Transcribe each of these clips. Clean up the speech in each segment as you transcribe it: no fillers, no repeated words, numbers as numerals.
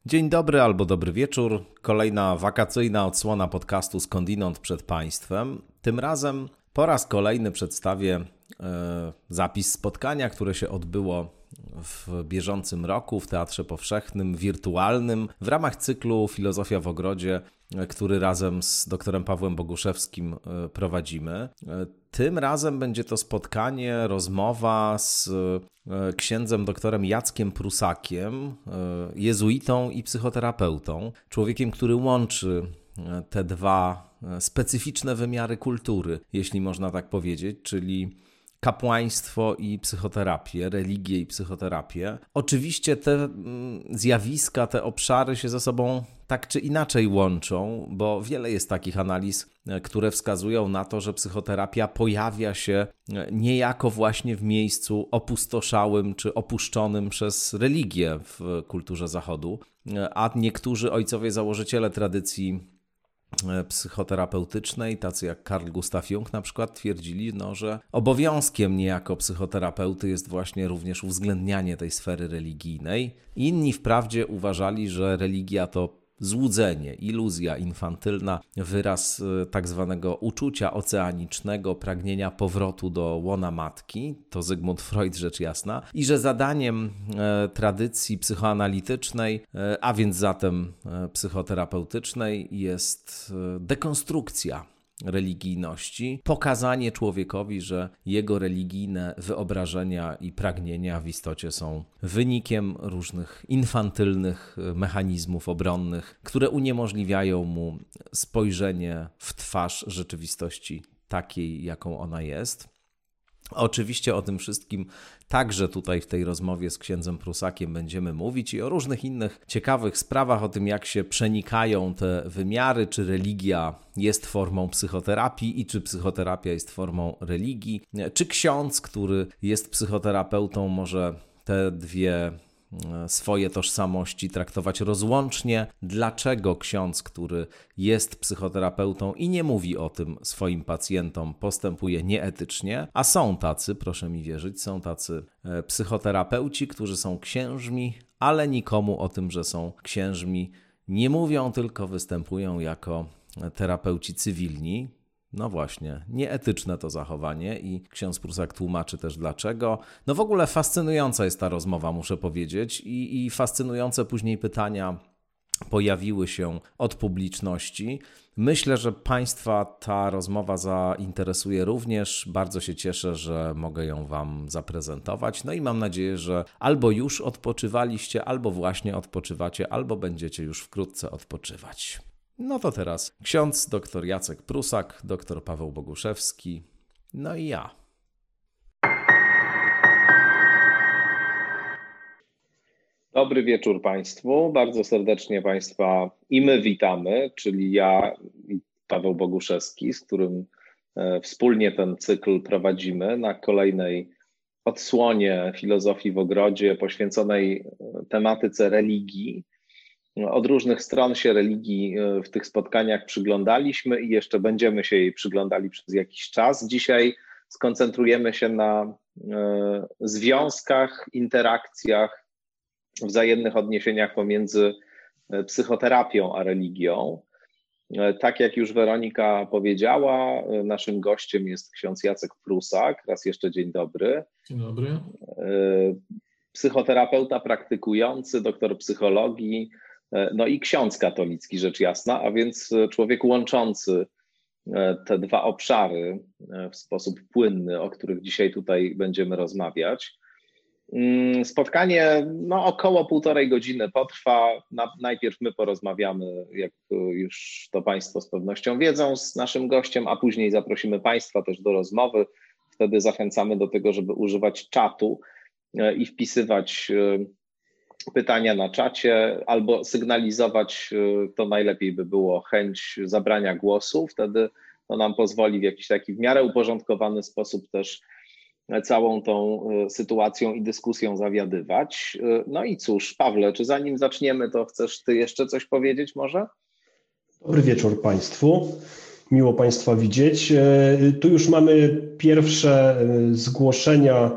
Dzień dobry albo dobry wieczór. Kolejna wakacyjna odsłona podcastu Skądinąd przed Państwem. Tym razem po raz kolejny przedstawię zapis spotkania, które się odbyło w bieżącym roku w Teatrze Powszechnym, wirtualnym, w ramach cyklu Filozofia w Ogrodzie, który razem z doktorem Pawłem Boguszewskim prowadzimy. Tym razem będzie to spotkanie, rozmowa z księdzem doktorem Jackiem Prusakiem, jezuitą i psychoterapeutą, człowiekiem, który łączy te dwa specyficzne wymiary kultury, jeśli można tak powiedzieć, czyli kapłaństwo i psychoterapię, religię i psychoterapię. Oczywiście te zjawiska, te obszary się ze sobą tak czy inaczej łączą, bo wiele jest takich analiz, które wskazują na to, że psychoterapia pojawia się niejako właśnie w miejscu opustoszałym czy opuszczonym przez religię w kulturze Zachodu, a niektórzy ojcowie założyciele tradycji psychoterapeutycznej, tacy jak Carl Gustav Jung na przykład, twierdzili, że obowiązkiem niejako psychoterapeuty jest właśnie również uwzględnianie tej sfery religijnej. Inni wprawdzie uważali, że religia to złudzenie, iluzja infantylna, wyraz tak zwanego uczucia oceanicznego, pragnienia powrotu do łona matki, to Zygmunt Freud rzecz jasna, i że zadaniem tradycji psychoanalitycznej, a więc zatem psychoterapeutycznej, jest dekonstrukcja religijności, pokazanie człowiekowi, że jego religijne wyobrażenia i pragnienia w istocie są wynikiem różnych infantylnych mechanizmów obronnych, które uniemożliwiają mu spojrzenie w twarz rzeczywistości takiej, jaką ona jest. Oczywiście o tym wszystkim także tutaj w tej rozmowie z księdzem Prusakiem będziemy mówić i o różnych innych ciekawych sprawach, o tym jak się przenikają te wymiary, czy religia jest formą psychoterapii i czy psychoterapia jest formą religii, czy ksiądz, który jest psychoterapeutą, może te dwie swoje tożsamości traktować rozłącznie. Dlaczego ksiądz, który jest psychoterapeutą i nie mówi o tym swoim pacjentom, postępuje nieetycznie? A są tacy, proszę mi wierzyć, są tacy psychoterapeuci, którzy są księżmi, ale nikomu o tym, że są księżmi, nie mówią, tylko występują jako terapeuci cywilni. No właśnie, nieetyczne to zachowanie i ksiądz Prusak tłumaczy też dlaczego. No w ogóle fascynująca jest ta rozmowa, muszę powiedzieć, i fascynujące później pytania pojawiły się od publiczności. Myślę, że Państwa ta rozmowa zainteresuje również. Bardzo się cieszę, że mogę ją Wam zaprezentować. No i mam nadzieję, że albo już odpoczywaliście, albo właśnie odpoczywacie, albo będziecie już wkrótce odpoczywać. No to teraz ksiądz dr Jacek Prusak, dr Paweł Boguszewski, no i ja. Dobry wieczór Państwu. Bardzo serdecznie Państwa i my witamy, czyli ja i Paweł Boguszewski, z którym wspólnie ten cykl prowadzimy na kolejnej odsłonie Filozofii w Ogrodzie poświęconej tematyce religii. Od różnych stron się religii w tych spotkaniach przyglądaliśmy i jeszcze będziemy się jej przyglądali przez jakiś czas. Dzisiaj skoncentrujemy się na związkach, interakcjach, wzajemnych odniesieniach pomiędzy psychoterapią a religią. Tak jak już Weronika powiedziała, naszym gościem jest ksiądz Jacek Prusak. Raz jeszcze dzień dobry. Dzień dobry. Psychoterapeuta praktykujący, doktor psychologii, no i ksiądz katolicki, rzecz jasna, a więc człowiek łączący te dwa obszary w sposób płynny, o których dzisiaj tutaj będziemy rozmawiać. Spotkanie około 1,5 godziny potrwa. Najpierw my porozmawiamy, jak już to Państwo z pewnością wiedzą, z naszym gościem, a później zaprosimy Państwa też do rozmowy. Wtedy zachęcamy do tego, żeby używać czatu i wpisywać pytania na czacie albo sygnalizować, to najlepiej by było, chęć zabrania głosu. Wtedy to nam pozwoli w jakiś taki w miarę uporządkowany sposób też całą tą sytuacją i dyskusją zawiadywać. No i cóż, Pawle, czy zanim zaczniemy, to chcesz Ty jeszcze coś powiedzieć może? Dobry wieczór Państwu. Miło Państwa widzieć. Tu już mamy pierwsze zgłoszenia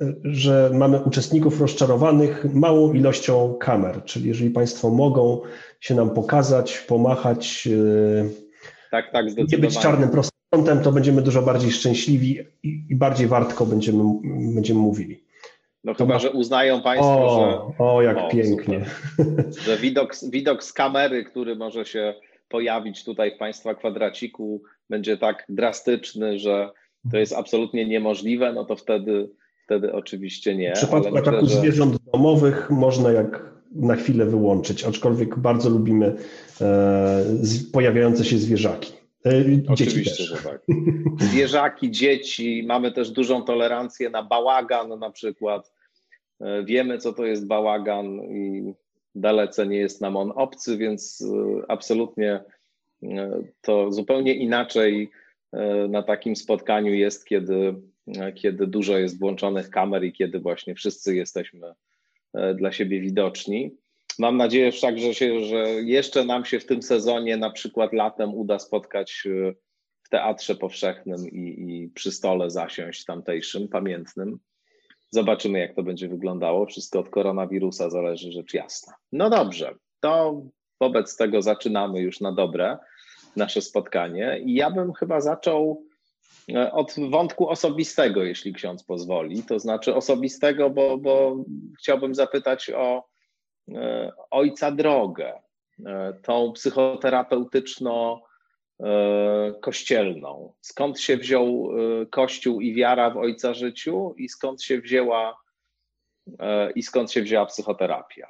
że mamy uczestników rozczarowanych małą ilością kamer, czyli jeżeli Państwo mogą się nam pokazać, pomachać, Tak, zdecydowanie. nie być czarnym prostokątem, to będziemy dużo bardziej szczęśliwi i bardziej wartko będziemy mówili. No chyba, że uznają Państwo, że... jak pięknie. Super, że widok z kamery, który może się pojawić tutaj w Państwa kwadraciku, będzie tak drastyczny, że to jest absolutnie niemożliwe, no to wtedy oczywiście nie. W przypadku ataku zwierząt domowych można jak na chwilę wyłączyć, aczkolwiek bardzo lubimy pojawiające się zwierzaki. Oczywiście, że tak. Zwierzaki, dzieci, mamy też dużą tolerancję na bałagan na przykład. Wiemy, co to jest bałagan i dalece nie jest nam on obcy, więc absolutnie to zupełnie inaczej na takim spotkaniu jest, kiedy dużo jest włączonych kamer i kiedy właśnie wszyscy jesteśmy dla siebie widoczni. Mam nadzieję wszak, że jeszcze nam się w tym sezonie, na przykład latem, uda spotkać w Teatrze Powszechnym i przy stole zasiąść tamtejszym, pamiętnym. Zobaczymy, jak to będzie wyglądało. Wszystko od koronawirusa zależy, rzecz jasna. No dobrze, to wobec tego zaczynamy już na dobre nasze spotkanie. I ja bym chyba zaczął od wątku osobistego, jeśli ksiądz pozwoli. To znaczy osobistego, bo chciałbym zapytać o ojca drogę, tą psychoterapeutyczno-kościelną. Skąd się wziął Kościół i wiara w ojca życiu i skąd się wzięła psychoterapia?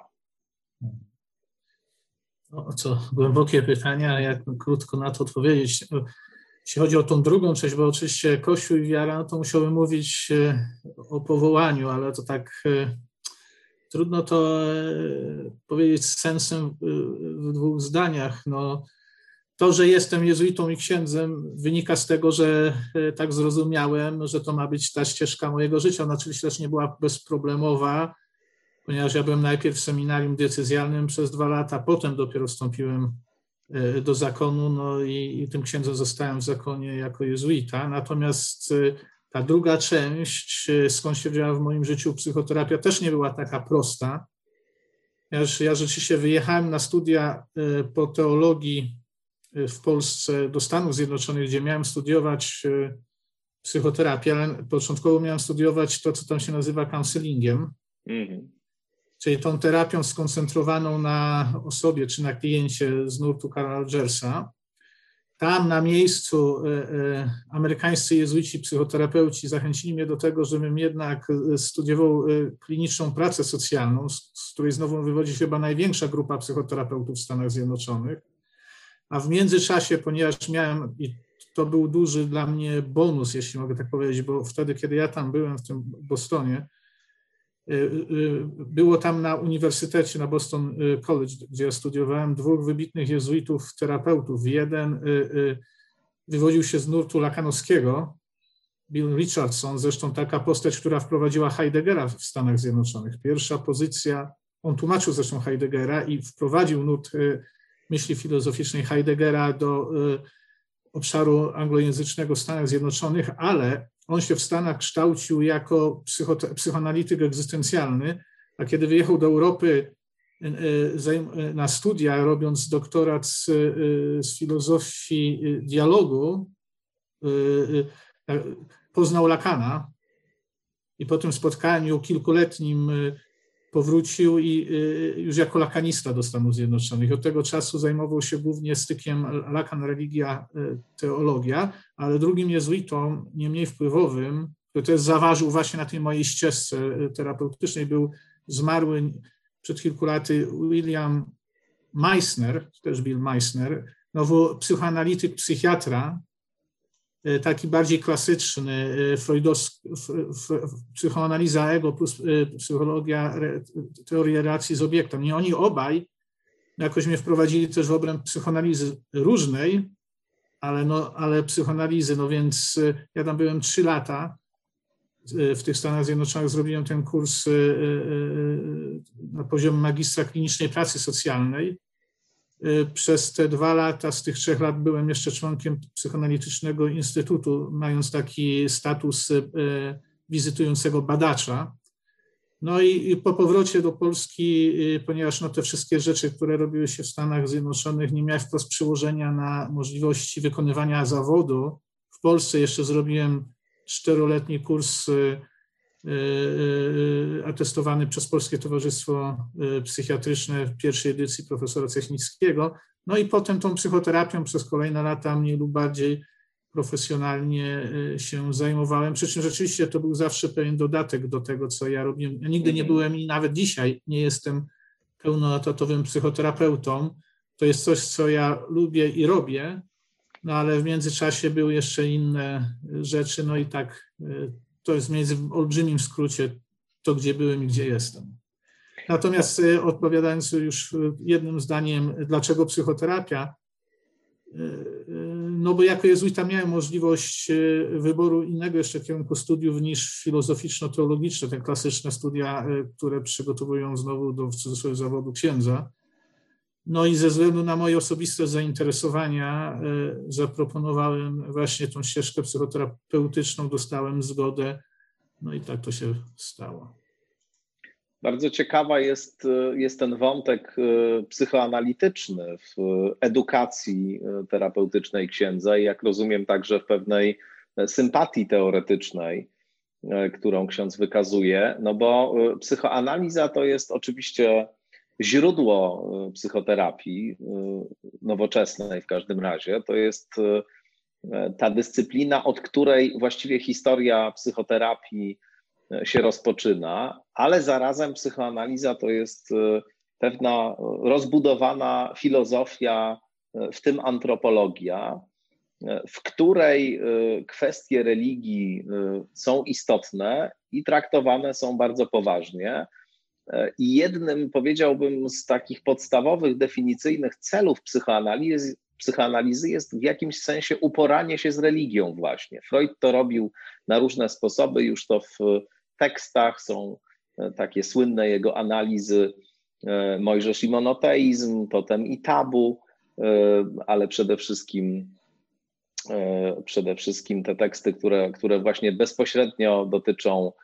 No, co głębokie pytania, jak krótko na to odpowiedzieć. Jeśli chodzi o tą drugą część, bo oczywiście Kościół i wiara, no to musiałbym mówić o powołaniu, ale to tak trudno to powiedzieć z sensem w dwóch zdaniach. No, to, że jestem jezuitą i księdzem, wynika z tego, że tak zrozumiałem, że to ma być ta ścieżka mojego życia. Ona oczywiście też nie była bezproblemowa, ponieważ ja byłem najpierw w seminarium diecezjalnym przez 2 lata, potem dopiero wstąpiłem do zakonu, no i tym księdzem zostałem w zakonie jako jezuita. Natomiast ta druga część, skąd się wzięła w moim życiu psychoterapia, też nie była taka prosta. Ja rzeczywiście wyjechałem na studia po teologii w Polsce do Stanów Zjednoczonych, gdzie miałem studiować psychoterapię, ale początkowo miałem studiować to, co tam się nazywa counselingiem, czyli tą terapią skoncentrowaną na osobie czy na kliencie z nurtu Carla Rogersa. Tam na miejscu amerykańscy jezuici, psychoterapeuci zachęcili mnie do tego, żebym jednak studiował kliniczną pracę socjalną, z której znowu wywodzi się chyba największa grupa psychoterapeutów w Stanach Zjednoczonych. A w międzyczasie, ponieważ miałem, i to był duży dla mnie bonus, jeśli mogę tak powiedzieć, bo wtedy, kiedy ja tam byłem w tym Bostonie, było tam na uniwersytecie, na Boston College, gdzie ja studiowałem, 2 wybitnych jezuitów, terapeutów. Jeden wywodził się z nurtu lakanowskiego, Bill Richardson, zresztą taka postać, która wprowadziła Heideggera w Stanach Zjednoczonych. Pierwsza pozycja, on tłumaczył zresztą Heideggera i wprowadził nurt myśli filozoficznej Heideggera do obszaru anglojęzycznego w Stanach Zjednoczonych, ale on się w Stanach kształcił jako psychoanalityk egzystencjalny, a kiedy wyjechał do Europy na studia, robiąc doktorat z filozofii dialogu, poznał Lacana i po tym spotkaniu kilkuletnim powrócił i już jako lakanista do Stanów Zjednoczonych. Od tego czasu zajmował się głównie stykiem Lacan, religia, teologia, ale drugim jezuitą, nie mniej wpływowym, który też zaważył właśnie na tej mojej ścieżce terapeutycznej, był zmarły przed kilku laty William Meissner, też Bill Meissner, psychoanalityk, psychiatra, taki bardziej klasyczny, psychoanaliza ego plus psychologia, teoria relacji z obiektem. I oni obaj jakoś mnie wprowadzili też w obręb psychoanalizy różnej, ale psychoanalizy, no więc ja tam byłem 3 lata w tych Stanach Zjednoczonych, zrobiłem ten kurs na poziomie magistra klinicznej pracy socjalnej. Przez te 2 lata, z tych 3 lat byłem jeszcze członkiem Psychoanalitycznego Instytutu, mając taki status wizytującego badacza. No i po powrocie do Polski, ponieważ te wszystkie rzeczy, które robiły się w Stanach Zjednoczonych, nie miały wprost przełożenia na możliwości wykonywania zawodu. W Polsce jeszcze zrobiłem 4-letni kurs atestowany przez Polskie Towarzystwo Psychiatryczne w pierwszej edycji profesora Cechnickiego. No i potem tą psychoterapią przez kolejne lata mniej lub bardziej profesjonalnie się zajmowałem, przy czym rzeczywiście to był zawsze pewien dodatek do tego, co ja robiłem. Ja nigdy nie byłem i nawet dzisiaj nie jestem pełnoetatowym psychoterapeutą. To jest coś, co ja lubię i robię, no ale w międzyczasie były jeszcze inne rzeczy, no i tak to jest w olbrzymim skrócie to, gdzie byłem i gdzie jestem. Natomiast odpowiadając już jednym zdaniem, dlaczego psychoterapia? No bo jako jezuita miałem możliwość wyboru innego jeszcze kierunku studiów niż filozoficzno-teologiczne, te klasyczne studia, które przygotowują znowu do w cudzysłowie zawodu księdza. No i ze względu na moje osobiste zainteresowania zaproponowałem właśnie tą ścieżkę psychoterapeutyczną, dostałem zgodę, no i tak to się stało. Bardzo ciekawa jest ten wątek psychoanalityczny w edukacji terapeutycznej księdza i jak rozumiem także w pewnej sympatii teoretycznej, którą ksiądz wykazuje, no bo psychoanaliza to jest oczywiście źródło psychoterapii nowoczesnej w każdym razie. To jest ta dyscyplina, od której właściwie historia psychoterapii się rozpoczyna, ale zarazem psychoanaliza to jest pewna rozbudowana filozofia, w tym antropologia, w której kwestie religii są istotne i traktowane są bardzo poważnie. I jednym, powiedziałbym, z takich podstawowych, definicyjnych celów psychoanalizy jest w jakimś sensie uporanie się z religią właśnie. Freud to robił na różne sposoby, już to w tekstach są takie słynne jego analizy Mojżesz i monoteizm, Totem i tabu, ale przede wszystkim te teksty, które właśnie bezpośrednio dotyczą,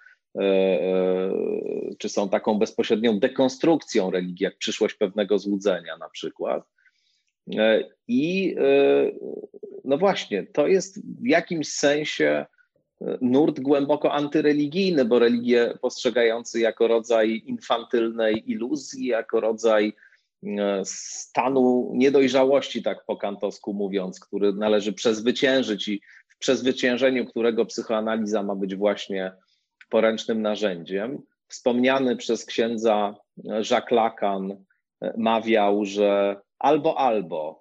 czy są taką bezpośrednią dekonstrukcją religii, jak przyszłość pewnego złudzenia na przykład. I no właśnie, to jest w jakimś sensie nurt głęboko antyreligijny, bo religię postrzegający jako rodzaj infantylnej iluzji, jako rodzaj stanu niedojrzałości, tak po kantowsku mówiąc, który należy przezwyciężyć i w przezwyciężeniu którego psychoanaliza ma być właśnie poręcznym narzędziem. Wspomniany przez księdza Jacques Lacan mawiał, że albo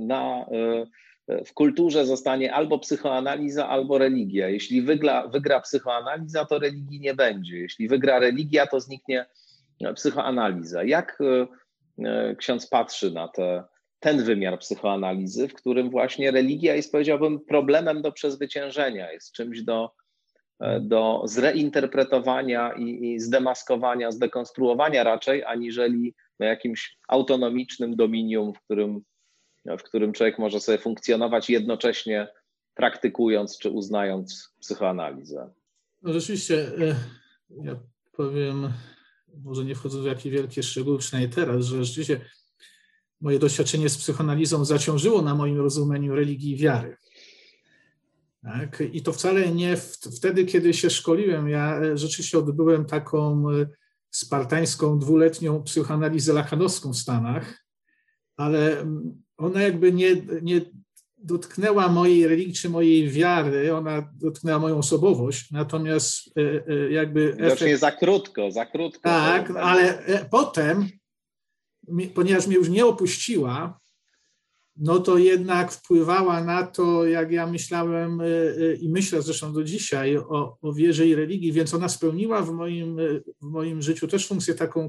w kulturze zostanie albo psychoanaliza, albo religia. Jeśli wygra psychoanaliza, to religii nie będzie. Jeśli wygra religia, to zniknie psychoanaliza. Jak ksiądz patrzy na ten wymiar psychoanalizy, w którym właśnie religia jest, powiedziałbym, problemem do przezwyciężenia, jest czymś do zreinterpretowania i zdemaskowania, zdekonstruowania raczej, aniżeli jakimś autonomicznym dominium, w którym człowiek może sobie funkcjonować jednocześnie praktykując czy uznając psychoanalizę. No rzeczywiście, ja powiem, może nie wchodząc w jakieś wielkie szczegóły, przynajmniej teraz, że rzeczywiście moje doświadczenie z psychoanalizą zaciążyło na moim rozumieniu religii i wiary. Tak? I to wcale nie wtedy, kiedy się szkoliłem. Ja rzeczywiście odbyłem taką spartańską 2-letnią psychoanalizę lacanowską w Stanach, ale ona jakby nie dotknęła mojej religii czy mojej wiary, ona dotknęła moją osobowość, natomiast jakby... Widocznie za krótko. Tak, ale potem, ponieważ mnie już nie opuściła, no to jednak wpływała na to, jak ja myślałem i myślę zresztą do dzisiaj o wierze i religii, więc ona spełniła w moim życiu też funkcję taką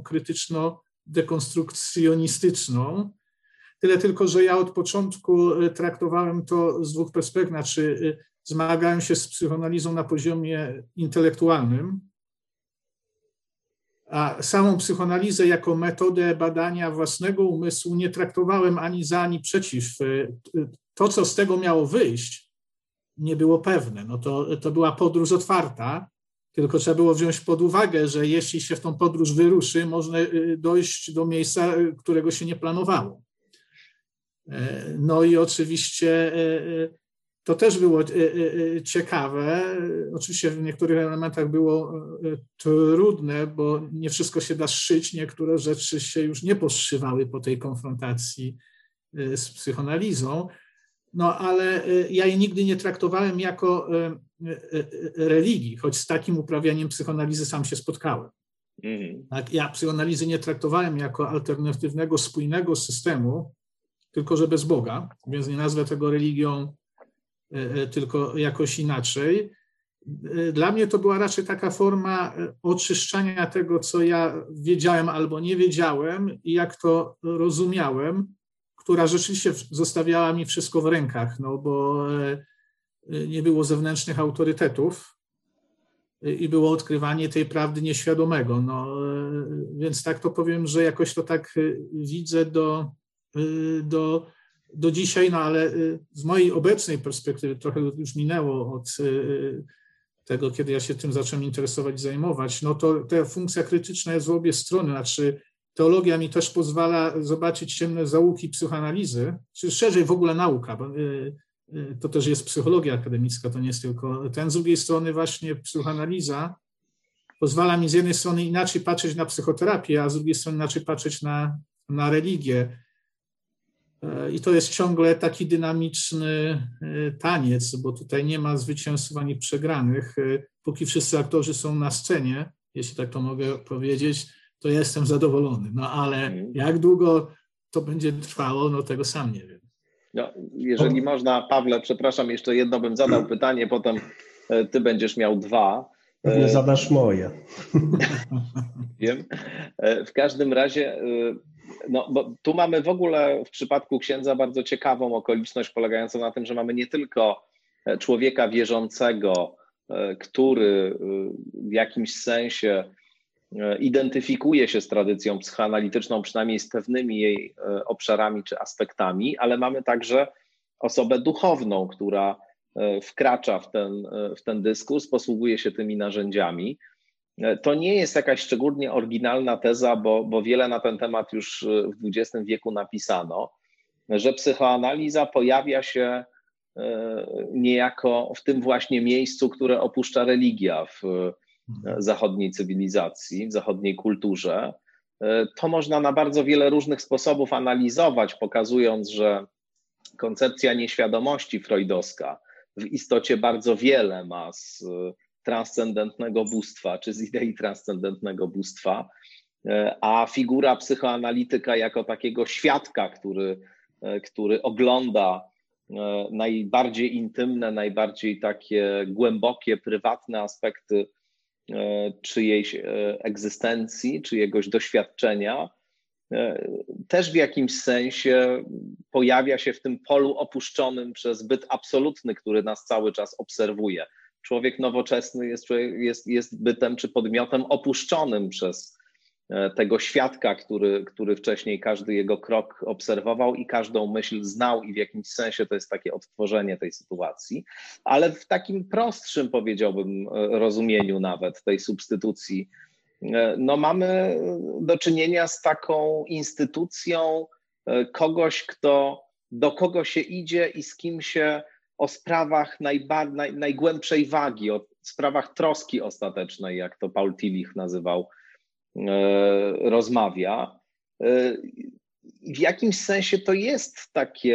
krytyczno-dekonstrukcjonistyczną. Tyle tylko, że ja od początku traktowałem to z 2 perspektyw, znaczy zmagałem się z psychoanalizą na poziomie intelektualnym, a samą psychoanalizę jako metodę badania własnego umysłu nie traktowałem ani za, ani przeciw. To, co z tego miało wyjść, nie było pewne. No to była podróż otwarta, Tylko trzeba było wziąć pod uwagę, że jeśli się w tą podróż wyruszy, można dojść do miejsca, którego się nie planowało. No i oczywiście to też było ciekawe. Oczywiście w niektórych elementach było trudne, bo nie wszystko się da zszyć. Niektóre rzeczy się już nie pozszywały po tej konfrontacji z psychoanalizą. No ale ja jej nigdy nie traktowałem jako religii, choć z takim uprawianiem psychoanalizy sam się spotkałem. Tak, ja psychoanalizy nie traktowałem jako alternatywnego, spójnego systemu, tylko że bez Boga, więc nie nazwę tego religią, tylko jakoś inaczej. Dla mnie to była raczej taka forma oczyszczania tego, co ja wiedziałem albo nie wiedziałem i jak to rozumiałem, która rzeczywiście zostawiała mi wszystko w rękach, no bo nie było zewnętrznych autorytetów i było odkrywanie tej prawdy nieświadomego. No, więc tak to powiem, że jakoś to tak widzę do dzisiaj, no ale z mojej obecnej perspektywy, trochę już minęło od tego, kiedy ja się tym zacząłem interesować i zajmować, no to ta funkcja krytyczna jest w obie strony, znaczy teologia mi też pozwala zobaczyć ciemne zaułki psychoanalizy, czy szerzej w ogóle nauka, bo to też jest psychologia akademicka, to nie jest tylko ten. Z drugiej strony właśnie psychoanaliza pozwala mi z jednej strony inaczej patrzeć na psychoterapię, a z drugiej strony inaczej patrzeć na religię. I to jest ciągle taki dynamiczny taniec, bo tutaj nie ma zwycięzców ani przegranych. Póki wszyscy aktorzy są na scenie, jeśli tak to mogę powiedzieć, to ja jestem zadowolony. No ale jak długo to będzie trwało, no tego sam nie wiem. No, jeżeli można, Pawle, przepraszam, jeszcze jedno bym zadał pytanie, potem ty będziesz miał dwa. Pewnie zadasz moje. Wiem. W każdym razie, no, bo tu mamy w ogóle w przypadku księdza bardzo ciekawą okoliczność polegającą na tym, że mamy nie tylko człowieka wierzącego, który w jakimś sensie identyfikuje się z tradycją psychoanalityczną, przynajmniej z pewnymi jej obszarami czy aspektami, ale mamy także osobę duchowną, która wkracza w ten dyskurs, posługuje się tymi narzędziami. To nie jest jakaś szczególnie oryginalna teza, bo wiele na ten temat już w XX wieku napisano, że psychoanaliza pojawia się niejako w tym właśnie miejscu, które opuszcza religia w zachodniej cywilizacji, w zachodniej kulturze. To można na bardzo wiele różnych sposobów analizować, pokazując, że koncepcja nieświadomości freudowska w istocie bardzo wiele ma z transcendentnego bóstwa, czy z idei transcendentnego bóstwa, a figura psychoanalityka jako takiego świadka, który ogląda najbardziej intymne, najbardziej takie głębokie, prywatne aspekty czyjejś egzystencji, czyjegoś doświadczenia, też w jakimś sensie pojawia się w tym polu opuszczonym przez byt absolutny, który nas cały czas obserwuje. Człowiek nowoczesny jest bytem czy podmiotem opuszczonym przez tego świadka, który wcześniej każdy jego krok obserwował i każdą myśl znał i w jakimś sensie to jest takie odtworzenie tej sytuacji, ale w takim prostszym, powiedziałbym, rozumieniu nawet tej substytucji, no mamy do czynienia z taką instytucją kogoś, do kogo się idzie i z kim się o sprawach najgłębszej wagi, o sprawach troski ostatecznej, jak to Paul Tillich nazywał, rozmawia. W jakimś sensie to jest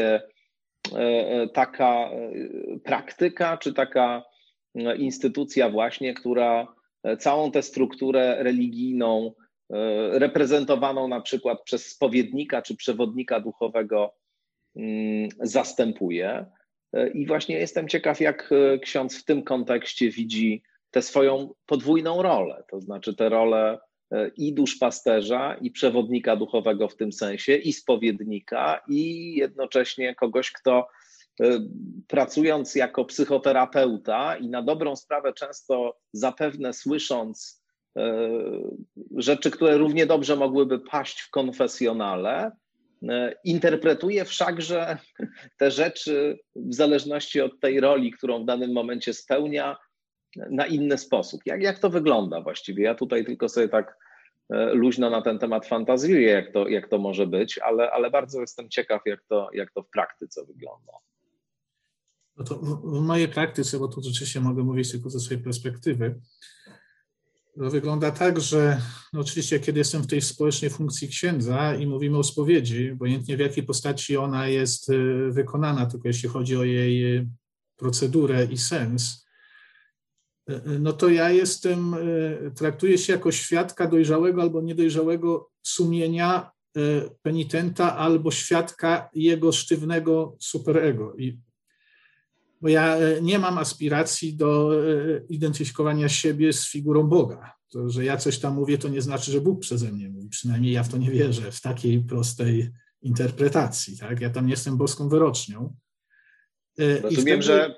taka praktyka, czy taka instytucja właśnie, która całą tę strukturę religijną, reprezentowaną na przykład przez spowiednika czy przewodnika duchowego, zastępuje. I właśnie jestem ciekaw, jak ksiądz w tym kontekście widzi tę swoją podwójną rolę, to znaczy tę rolę i duszpasterza, i przewodnika duchowego w tym sensie, i spowiednika, i jednocześnie kogoś, kto pracując jako psychoterapeuta i na dobrą sprawę często zapewne słysząc rzeczy, które równie dobrze mogłyby paść w konfesjonale, interpretuje wszakże te rzeczy w zależności od tej roli, którą w danym momencie spełnia, na inny sposób. Jak to wygląda właściwie? Ja tutaj tylko sobie tak luźno na ten temat fantazjuję, jak to może być, ale bardzo jestem ciekaw, jak to w praktyce wygląda. No to w mojej praktyce, bo tu rzeczywiście mogę mówić tylko ze swojej perspektywy, to wygląda tak, że no oczywiście kiedy jestem w tej społecznej funkcji księdza i mówimy o spowiedzi, obojętnie w jakiej postaci ona jest wykonana, tylko jeśli chodzi o jej procedurę i sens, no to ja traktuję się jako świadka dojrzałego albo niedojrzałego sumienia penitenta albo świadka jego sztywnego superego. Bo ja nie mam aspiracji do identyfikowania siebie z figurą Boga. To, że ja coś tam mówię, to nie znaczy, że Bóg przeze mnie mówi. Przynajmniej ja w to nie wierzę, w takiej prostej interpretacji. Tak? Ja tam nie jestem boską wyrocznią. Rozumiem, że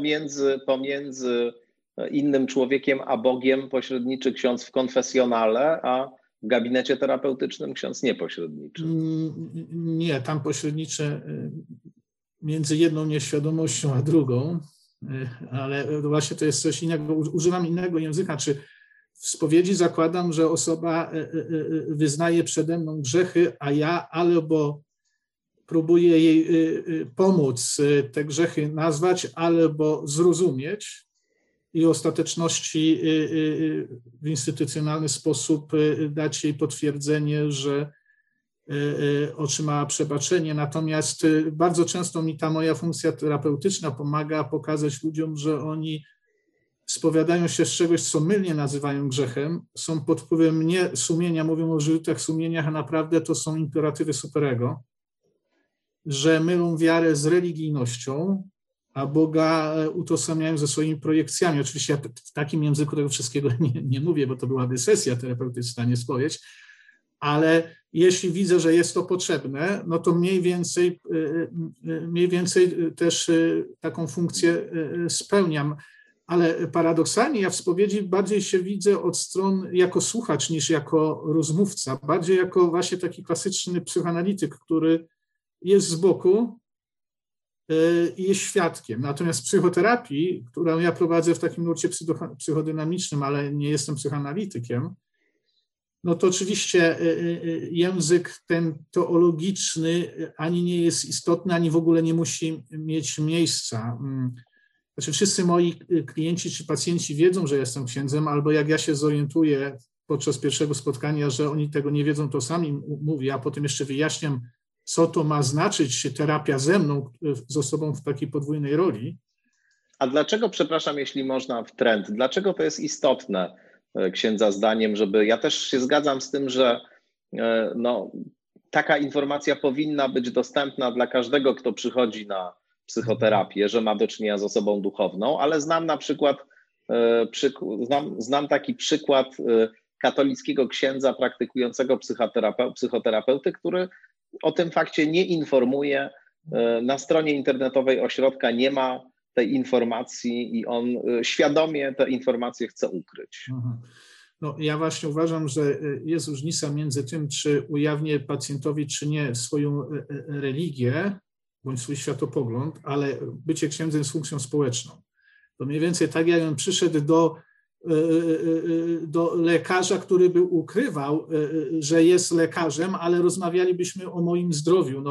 pomiędzy innym człowiekiem a Bogiem pośredniczy ksiądz w konfesjonale, a w gabinecie terapeutycznym ksiądz nie pośredniczy. Nie, tam pośredniczę między jedną nieświadomością a drugą, ale właśnie to jest coś innego. Używam innego języka. Czy w spowiedzi zakładam, że osoba wyznaje przede mną grzechy, a ja albo próbuję jej pomóc te grzechy nazwać, albo zrozumieć i ostateczności w instytucjonalny sposób dać jej potwierdzenie, że otrzymała przebaczenie. Natomiast bardzo często mi ta moja funkcja terapeutyczna pomaga pokazać ludziom, że oni spowiadają się z czegoś, co mylnie nazywają grzechem, są pod wpływem nie sumienia, mówią o wyrzutach sumieniach, a naprawdę to są imperatywy superego, że mylą wiarę z religijnością, a Boga utożsamiają ze swoimi projekcjami. Oczywiście ja w takim języku tego wszystkiego nie mówię, bo to byłaby sesja terapeutyczna, nie spowiedź, ale jeśli widzę, że jest to potrzebne, no to mniej więcej też taką funkcję spełniam. Ale paradoksalnie ja w spowiedzi bardziej się widzę od stron jako słuchacz niż jako rozmówca, bardziej jako właśnie taki klasyczny psychoanalityk, który jest z boku i jest świadkiem. Natomiast w psychoterapii, którą ja prowadzę w takim nurcie psychodynamicznym, ale nie jestem psychoanalitykiem, no to oczywiście język ten teologiczny ani nie jest istotny, ani w ogóle nie musi mieć miejsca. Znaczy wszyscy moi klienci czy pacjenci wiedzą, że jestem księdzem, albo jak ja się zorientuję podczas pierwszego spotkania, że oni tego nie wiedzą, to sami mówię, a potem jeszcze wyjaśniam, co to ma znaczyć terapia ze mną, z osobą w takiej podwójnej roli. A dlaczego, przepraszam, jeśli można w trend, dlaczego to jest istotne księdza zdaniem, żeby, ja też się zgadzam z tym, że no, taka informacja powinna być dostępna dla każdego, kto przychodzi na psychoterapię, że ma do czynienia z osobą duchowną, ale znam na przykład, znam taki przykład katolickiego księdza praktykującego psychoterapeuty, który o tym fakcie nie informuje. Na stronie internetowej ośrodka nie ma tej informacji i on świadomie tę informację chce ukryć. No, ja właśnie uważam, że jest różnica między tym, czy ujawnię pacjentowi, czy nie swoją religię, bądź swój światopogląd, ale bycie księdzem jest funkcją społeczną. To mniej więcej tak, jakbym przyszedł do lekarza, który by ukrywał, że jest lekarzem, ale rozmawialibyśmy o moim zdrowiu.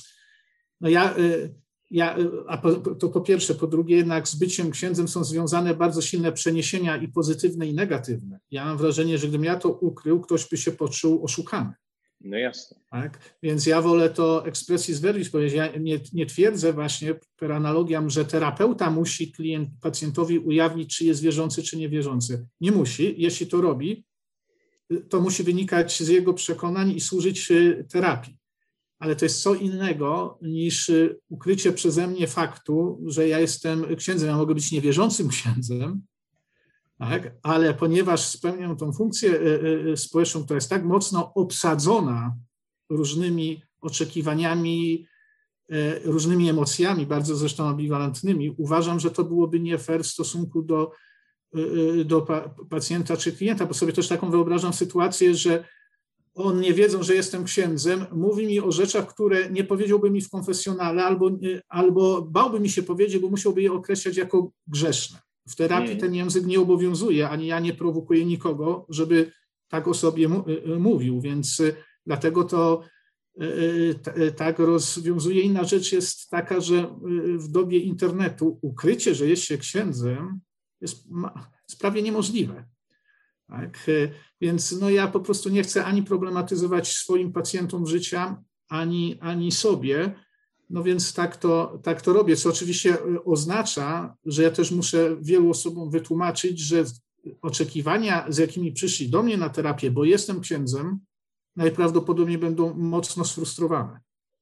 To po pierwsze. Po drugie, jednak z byciem księdzem są związane bardzo silne przeniesienia i pozytywne, i negatywne. Ja mam wrażenie, że gdybym ja to ukrył, ktoś by się poczuł oszukany. No jasne. Tak? Więc ja wolę to expressis verbis powiedzieć. Ja nie twierdzę właśnie per analogiam, że terapeuta musi pacjentowi ujawnić, czy jest wierzący, czy niewierzący. Nie musi. Jeśli to robi, to musi wynikać z jego przekonań i służyć terapii. Ale to jest co innego niż ukrycie przeze mnie faktu, że ja jestem księdzem. Ja mogę być niewierzącym księdzem, tak? Ale ponieważ spełniam tą funkcję społeczną, która jest tak mocno obsadzona różnymi oczekiwaniami, różnymi emocjami, bardzo zresztą ambiwalentnymi, uważam, że to byłoby nie fair w stosunku do pacjenta czy klienta, bo sobie też taką wyobrażam sytuację, że on, nie wiedząc, że jestem księdzem, mówi mi o rzeczach, które nie powiedziałby mi w konfesjonale, albo bałby mi się powiedzieć, bo musiałby je określać jako grzeszne. W terapii ten język nie obowiązuje, ani ja nie prowokuję nikogo, żeby tak o sobie mówił, więc dlatego to tak rozwiązuje. Inna rzecz jest taka, że w dobie internetu ukrycie, że jest się księdzem, jest prawie niemożliwe. Tak? Więc ja po prostu nie chcę ani problematyzować swoim pacjentom życia, ani sobie. No więc tak to robię, co oczywiście oznacza, że ja też muszę wielu osobom wytłumaczyć, że oczekiwania, z jakimi przyszli do mnie na terapię, bo jestem księdzem, najprawdopodobniej będą mocno sfrustrowane.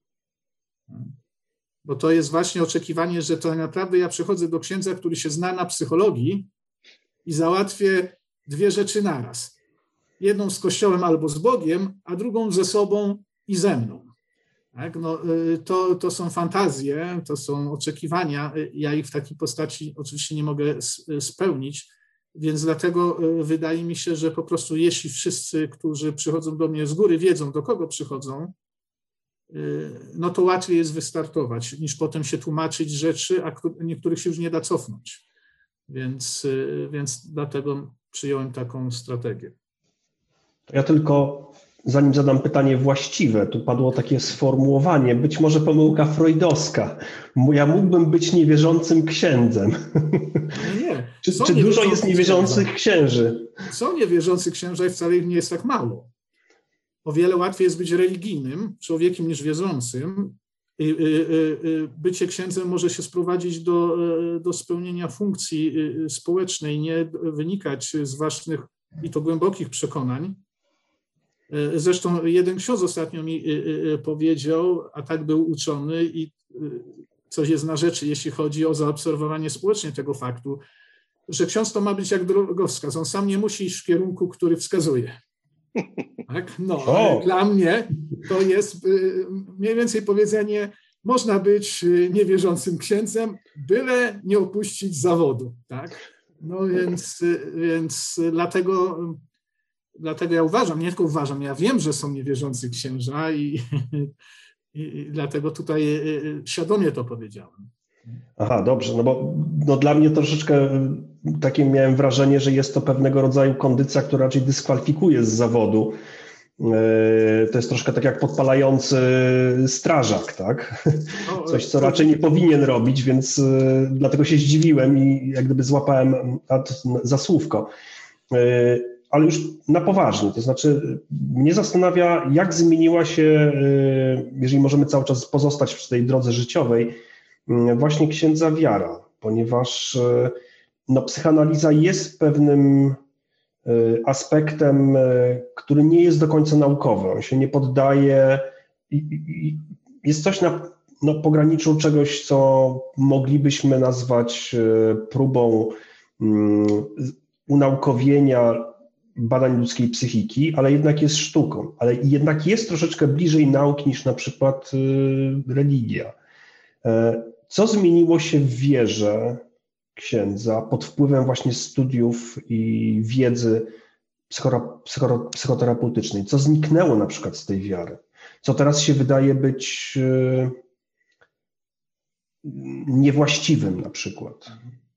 Bo to jest właśnie oczekiwanie, że to naprawdę ja przychodzę do księdza, który się zna na psychologii i załatwię dwie rzeczy naraz. Jedną z Kościołem albo z Bogiem, a drugą ze sobą i ze mną. Tak? To są fantazje, to są oczekiwania. Ja ich w takiej postaci oczywiście nie mogę spełnić, więc dlatego wydaje mi się, że po prostu jeśli wszyscy, którzy przychodzą do mnie z góry, wiedzą, do kogo przychodzą, no to łatwiej jest wystartować, niż potem się tłumaczyć rzeczy, a niektórych się już nie da cofnąć. Więc dlatego przyjąłem taką strategię. Ja tylko, zanim zadam pytanie właściwe, tu padło takie sformułowanie, być może pomyłka freudowska. Ja mógłbym być niewierzącym księdzem. Nie. Czy dużo jest niewierzących księży? Są niewierzących księży i wcale ich nie jest tak mało. O wiele łatwiej jest być religijnym człowiekiem niż wierzącym. Bycie księdzem może się sprowadzić do spełnienia funkcji społecznej, nie wynikać z ważnych i to głębokich przekonań. Zresztą jeden ksiądz ostatnio mi powiedział, a tak był uczony i coś jest na rzeczy, jeśli chodzi o zaobserwowanie społecznie tego faktu, że ksiądz to ma być jak drogowskaz. On sam nie musi iść w kierunku, który wskazuje. Tak? Ale dla mnie to jest mniej więcej powiedzenie, można być niewierzącym księdzem, byle nie opuścić zawodu. Tak? No więc dlatego ja uważam, nie tylko uważam, ja wiem, że są niewierzący księża i dlatego tutaj świadomie to powiedziałem. Aha, dobrze, no bo dla mnie troszeczkę takie miałem wrażenie, że jest to pewnego rodzaju kondycja, która raczej dyskwalifikuje z zawodu. To jest troszkę tak jak podpalający strażak, tak? Coś, co raczej nie powinien robić, więc dlatego się zdziwiłem i jak gdyby złapałem za słówko. Ale już na poważnie, to znaczy mnie zastanawia, jak zmieniła się, jeżeli możemy cały czas pozostać przy tej drodze życiowej, właśnie księdza wiara, ponieważ psychoanaliza jest pewnym aspektem, który nie jest do końca naukowy, on się nie poddaje, jest coś na pograniczu czegoś, co moglibyśmy nazwać próbą unaukowienia badań ludzkiej psychiki, ale jednak jest sztuką, ale jednak jest troszeczkę bliżej nauki niż na przykład religia. Co zmieniło się w wierze księdza pod wpływem właśnie studiów i wiedzy psychoterapeutycznej? Co zniknęło na przykład z tej wiary? Co teraz się wydaje być niewłaściwym na przykład?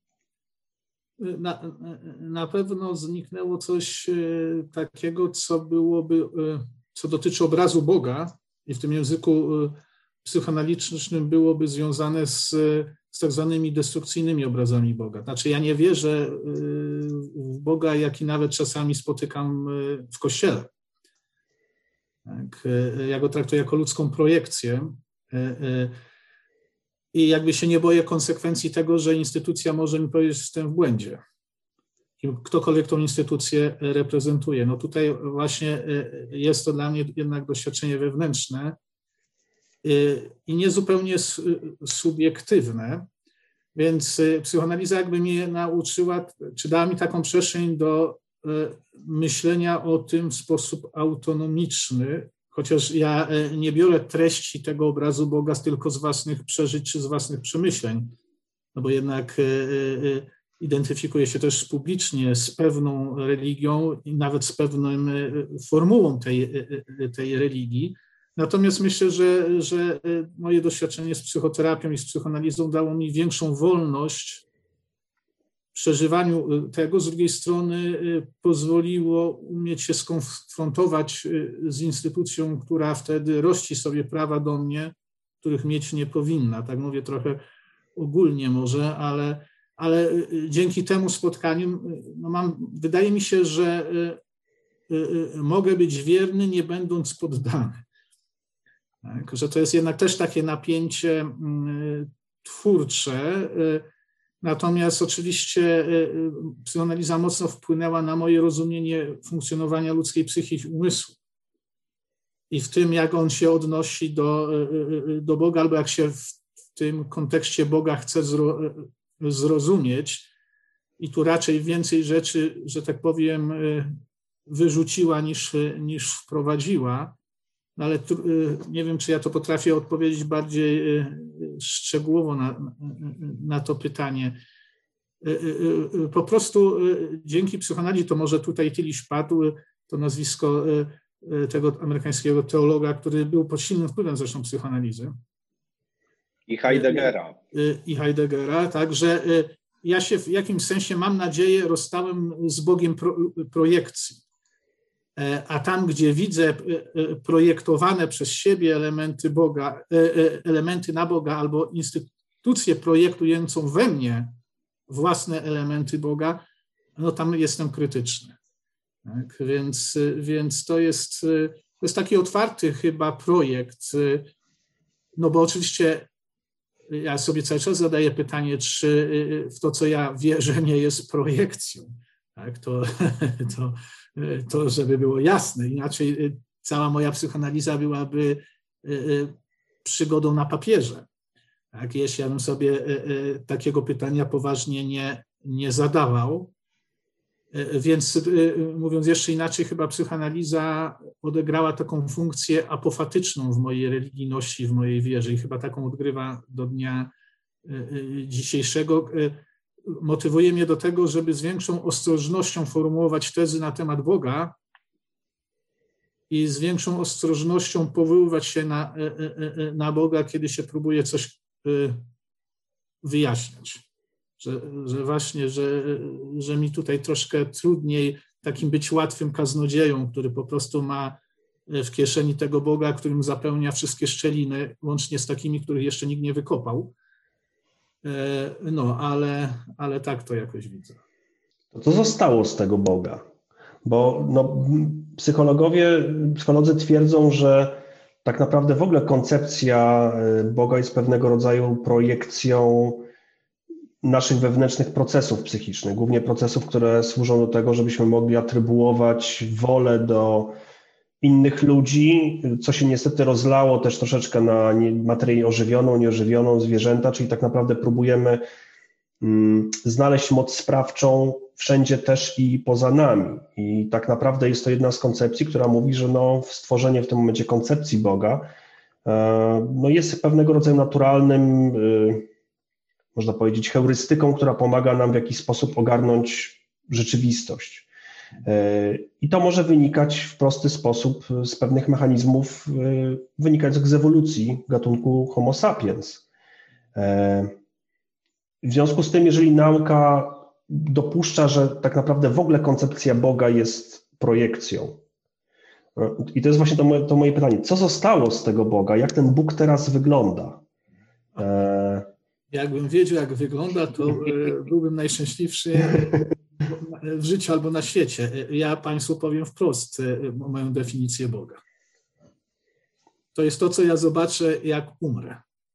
Na pewno zniknęło coś takiego, co dotyczy obrazu Boga i w tym języku psychoanalitycznym byłoby związane z tak zwanymi destrukcyjnymi obrazami Boga. Znaczy ja nie wierzę w Boga, jaki nawet czasami spotykam w Kościele. Tak? Ja go traktuję jako ludzką projekcję i jakby się nie boję konsekwencji tego, że instytucja może mi powiedzieć, że jestem w błędzie. I ktokolwiek tą instytucję reprezentuje. No tutaj właśnie jest to dla mnie jednak doświadczenie wewnętrzne i niezupełnie subiektywne, więc psychoanaliza jakby mnie nauczyła, czy dała mi taką przestrzeń do myślenia o tym w sposób autonomiczny, chociaż ja nie biorę treści tego obrazu Boga tylko z własnych przeżyć czy z własnych przemyśleń, no bo jednak identyfikuję się też publicznie z pewną religią i nawet z pewną formułą tej religii. Natomiast myślę, że moje doświadczenie z psychoterapią i z psychoanalizą dało mi większą wolność przeżywaniu tego, z drugiej strony pozwoliło umieć się skonfrontować z instytucją, która wtedy rości sobie prawa do mnie, których mieć nie powinna. Tak mówię trochę ogólnie może, ale dzięki temu spotkaniu wydaje mi się, że mogę być wierny, nie będąc poddany. Tak, że to jest jednak też takie napięcie twórcze. Natomiast oczywiście psychoanaliza mocno wpłynęła na moje rozumienie funkcjonowania ludzkiej psychiki i umysłu. I w tym, jak on się odnosi do Boga, albo jak się w tym kontekście Boga chce zrozumieć. I tu raczej więcej rzeczy, że tak powiem, wyrzuciła niż wprowadziła. No ale nie wiem, czy ja to potrafię odpowiedzieć bardziej szczegółowo na to pytanie. Po prostu dzięki psychoanalizie, to może tutaj Tillich padł, to nazwisko tego amerykańskiego teologa, który był pod silnym wpływem zresztą psychoanalizy. I Heideggera, tak, że ja się w jakimś sensie, mam nadzieję, rozstałem z Bogiem projekcji. A tam, gdzie widzę projektowane przez siebie elementy Boga, elementy na Boga albo instytucję projektującą we mnie własne elementy Boga, no tam jestem krytyczny. Tak? Więc to jest taki otwarty chyba projekt, no bo oczywiście ja sobie cały czas zadaję pytanie, czy w to, co ja wierzę, nie jest projekcją. Tak? To żeby było jasne. Inaczej cała moja psychoanaliza byłaby przygodą na papierze. Tak? Jeśli ja bym sobie takiego pytania poważnie nie zadawał. Więc mówiąc jeszcze inaczej, chyba psychoanaliza odegrała taką funkcję apofatyczną w mojej religijności, w mojej wierze i chyba taką odgrywa do dnia dzisiejszego. Motywuje mnie do tego, żeby z większą ostrożnością formułować tezy na temat Boga i z większą ostrożnością powoływać się na Boga, kiedy się próbuje coś wyjaśniać. Że właśnie, że mi tutaj troszkę trudniej takim być łatwym kaznodzieją, który po prostu ma w kieszeni tego Boga, którym zapełnia wszystkie szczeliny, łącznie z takimi, których jeszcze nikt nie wykopał. No, ale tak to jakoś widzę. To co zostało z tego Boga? Bo psycholodzy twierdzą, że tak naprawdę w ogóle koncepcja Boga jest pewnego rodzaju projekcją naszych wewnętrznych procesów psychicznych, głównie procesów, które służą do tego, żebyśmy mogli atrybuować wolę do innych ludzi, co się niestety rozlało też troszeczkę na materię ożywioną, nieożywioną, zwierzęta, czyli tak naprawdę próbujemy znaleźć moc sprawczą wszędzie też i poza nami. I tak naprawdę jest to jedna z koncepcji, która mówi, że stworzenie w tym momencie koncepcji Boga jest pewnego rodzaju naturalnym, można powiedzieć, heurystyką, która pomaga nam w jakiś sposób ogarnąć rzeczywistość. I to może wynikać w prosty sposób z pewnych mechanizmów wynikających z ewolucji gatunku Homo sapiens. W związku z tym, jeżeli nauka dopuszcza, że tak naprawdę w ogóle koncepcja Boga jest projekcją, i to jest właśnie to moje pytanie, co zostało z tego Boga, jak ten Bóg teraz wygląda? Jakbym wiedział, jak wygląda, to byłbym najszczęśliwszy w życiu albo na świecie. Ja Państwu powiem wprost moją definicję Boga. To jest to, co ja zobaczę, jak umrę.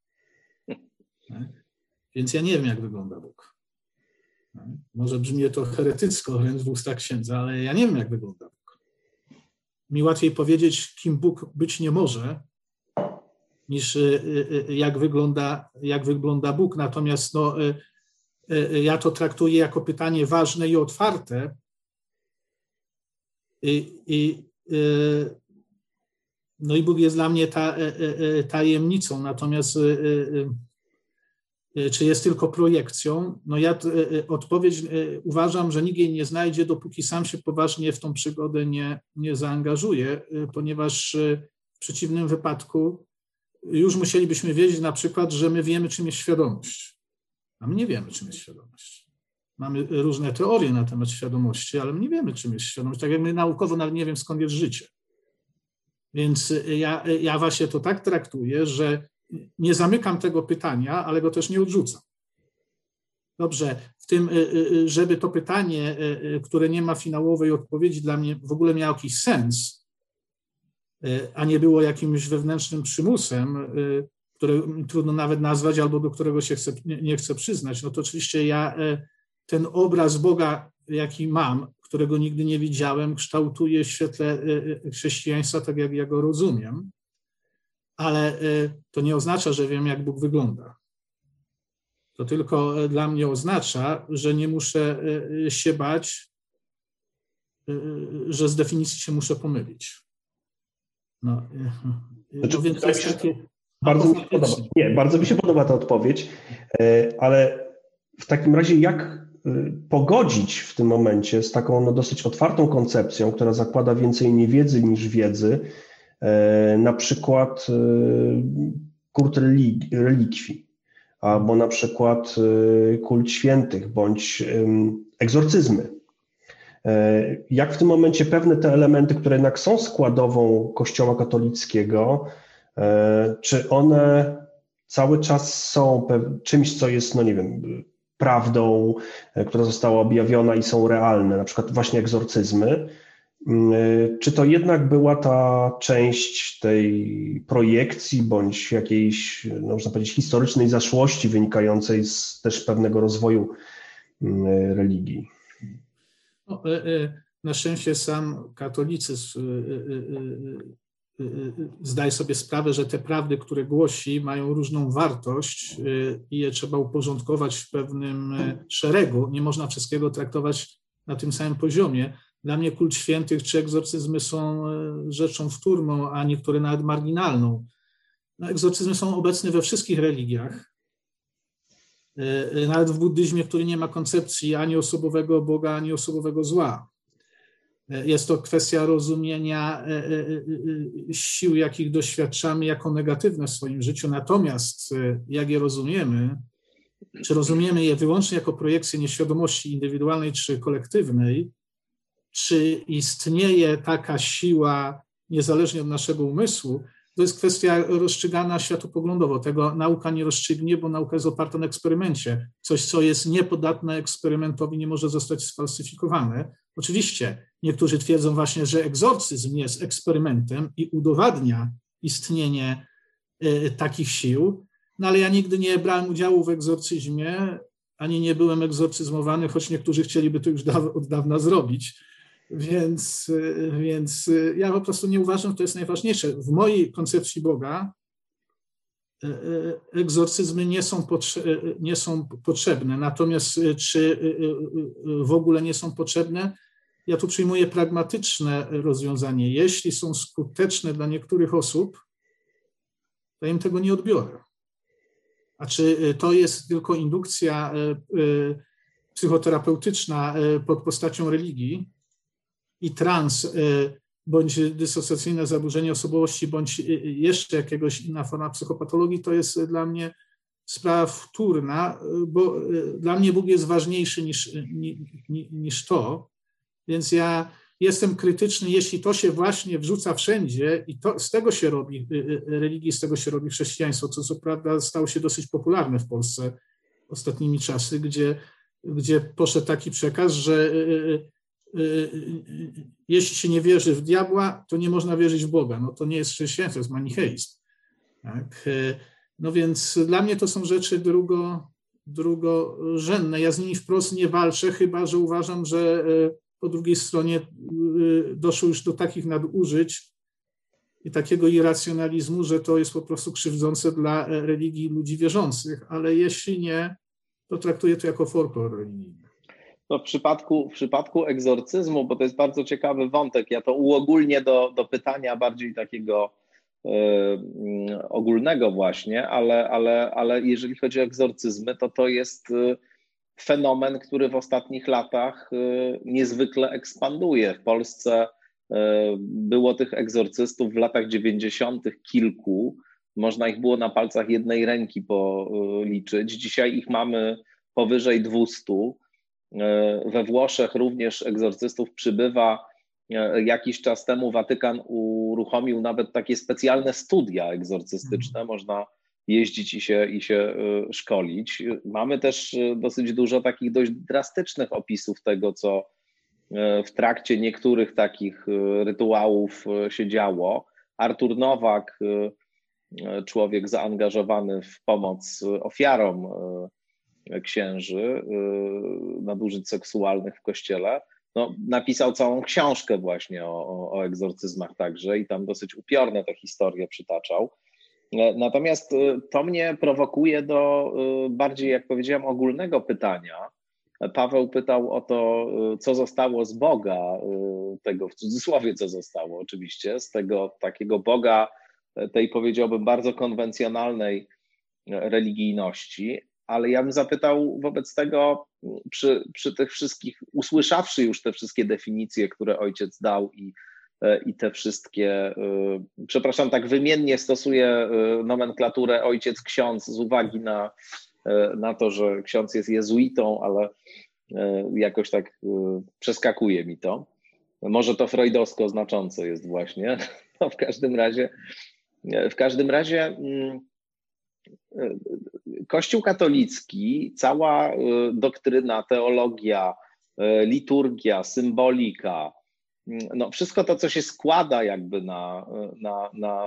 Więc ja nie wiem, jak wygląda Bóg. Może brzmi to heretycko wręcz w ustach księdza, ale ja nie wiem, jak wygląda Bóg. Mi łatwiej powiedzieć, kim Bóg być nie może, niż jak wygląda Bóg. Natomiast ja to traktuję jako pytanie ważne i otwarte. I Bóg jest dla mnie tajemnicą. Natomiast czy jest tylko projekcją? Ja odpowiedź uważam, że nikt jej nie znajdzie, dopóki sam się poważnie w tą przygodę nie zaangażuje, ponieważ w przeciwnym wypadku już musielibyśmy wiedzieć na przykład, że my wiemy, czym jest świadomość. A my nie wiemy, czym jest świadomość. Mamy różne teorie na temat świadomości, ale my nie wiemy, czym jest świadomość. Tak jak my naukowo nawet nie wiem, skąd jest życie. Więc ja właśnie to tak traktuję, że nie zamykam tego pytania, ale go też nie odrzucam. Dobrze, w tym, żeby to pytanie, które nie ma finałowej odpowiedzi, dla mnie w ogóle miało jakiś sens, a nie było jakimś wewnętrznym przymusem, który trudno nawet nazwać albo do którego się nie chcę przyznać, no to oczywiście ja ten obraz Boga, jaki mam, którego nigdy nie widziałem, kształtuję w świetle chrześcijaństwa tak, jak ja go rozumiem, ale to nie oznacza, że wiem, jak Bóg wygląda. To tylko dla mnie oznacza, że nie muszę się bać, że z definicji się muszę pomylić. No więc to jest takie... Bardzo mi się podoba ta odpowiedź, ale w takim razie jak pogodzić w tym momencie z taką dosyć otwartą koncepcją, która zakłada więcej niewiedzy niż wiedzy, na przykład kult relikwii, albo na przykład kult świętych, bądź egzorcyzmy. Jak w tym momencie pewne te elementy, które jednak są składową Kościoła katolickiego, czy one cały czas są czymś, co jest, no nie wiem, prawdą, która została objawiona i są realne, na przykład właśnie egzorcyzmy, czy to jednak była ta część tej projekcji bądź jakiejś, no można powiedzieć, historycznej zaszłości wynikającej z też pewnego rozwoju religii? No, na szczęście sam katolicyzm zdaje sobie sprawę, że te prawdy, które głosi, mają różną wartość i je trzeba uporządkować w pewnym szeregu. Nie można wszystkiego traktować na tym samym poziomie. Dla mnie kult świętych czy egzorcyzmy są rzeczą wtórną, a niektóre nawet marginalną. No, egzorcyzmy są obecne we wszystkich religiach. Nawet w buddyzmie, który nie ma koncepcji ani osobowego Boga, ani osobowego zła. Jest to kwestia rozumienia sił, jakich doświadczamy, jako negatywne w swoim życiu. Natomiast jak je rozumiemy, czy rozumiemy je wyłącznie jako projekcję nieświadomości indywidualnej czy kolektywnej, czy istnieje taka siła niezależnie od naszego umysłu, to jest kwestia rozstrzygana światopoglądowo. Tego nauka nie rozstrzygnie, bo nauka jest oparta na eksperymencie. Coś, co jest niepodatne eksperymentowi, nie może zostać sfalsyfikowane. Oczywiście niektórzy twierdzą właśnie, że egzorcyzm jest eksperymentem i udowadnia istnienie takich sił, no ale ja nigdy nie brałem udziału w egzorcyzmie, ani nie byłem egzorcyzmowany, choć niektórzy chcieliby to już od dawna zrobić. Więc ja po prostu nie uważam, że to jest najważniejsze. W mojej koncepcji Boga egzorcyzmy nie są potrzebne. Natomiast czy w ogóle nie są potrzebne? Ja tu przyjmuję pragmatyczne rozwiązanie. Jeśli są skuteczne dla niektórych osób, to im tego nie odbiorę. A czy to jest tylko indukcja psychoterapeutyczna pod postacią religii i trans, bądź dysocjacyjne zaburzenie osobowości, bądź jeszcze jakiegoś inna forma psychopatologii, to jest dla mnie sprawa wtórna, bo dla mnie Bóg jest ważniejszy niż to, więc ja jestem krytyczny, jeśli to się właśnie wrzuca wszędzie i to, z tego się robi religii, z tego się robi chrześcijaństwo, co prawda stało się dosyć popularne w Polsce ostatnimi czasy, gdzie poszedł taki przekaz, że jeśli się nie wierzy w diabła, to nie można wierzyć w Boga. No to nie jest chrześcijaństwo, to jest manicheizm. Tak? No więc dla mnie to są rzeczy drugorzędne. Ja z nimi wprost nie walczę, chyba że uważam, że po drugiej stronie doszło już do takich nadużyć i takiego irracjonalizmu, że to jest po prostu krzywdzące dla religii ludzi wierzących, ale jeśli nie, to traktuję to jako folklor religijny. No w przypadku egzorcyzmu, bo to jest bardzo ciekawy wątek, ja to uogólnię do pytania bardziej takiego ogólnego właśnie, ale jeżeli chodzi o egzorcyzmy, to jest fenomen, który w ostatnich latach niezwykle ekspanduje. W Polsce było tych egzorcystów w latach 90. kilku, można ich było na palcach jednej ręki policzyć. Dzisiaj ich mamy powyżej 200. We Włoszech również egzorcystów przybywa. Jakiś czas temu Watykan uruchomił nawet takie specjalne studia egzorcystyczne. Można jeździć i się szkolić. Mamy też dosyć dużo takich dość drastycznych opisów tego, co w trakcie niektórych takich rytuałów się działo. Artur Nowak, człowiek zaangażowany w pomoc ofiarom księży nadużyć seksualnych w kościele, no, napisał całą książkę właśnie o egzorcyzmach także i tam dosyć upiorne te historie przytaczał. Natomiast to mnie prowokuje do bardziej, jak powiedziałem, ogólnego pytania. Paweł pytał o to, co zostało z Boga, tego w cudzysłowie, co zostało oczywiście, z tego takiego Boga, tej powiedziałbym bardzo konwencjonalnej religijności, ale ja bym zapytał wobec tego, przy tych wszystkich, usłyszawszy już te wszystkie definicje, które ojciec dał i te wszystkie, przepraszam, tak wymiennie stosuję nomenklaturę ojciec, ksiądz z uwagi na to, że ksiądz jest jezuitą, ale jakoś tak przeskakuje mi to. Może to freudowsko znaczące jest właśnie. No w każdym razie Kościół katolicki, cała doktryna, teologia, liturgia, symbolika, no wszystko to, co się składa jakby na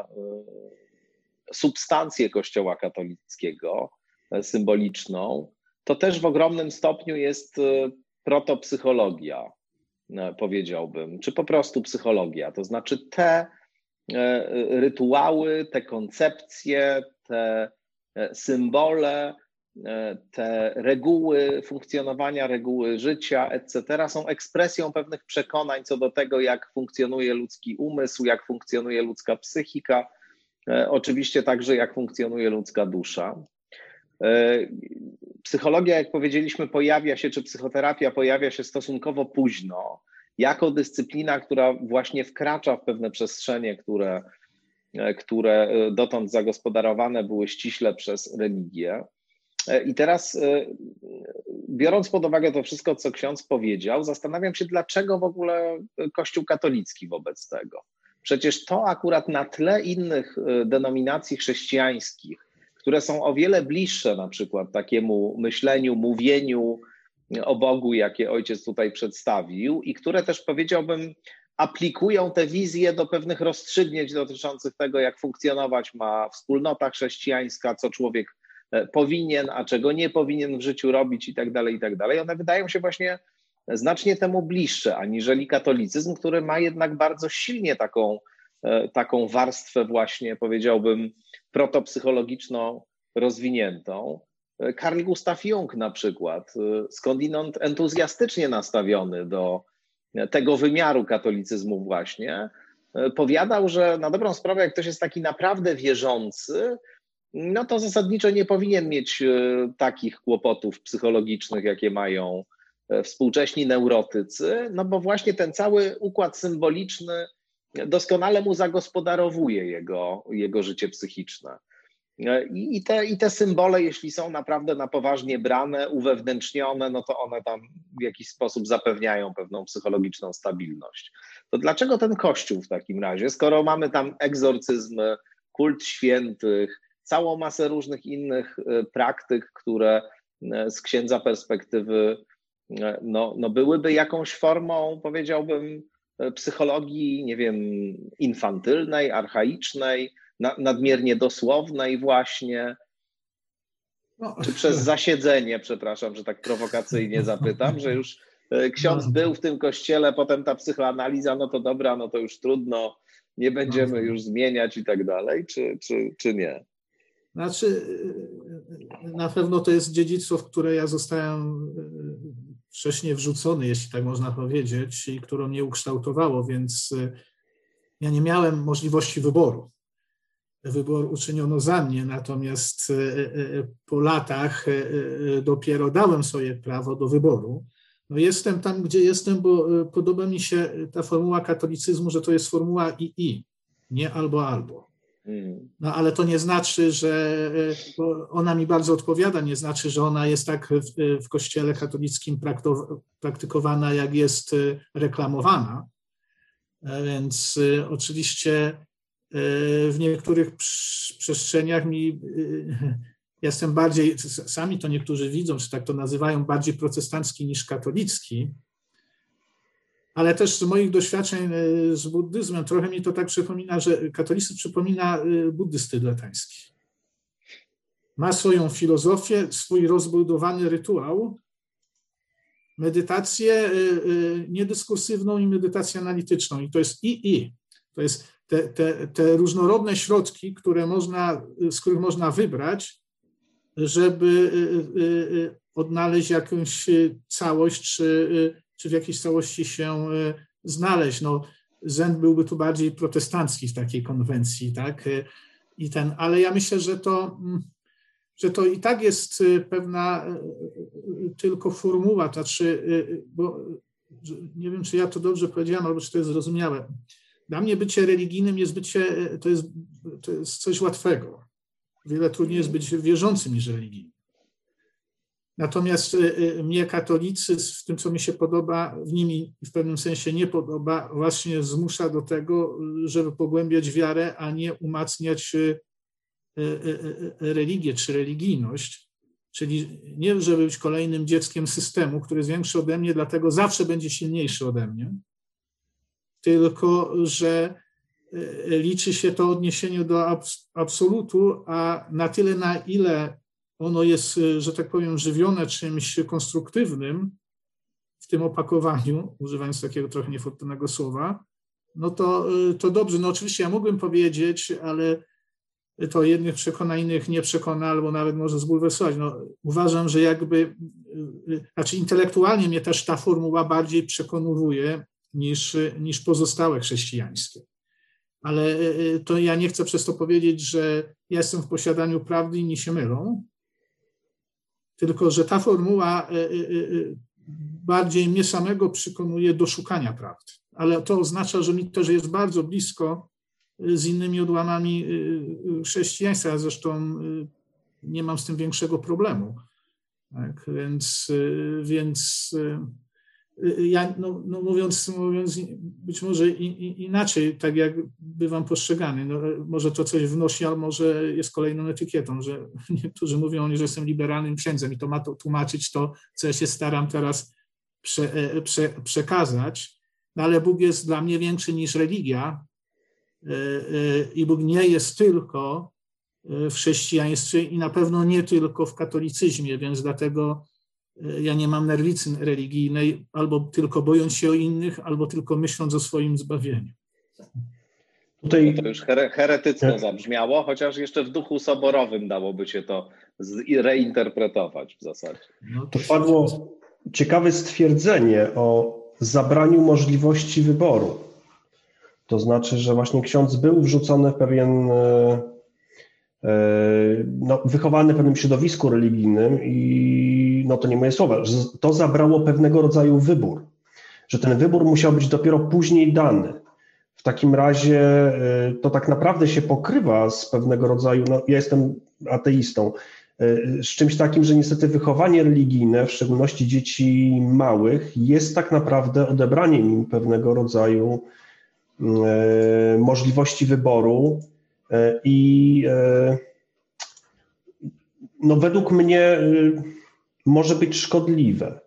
substancję Kościoła katolickiego, symboliczną, to też w ogromnym stopniu jest protopsychologia, powiedziałbym, czy po prostu psychologia. To znaczy te rytuały, te koncepcje, te symbole, te reguły funkcjonowania, reguły życia, etc. są ekspresją pewnych przekonań co do tego, jak funkcjonuje ludzki umysł, jak funkcjonuje ludzka psychika, oczywiście także jak funkcjonuje ludzka dusza. Psychologia, jak powiedzieliśmy, pojawia się, czy psychoterapia pojawia się stosunkowo późno, jako dyscyplina, która właśnie wkracza w pewne przestrzenie, które dotąd zagospodarowane były ściśle przez religię. I teraz, biorąc pod uwagę to wszystko, co ksiądz powiedział, zastanawiam się, dlaczego w ogóle Kościół katolicki wobec tego. Przecież to akurat na tle innych denominacji chrześcijańskich, które są o wiele bliższe na przykład takiemu myśleniu, mówieniu o Bogu, jakie ojciec tutaj przedstawił i które też, powiedziałbym, aplikują te wizje do pewnych rozstrzygnięć dotyczących tego, jak funkcjonować ma wspólnota chrześcijańska, co człowiek powinien, a czego nie powinien w życiu robić i tak dalej. One wydają się właśnie znacznie temu bliższe, aniżeli katolicyzm, który ma jednak bardzo silnie taką warstwę właśnie, powiedziałbym, protopsychologiczną rozwiniętą. Carl Gustav Jung na przykład, skądinąd entuzjastycznie nastawiony do tego wymiaru katolicyzmu właśnie, powiadał, że na dobrą sprawę, jak ktoś jest taki naprawdę wierzący, no to zasadniczo nie powinien mieć takich kłopotów psychologicznych, jakie mają współcześni neurotycy, no bo właśnie ten cały układ symboliczny doskonale mu zagospodarowuje jego życie psychiczne. I te symbole, jeśli są naprawdę na poważnie brane, uwewnętrznione, no to one tam w jakiś sposób zapewniają pewną psychologiczną stabilność. To dlaczego ten Kościół w takim razie, skoro mamy tam egzorcyzmy, kult świętych, całą masę różnych innych praktyk, które z księdza perspektywy no byłyby jakąś formą, powiedziałbym, psychologii, nie wiem, infantylnej, archaicznej, nadmiernie dosłownej właśnie, czy przez zasiedzenie, przepraszam, że tak prowokacyjnie zapytam, że już ksiądz był w tym kościele, potem ta psychoanaliza, no to dobra, no to już trudno, nie będziemy już zmieniać i tak dalej, czy nie? Znaczy, na pewno to jest dziedzictwo, w które ja zostałem wcześniej wrzucony, jeśli tak można powiedzieć, i które mnie ukształtowało, więc ja nie miałem możliwości wyboru. Wybór uczyniono za mnie, natomiast po latach dopiero dałem sobie prawo do wyboru. No jestem tam, gdzie jestem, bo podoba mi się ta formuła katolicyzmu, że to jest formuła i, nie albo. No ale to nie znaczy, że bo ona mi bardzo odpowiada, nie znaczy, że ona jest tak w Kościele katolickim praktykowana, jak jest reklamowana. Więc oczywiście w niektórych przestrzeniach jestem bardziej, sami to niektórzy widzą, czy tak to nazywają, bardziej protestancki niż katolicki. Ale też z moich doświadczeń z buddyzmem trochę mi to tak przypomina, że katolicyzm przypomina buddysty tybetański. Ma swoją filozofię, swój rozbudowany rytuał, medytację niedyskursywną i medytację analityczną. I to jest to jest te różnorodne środki, z których można wybrać, żeby odnaleźć jakąś całość, czy w jakiejś całości się znaleźć. No, Zen byłby tu bardziej protestancki w takiej konwencji, tak? Ale ja myślę, że to i tak jest pewna tylko formuła, bo nie wiem, czy ja to dobrze powiedziałem, albo czy to jest zrozumiałe. Dla mnie bycie religijnym to jest coś łatwego. Wiele trudniej jest być wierzącym niż religijnym. Natomiast mnie katolicyzm, w tym, co mi się podoba, w nim w pewnym sensie nie podoba, właśnie zmusza do tego, żeby pogłębiać wiarę, a nie umacniać religię czy religijność. Czyli nie, żeby być kolejnym dzieckiem systemu, który jest większy ode mnie, dlatego zawsze będzie silniejszy ode mnie, tylko że liczy się to odniesienie do absolutu, a na tyle, na ile ono jest, że tak powiem, żywione czymś konstruktywnym w tym opakowaniu, używając takiego trochę niefortunnego słowa, no to dobrze. No oczywiście ja mógłbym powiedzieć, ale to jednych przekona, innych nie przekona, albo nawet może zbulwersować. No, uważam, że intelektualnie mnie też ta formuła bardziej przekonuje niż pozostałe chrześcijańskie. Ale to ja nie chcę przez to powiedzieć, że ja jestem w posiadaniu prawdy, inni się mylą, tylko że ta formuła bardziej mnie samego przekonuje do szukania prawdy. Ale to oznacza, że mi też jest bardzo blisko z innymi odłamami chrześcijaństwa. Ja zresztą nie mam z tym większego problemu. Tak? Więc ja, mówiąc być może inaczej, tak jak bywam postrzegany, może to coś wnosi, ale może jest kolejną etykietą, że niektórzy mówią, że jestem liberalnym księdzem i to ma to tłumaczyć to, co ja się staram teraz przekazać, ale Bóg jest dla mnie większy niż religia i Bóg nie jest tylko w chrześcijaństwie i na pewno nie tylko w katolicyzmie, więc dlatego ja nie mam nerwicy religijnej, albo tylko bojąc się o innych, albo tylko myśląc o swoim zbawieniu. Tutaj to już heretycko zabrzmiało, chociaż jeszcze w duchu soborowym dałoby się to reinterpretować w zasadzie. To padło ciekawe stwierdzenie o zabraniu możliwości wyboru. To znaczy, że właśnie ksiądz był wrzucony w pewien, wychowany w pewnym środowisku religijnym i to nie moje słowa, że to zabrało pewnego rodzaju wybór, że ten wybór musiał być dopiero później dany. W takim razie to tak naprawdę się pokrywa z pewnego rodzaju, ja jestem ateistą, z czymś takim, że niestety wychowanie religijne, w szczególności dzieci małych, jest tak naprawdę odebraniem im pewnego rodzaju możliwości wyboru i według mnie może być szkodliwe.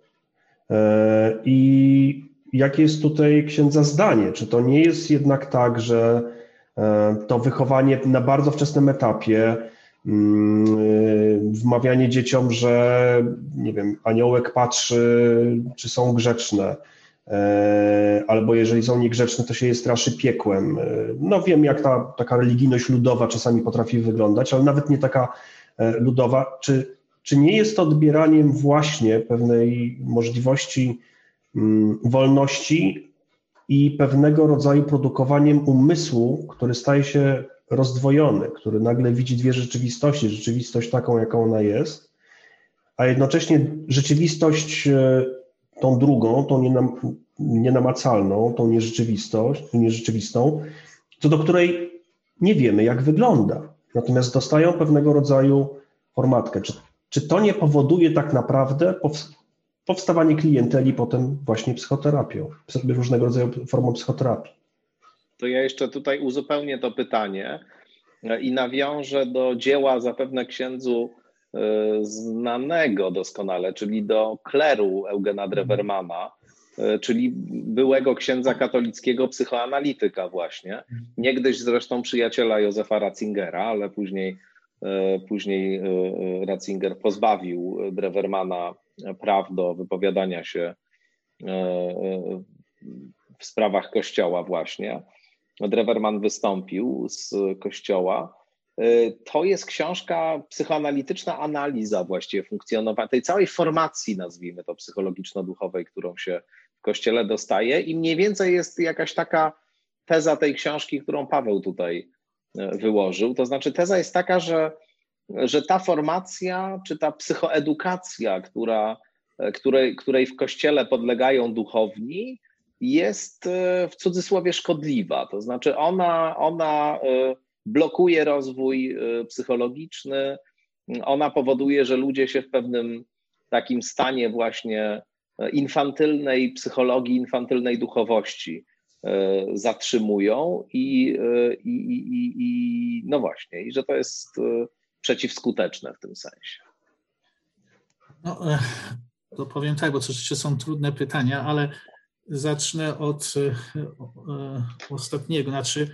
I jakie jest tutaj księdza zdanie? Czy to nie jest jednak tak, że to wychowanie na bardzo wczesnym etapie, wmawianie dzieciom, że nie wiem, aniołek patrzy, czy są grzeczne, albo jeżeli są niegrzeczne, to się je straszy piekłem. Wiem, jak taka religijność ludowa czasami potrafi wyglądać, ale nawet nie taka ludowa. Czy nie jest to odbieraniem właśnie pewnej możliwości wolności i pewnego rodzaju produkowaniem umysłu, który staje się rozdwojony, który nagle widzi dwie rzeczywistości, rzeczywistość taką, jaką ona jest, a jednocześnie rzeczywistość tą drugą, tą nienamacalną, tą nierzeczywistą, co do której nie wiemy, jak wygląda. Natomiast dostają pewnego rodzaju formatkę. Czy to nie powoduje tak naprawdę powstawanie klienteli potem właśnie psychoterapią, różnego rodzaju formą psychoterapii? To ja jeszcze tutaj uzupełnię to pytanie i nawiążę do dzieła zapewne księdzu znanego doskonale, czyli do kleru Eugena Drewermana, czyli byłego księdza katolickiego psychoanalityka właśnie, niegdyś zresztą przyjaciela Józefa Ratzingera, ale później Ratzinger pozbawił Drewermana praw do wypowiadania się w sprawach Kościoła właśnie. Drewerman wystąpił z Kościoła. To jest książka, psychoanalityczna analiza właściwie funkcjonowania tej całej formacji, nazwijmy to, psychologiczno-duchowej, którą się w Kościele dostaje i mniej więcej jest jakaś taka teza tej książki, którą Paweł tutaj wyłożył. To znaczy teza jest taka, że ta formacja, czy ta psychoedukacja, której w Kościele podlegają duchowni, jest w cudzysłowie szkodliwa. To znaczy ona blokuje rozwój psychologiczny, ona powoduje, że ludzie się w pewnym takim stanie właśnie infantylnej psychologii, infantylnej duchowości zatrzymują i no właśnie, i że to jest przeciwskuteczne w tym sensie. No, to powiem tak, bo to rzeczywiście są trudne pytania, ale zacznę od ostatniego. Znaczy,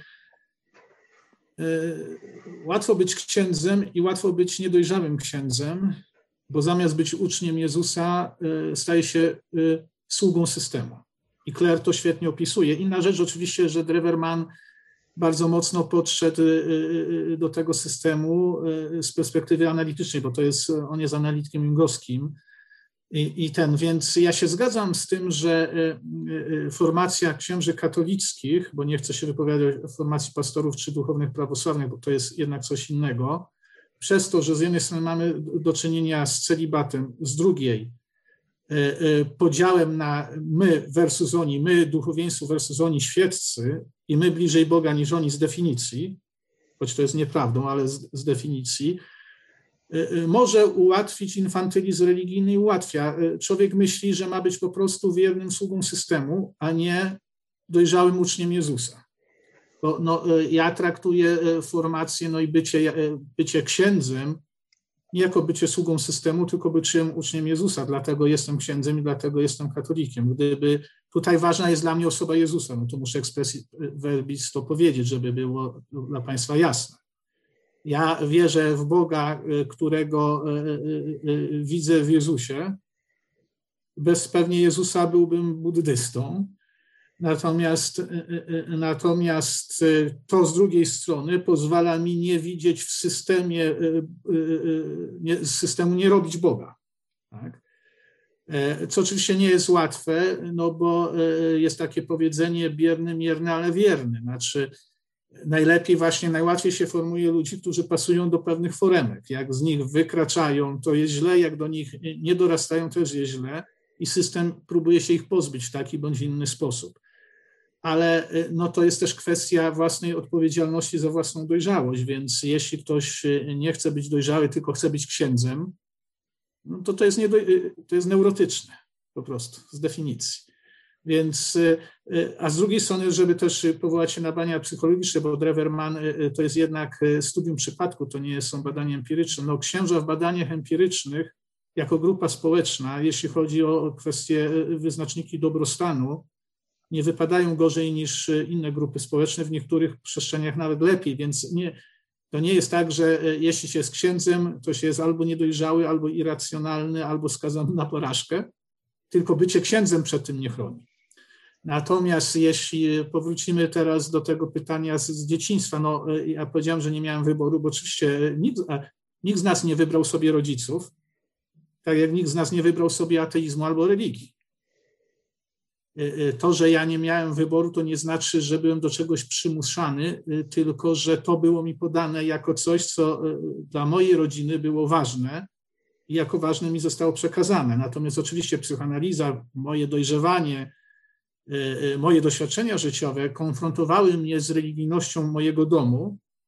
łatwo być księdzem i łatwo być niedojrzałym księdzem, bo zamiast być uczniem Jezusa staje się sługą systemu. I Kler to świetnie opisuje. Inna rzecz oczywiście, że Drewerman bardzo mocno podszedł do tego systemu z perspektywy analitycznej, bo on jest analitykiem jungowskim. Więc ja się zgadzam z tym, że formacja księży katolickich, bo nie chcę się wypowiadać o formacji pastorów czy duchownych prawosławnych, bo to jest jednak coś innego, przez to, że z jednej strony mamy do czynienia z celibatem, z drugiej podziałem na my versus oni, my duchowieństwo versus oni świeccy i my bliżej Boga niż oni z definicji, choć to jest nieprawdą, ale z definicji, może ułatwić infantylizm religijny i ułatwia. Człowiek myśli, że ma być po prostu wiernym sługą systemu, a nie dojrzałym uczniem Jezusa. Bo ja traktuję formację i bycie księdzem nie jako bycie sługą systemu, tylko byciem uczniem Jezusa. Dlatego jestem księdzem i dlatego jestem katolikiem. Gdyby tutaj ważna jest dla mnie osoba Jezusa, to muszę expressis verbis to powiedzieć, żeby było dla Państwa jasne. Ja wierzę w Boga, którego widzę w Jezusie. Bez pewnie Jezusa byłbym buddystą. Natomiast to z drugiej strony pozwala mi nie widzieć w systemie, z systemu nie robić Boga. Tak? Co oczywiście nie jest łatwe, bo jest takie powiedzenie bierny, mierny, ale wierny. Znaczy najłatwiej się formuje ludzi, którzy pasują do pewnych foremek. Jak z nich wykraczają, to jest źle, jak do nich nie dorastają, też jest źle i system próbuje się ich pozbyć w taki bądź inny sposób. Ale to jest też kwestia własnej odpowiedzialności za własną dojrzałość, więc jeśli ktoś nie chce być dojrzały, tylko chce być księdzem, to jest neurotyczne po prostu z definicji. Więc, a z drugiej strony, żeby też powołać się na badania psychologiczne, bo Drewerman to jest jednak studium przypadku, to nie są badania empiryczne. Księża w badaniach empirycznych jako grupa społeczna, jeśli chodzi o kwestie wyznaczniki dobrostanu, nie wypadają gorzej niż inne grupy społeczne, w niektórych przestrzeniach nawet lepiej, więc to nie jest tak, że jeśli się jest księdzem, to się jest albo niedojrzały, albo irracjonalny, albo skazany na porażkę, tylko bycie księdzem przed tym nie chroni. Natomiast jeśli powrócimy teraz do tego pytania z dzieciństwa, ja powiedziałem, że nie miałem wyboru, bo oczywiście nikt z nas nie wybrał sobie rodziców, tak jak nikt z nas nie wybrał sobie ateizmu albo religii. To, że ja nie miałem wyboru, to nie znaczy, że byłem do czegoś przymuszany, tylko że to było mi podane jako coś, co dla mojej rodziny było ważne i jako ważne mi zostało przekazane. Natomiast oczywiście psychoanaliza, moje dojrzewanie, moje doświadczenia życiowe konfrontowały mnie z religijnością mojego domu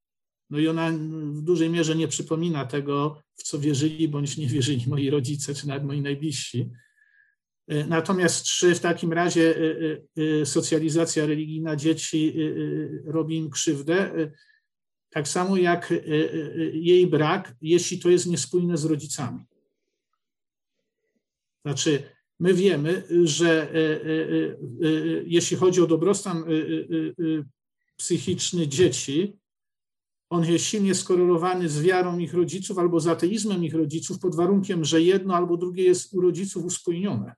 No i ona w dużej mierze nie przypomina tego, w co wierzyli bądź nie wierzyli moi rodzice, czy nawet moi najbliżsi. Natomiast czy w takim razie socjalizacja religijna dzieci robi im krzywdę? Tak samo jak jej brak, jeśli to jest niespójne z rodzicami. Znaczy, my wiemy, że jeśli chodzi o dobrostan psychiczny dzieci, on jest silnie skorelowany z wiarą ich rodziców albo z ateizmem ich rodziców pod warunkiem, że jedno albo drugie jest u rodziców uspójnione.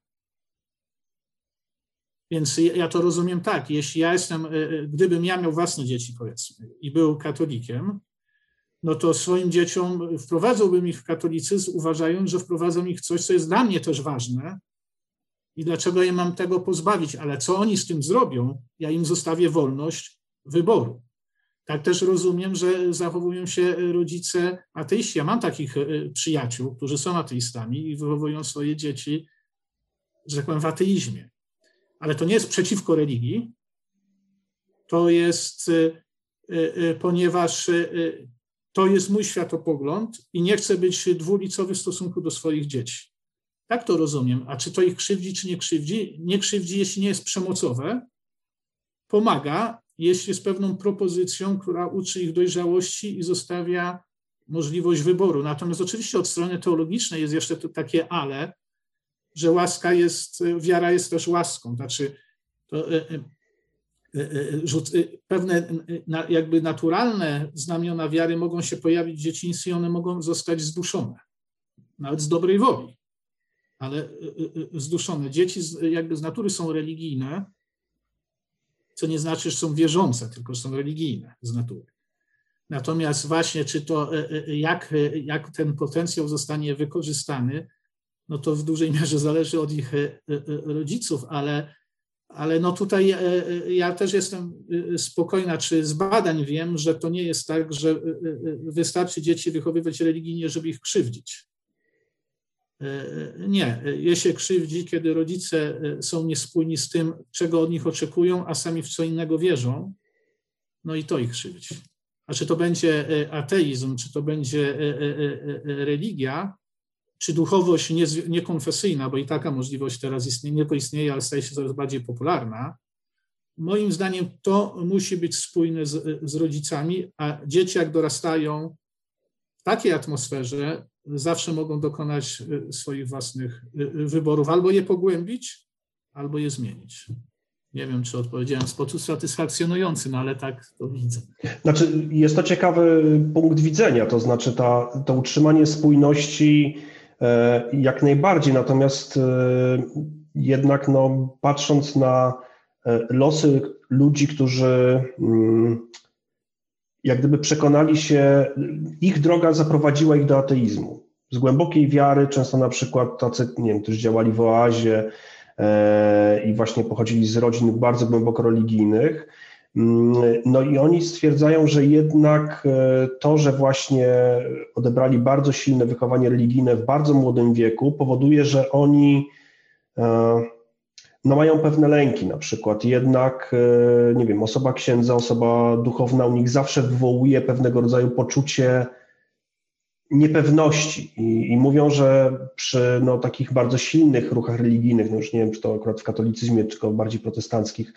Więc ja to rozumiem tak, jeśli gdybym ja miał własne dzieci, powiedzmy, i był katolikiem, no to swoim dzieciom wprowadzałbym ich w katolicyzm, uważając, że wprowadzam ich w coś, co jest dla mnie też ważne i dlaczego je mam tego pozbawić, ale co oni z tym zrobią, ja im zostawię wolność wyboru. Tak też rozumiem, że zachowują się rodzice ateiści. Ja mam takich przyjaciół, którzy są ateistami i wychowują swoje dzieci, że tak powiem, w ateizmie. Ale to nie jest przeciwko religii, to jest, ponieważ to jest mój światopogląd i nie chcę być dwulicowy w stosunku do swoich dzieci. Tak to rozumiem. A czy to ich krzywdzi, czy nie krzywdzi? Nie krzywdzi, jeśli nie jest przemocowe. Pomaga, jeśli jest pewną propozycją, która uczy ich dojrzałości i zostawia możliwość wyboru. Natomiast oczywiście od strony teologicznej jest jeszcze to takie ale, że wiara jest też łaską. Znaczy, pewne jakby naturalne znamiona wiary mogą się pojawić w dzieciństwie i one mogą zostać zduszone, nawet z dobrej woli, ale zduszone. Dzieci jakby z natury są religijne, co nie znaczy, że są wierzące, tylko że są religijne z natury. Natomiast właśnie, czy to, jak ten potencjał zostanie wykorzystany, no to w dużej mierze zależy od ich rodziców, ale no tutaj ja też jestem spokojna, czy z badań wiem, że to nie jest tak, że wystarczy dzieci wychowywać religijnie, żeby ich krzywdzić. Nie, je się krzywdzi, kiedy rodzice są niespójni z tym, czego od nich oczekują, a sami w co innego wierzą, no i to ich krzywdzi. A czy to będzie ateizm, czy to będzie religia, czy duchowość niekonfesyjna, bo i taka możliwość teraz istnieje, nie tylko istnieje, ale staje się coraz bardziej popularna, moim zdaniem to musi być spójne z rodzicami, a dzieci jak dorastają w takiej atmosferze, zawsze mogą dokonać swoich własnych wyborów, albo je pogłębić, albo je zmienić. Nie wiem, czy odpowiedziałem w sposób satysfakcjonujący, no ale tak to widzę. Znaczy, jest to ciekawy punkt widzenia, to znaczy to utrzymanie spójności jak najbardziej, natomiast jednak no, patrząc na losy ludzi, którzy jak gdyby przekonali się, ich droga zaprowadziła ich do ateizmu. Z głębokiej wiary, często na przykład tacy, nie wiem, którzy działali w oazie i właśnie pochodzili z rodzin bardzo głęboko religijnych, no i oni stwierdzają, że jednak to, że właśnie odebrali bardzo silne wychowanie religijne w bardzo młodym wieku, powoduje, że oni no mają pewne lęki, na przykład jednak, nie wiem, osoba księdza, osoba duchowna u nich zawsze wywołuje pewnego rodzaju poczucie niepewności i mówią, że przy no, takich bardzo silnych ruchach religijnych, no już nie wiem, czy to akurat w katolicyzmie, czy to bardziej protestanckich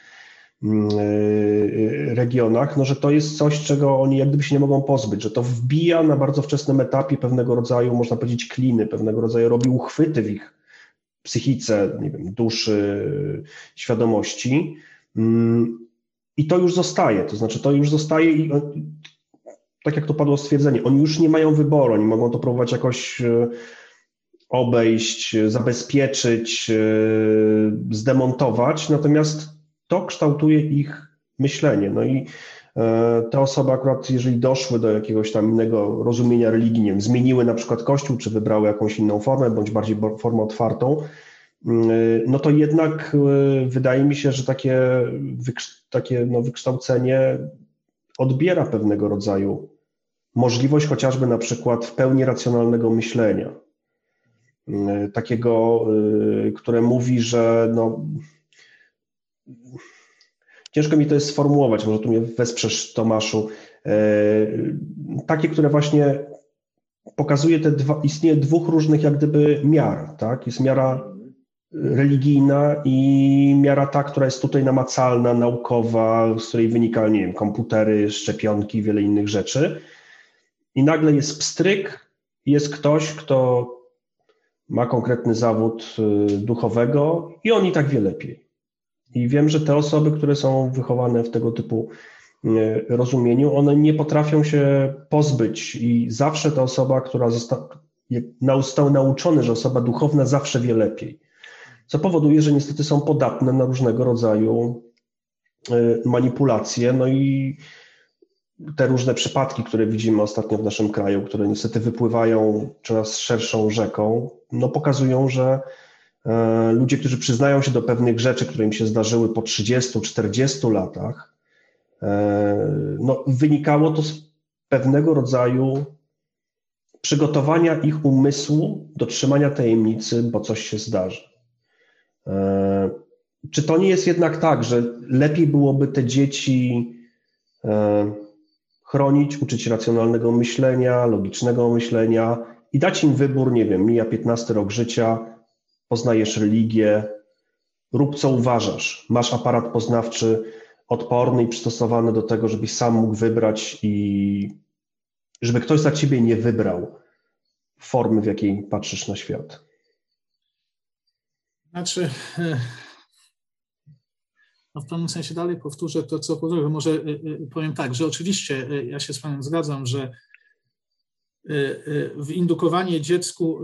regionach, no, że to jest coś, czego oni jak gdyby się nie mogą pozbyć, że to wbija na bardzo wczesnym etapie pewnego rodzaju, można powiedzieć, kliny, pewnego rodzaju robi uchwyty w ich psychice, nie wiem, duszy, świadomości i to już zostaje, to znaczy to już zostaje i tak jak to padło stwierdzenie, oni już nie mają wyboru, oni mogą to próbować jakoś obejść, zabezpieczyć, zdemontować, natomiast to kształtuje ich myślenie. No i te osoby akurat, jeżeli doszły do jakiegoś tam innego rozumienia religii, nie wiem, zmieniły na przykład Kościół, czy wybrały jakąś inną formę, bądź bardziej formę otwartą, no to jednak wydaje mi się, że takie no, wykształcenie odbiera pewnego rodzaju możliwość chociażby na przykład w pełni racjonalnego myślenia. Takiego, które mówi, że no, ciężko mi to jest sformułować, może tu mnie wesprzesz, Tomaszu. takie, które właśnie pokazuje istnieje dwóch różnych jak gdyby miar, tak? Jest miara religijna i miara ta, która jest tutaj namacalna, naukowa, z której wynika, nie wiem, komputery, szczepionki, wiele innych rzeczy. I nagle jest pstryk, jest ktoś, kto ma konkretny zawód duchowego i on i tak wie lepiej. I wiem, że te osoby, które są wychowane w tego typu rozumieniu, one nie potrafią się pozbyć i zawsze ta osoba, która została nauczona, że osoba duchowna zawsze wie lepiej. Co powoduje, że niestety są podatne na różnego rodzaju manipulacje, no i te różne przypadki, które widzimy ostatnio w naszym kraju, które niestety wypływają coraz szerszą rzeką, no pokazują, że ludzie, którzy przyznają się do pewnych rzeczy, które im się zdarzyły po 30-40 latach, no wynikało to z pewnego rodzaju przygotowania ich umysłu do trzymania tajemnicy, bo coś się zdarzy. Czy to nie jest jednak tak, że lepiej byłoby te dzieci chronić, uczyć racjonalnego myślenia, logicznego myślenia i dać im wybór, nie wiem, mija 15 rok życia, poznajesz religię, rób co uważasz, masz aparat poznawczy odporny i przystosowany do tego, żebyś sam mógł wybrać i żeby ktoś za ciebie nie wybrał formy, w jakiej patrzysz na świat. Znaczy, no w pewnym sensie dalej powtórzę to, co powtórzę. Może powiem tak, że oczywiście ja się z panem zgadzam, że windukowanie dziecku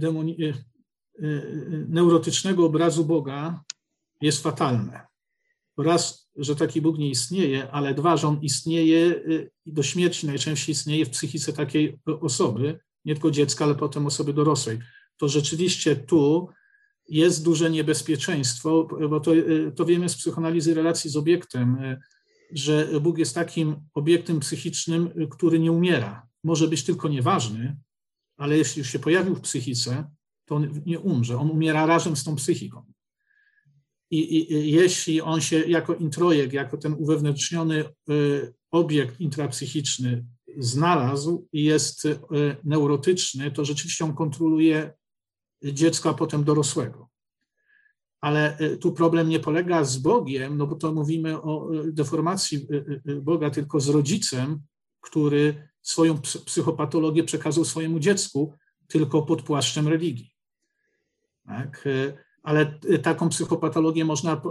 neurotycznego obrazu Boga jest fatalne. Raz, że taki Bóg nie istnieje, ale dwa, że on istnieje i do śmierci najczęściej istnieje w psychice takiej osoby, nie tylko dziecka, ale potem osoby dorosłej. To rzeczywiście tu jest duże niebezpieczeństwo, bo to wiemy z psychoanalizy relacji z obiektem, że Bóg jest takim obiektem psychicznym, który nie umiera. Może być tylko nieważny, ale jeśli już się pojawił w psychice, to on nie umrze. On umiera razem z tą psychiką. I jeśli on się jako introjekt, jako ten uwewnętrzniony obiekt intrapsychiczny znalazł i jest neurotyczny, to rzeczywiście on kontroluje dziecka, a potem dorosłego. Ale tu problem nie polega z Bogiem, no bo to mówimy o deformacji Boga tylko z rodzicem, który swoją psychopatologię przekazał swojemu dziecku tylko pod płaszczem religii. Tak? Ale taką psychopatologię można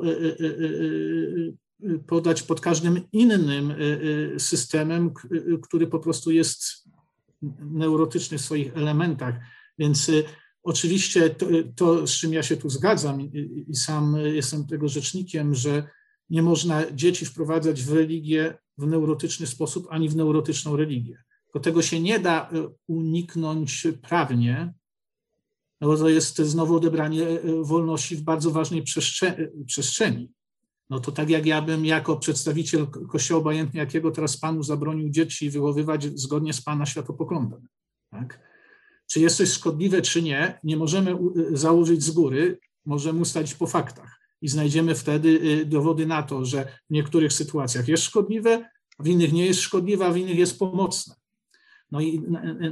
podać pod każdym innym systemem, który po prostu jest neurotyczny w swoich elementach. Więc oczywiście to, z czym ja się tu zgadzam i sam jestem tego rzecznikiem, że nie można dzieci wprowadzać w religię w neurotyczny sposób, ani w neurotyczną religię. Bo tego się nie da uniknąć prawnie, no bo to jest znowu odebranie wolności w bardzo ważnej przestrzeni. No to tak jak ja bym jako przedstawiciel Kościoła, obojętnie jakiego teraz Panu zabronił dzieci wychowywać zgodnie z Pana światopoglądem. Tak? Czy jest coś szkodliwe, czy nie, nie możemy założyć z góry, możemy ustalić po faktach. I znajdziemy wtedy dowody na to, że w niektórych sytuacjach jest szkodliwe, w innych nie jest szkodliwe, a w innych jest pomocne. No i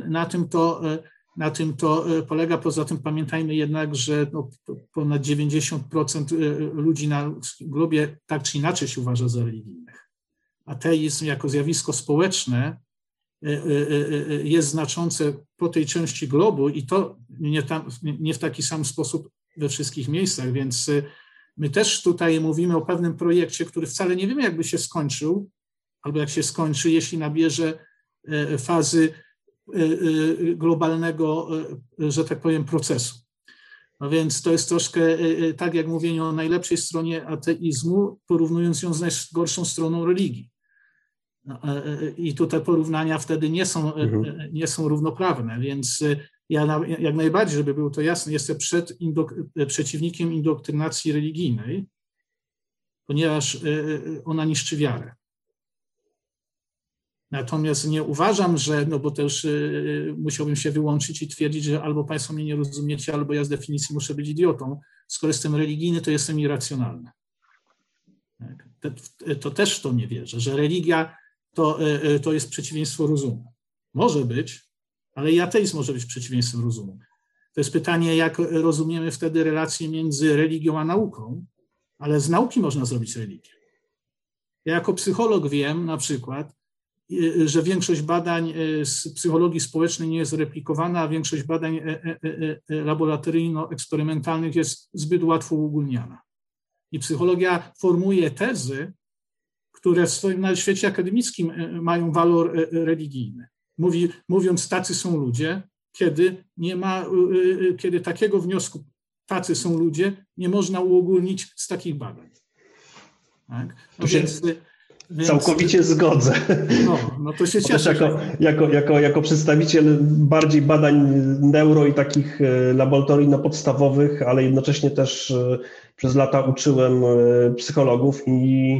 na tym to polega. Poza tym pamiętajmy jednak, że ponad 90% ludzi na globie tak czy inaczej się uważa za religijnych. Ateizm jako zjawisko społeczne jest znaczące po tej części globu i to nie w taki sam sposób we wszystkich miejscach, więc my też tutaj mówimy o pewnym projekcie, który wcale nie wiemy, jakby się skończył, albo jak się skończy, jeśli nabierze fazy globalnego, że tak powiem, procesu. No więc to jest troszkę tak, jak mówienie o najlepszej stronie ateizmu, porównując ją z najgorszą stroną religii. I tutaj porównania wtedy nie są równoprawne, więc ja jak najbardziej, żeby było to jasne, jestem przeciwnikiem indoktrynacji religijnej, ponieważ ona niszczy wiarę. Natomiast nie uważam, że, no bo też musiałbym się wyłączyć i twierdzić, że albo Państwo mnie nie rozumiecie, albo ja z definicji muszę być idiotą. Skoro jestem religijny, to jestem irracjonalny. To też w to nie wierzę, że religia to jest przeciwieństwo rozumu. Może być, ale i ateizm może być przeciwieństwem rozumu. To jest pytanie, jak rozumiemy wtedy relacje między religią a nauką, ale z nauki można zrobić religię. Ja jako psycholog wiem na przykład, że większość badań z psychologii społecznej nie jest replikowana, a większość badań laboratoryjno-eksperymentalnych jest zbyt łatwo uogólniana. I psychologia formuje tezy, które w swoim świecie akademickim mają walor religijny. Mówiąc, tacy są ludzie, kiedy takiego wniosku, tacy są ludzie, nie można uogólnić z takich badań. Tak? No całkowicie zgodzę. No to się cieszę. Jako przedstawiciel bardziej badań neuro i takich laboratoryjno-podstawowych, ale jednocześnie też przez lata uczyłem psychologów i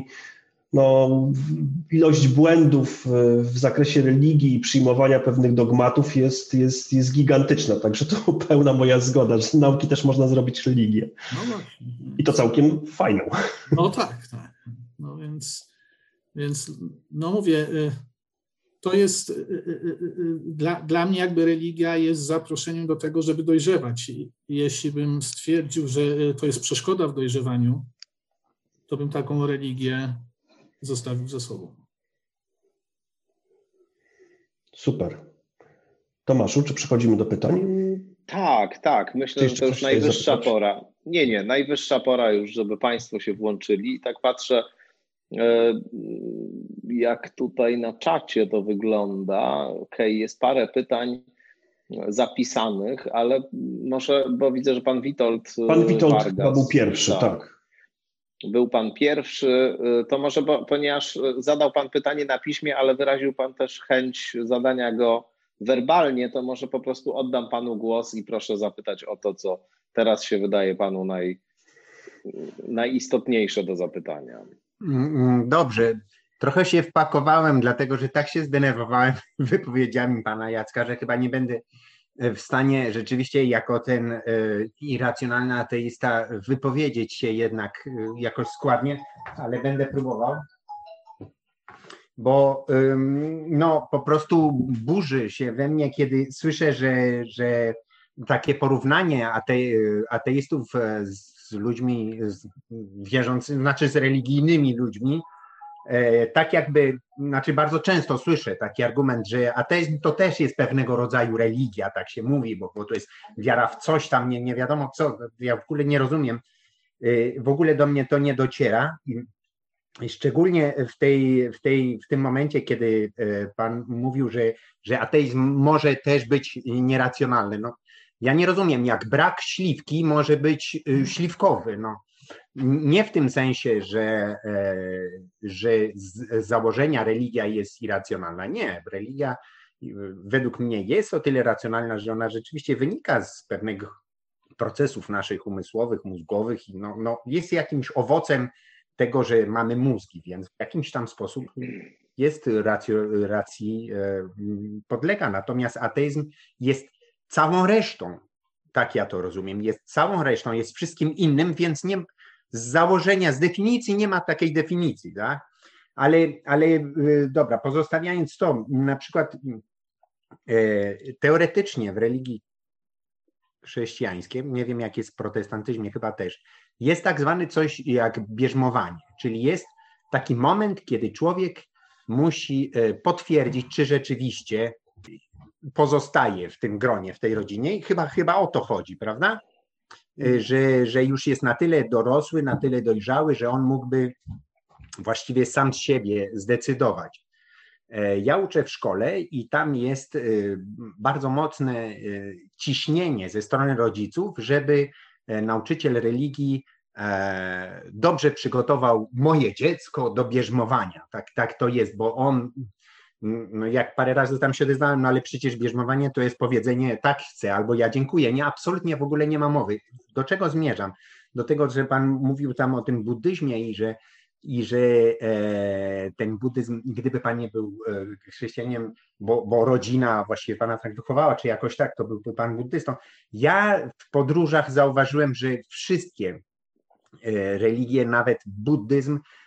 ilość błędów w zakresie religii i przyjmowania pewnych dogmatów jest gigantyczna, także to pełna moja zgoda, że z nauki też można zrobić religię. No właśnie. I to całkiem fajną. No tak. No więc mówię, to jest dla mnie jakby religia jest zaproszeniem do tego, żeby dojrzewać. I jeśli bym stwierdził, że to jest przeszkoda w dojrzewaniu, to bym taką religię zostawił ze sobą. Super. Tomaszu, czy przechodzimy do pytań? Tak. Myślę, że to już najwyższa pora. Nie, najwyższa pora już, żeby Państwo się włączyli. I tak patrzę, jak tutaj na czacie to wygląda. Jest parę pytań zapisanych, ale może, bo widzę, że pan Witold chyba był pierwszy, tak. Był pan pierwszy, to może, ponieważ zadał pan pytanie na piśmie, ale wyraził pan też chęć zadania go werbalnie, to może po prostu oddam panu głos i proszę zapytać o to, co teraz się wydaje panu najistotniejsze do zapytania. Dobrze. Trochę się wpakowałem, dlatego że tak się zdenerwowałem wypowiedziami pana Jacka, że chyba nie będę w stanie rzeczywiście jako ten irracjonalny ateista wypowiedzieć się jednak jakoś składnie, ale będę próbował, bo po prostu burzy się we mnie, kiedy słyszę, że takie porównanie ateistów z ludźmi wierzącymi, znaczy z religijnymi ludźmi, tak jakby, bardzo często słyszę taki argument, że ateizm to też jest pewnego rodzaju religia, tak się mówi, bo to jest wiara w coś tam, nie wiadomo co, ja w ogóle nie rozumiem, w ogóle do mnie to nie dociera i szczególnie w tym momencie, kiedy pan mówił, że ateizm może też być nieracjonalny. Ja nie rozumiem, jak brak śliwki może być śliwkowy, Nie w tym sensie, że z założenia religia jest irracjonalna. Nie, religia według mnie jest o tyle racjonalna, że ona rzeczywiście wynika z pewnych procesów naszych umysłowych, mózgowych i jest jakimś owocem tego, że mamy mózgi, więc w jakimś tam sposób jest racji podlega. Natomiast ateizm jest całą resztą, tak ja to rozumiem, jest całą resztą, jest wszystkim innym, więc nie z założenia, z definicji nie ma takiej definicji, tak? Ale dobra, pozostawiając to, na przykład teoretycznie w religii chrześcijańskiej, nie wiem jak jest w protestantyzmie, chyba też, jest tak zwany coś jak bierzmowanie, czyli jest taki moment, kiedy człowiek musi potwierdzić, czy rzeczywiście pozostaje w tym gronie, w tej rodzinie i chyba o to chodzi, prawda? Że już jest na tyle dorosły, na tyle dojrzały, że on mógłby właściwie sam z siebie zdecydować. Ja uczę w szkole i tam jest bardzo mocne ciśnienie ze strony rodziców, żeby nauczyciel religii dobrze przygotował moje dziecko do bierzmowania. Tak to jest, bo on, jak parę razy tam się odezwałem, ale przecież bierzmowanie to jest powiedzenie tak chcę albo ja dziękuję. Nie, absolutnie w ogóle nie ma mowy. Do czego zmierzam? Do tego, że pan mówił tam o tym buddyzmie i że ten buddyzm, gdyby pan nie był chrześcijaninem, bo rodzina właściwie pana tak wychowała, czy jakoś tak, to byłby pan buddystą. Ja w podróżach zauważyłem, że wszystkie religie, nawet buddyzm,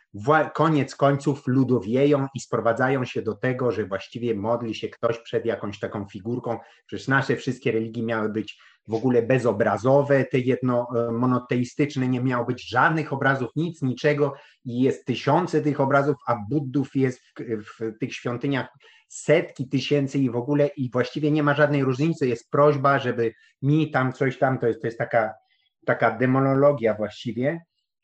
koniec końców ludowieją i sprowadzają się do tego, że właściwie modli się ktoś przed jakąś taką figurką. Przecież nasze wszystkie religie miały być w ogóle bezobrazowe, te monoteistyczne, nie miało być żadnych obrazów, nic, niczego i jest tysiące tych obrazów, a Buddów jest w tych świątyniach setki tysięcy i w ogóle i właściwie nie ma żadnej różnicy, jest prośba, żeby mi tam coś tam, to jest taka demonologia właściwie.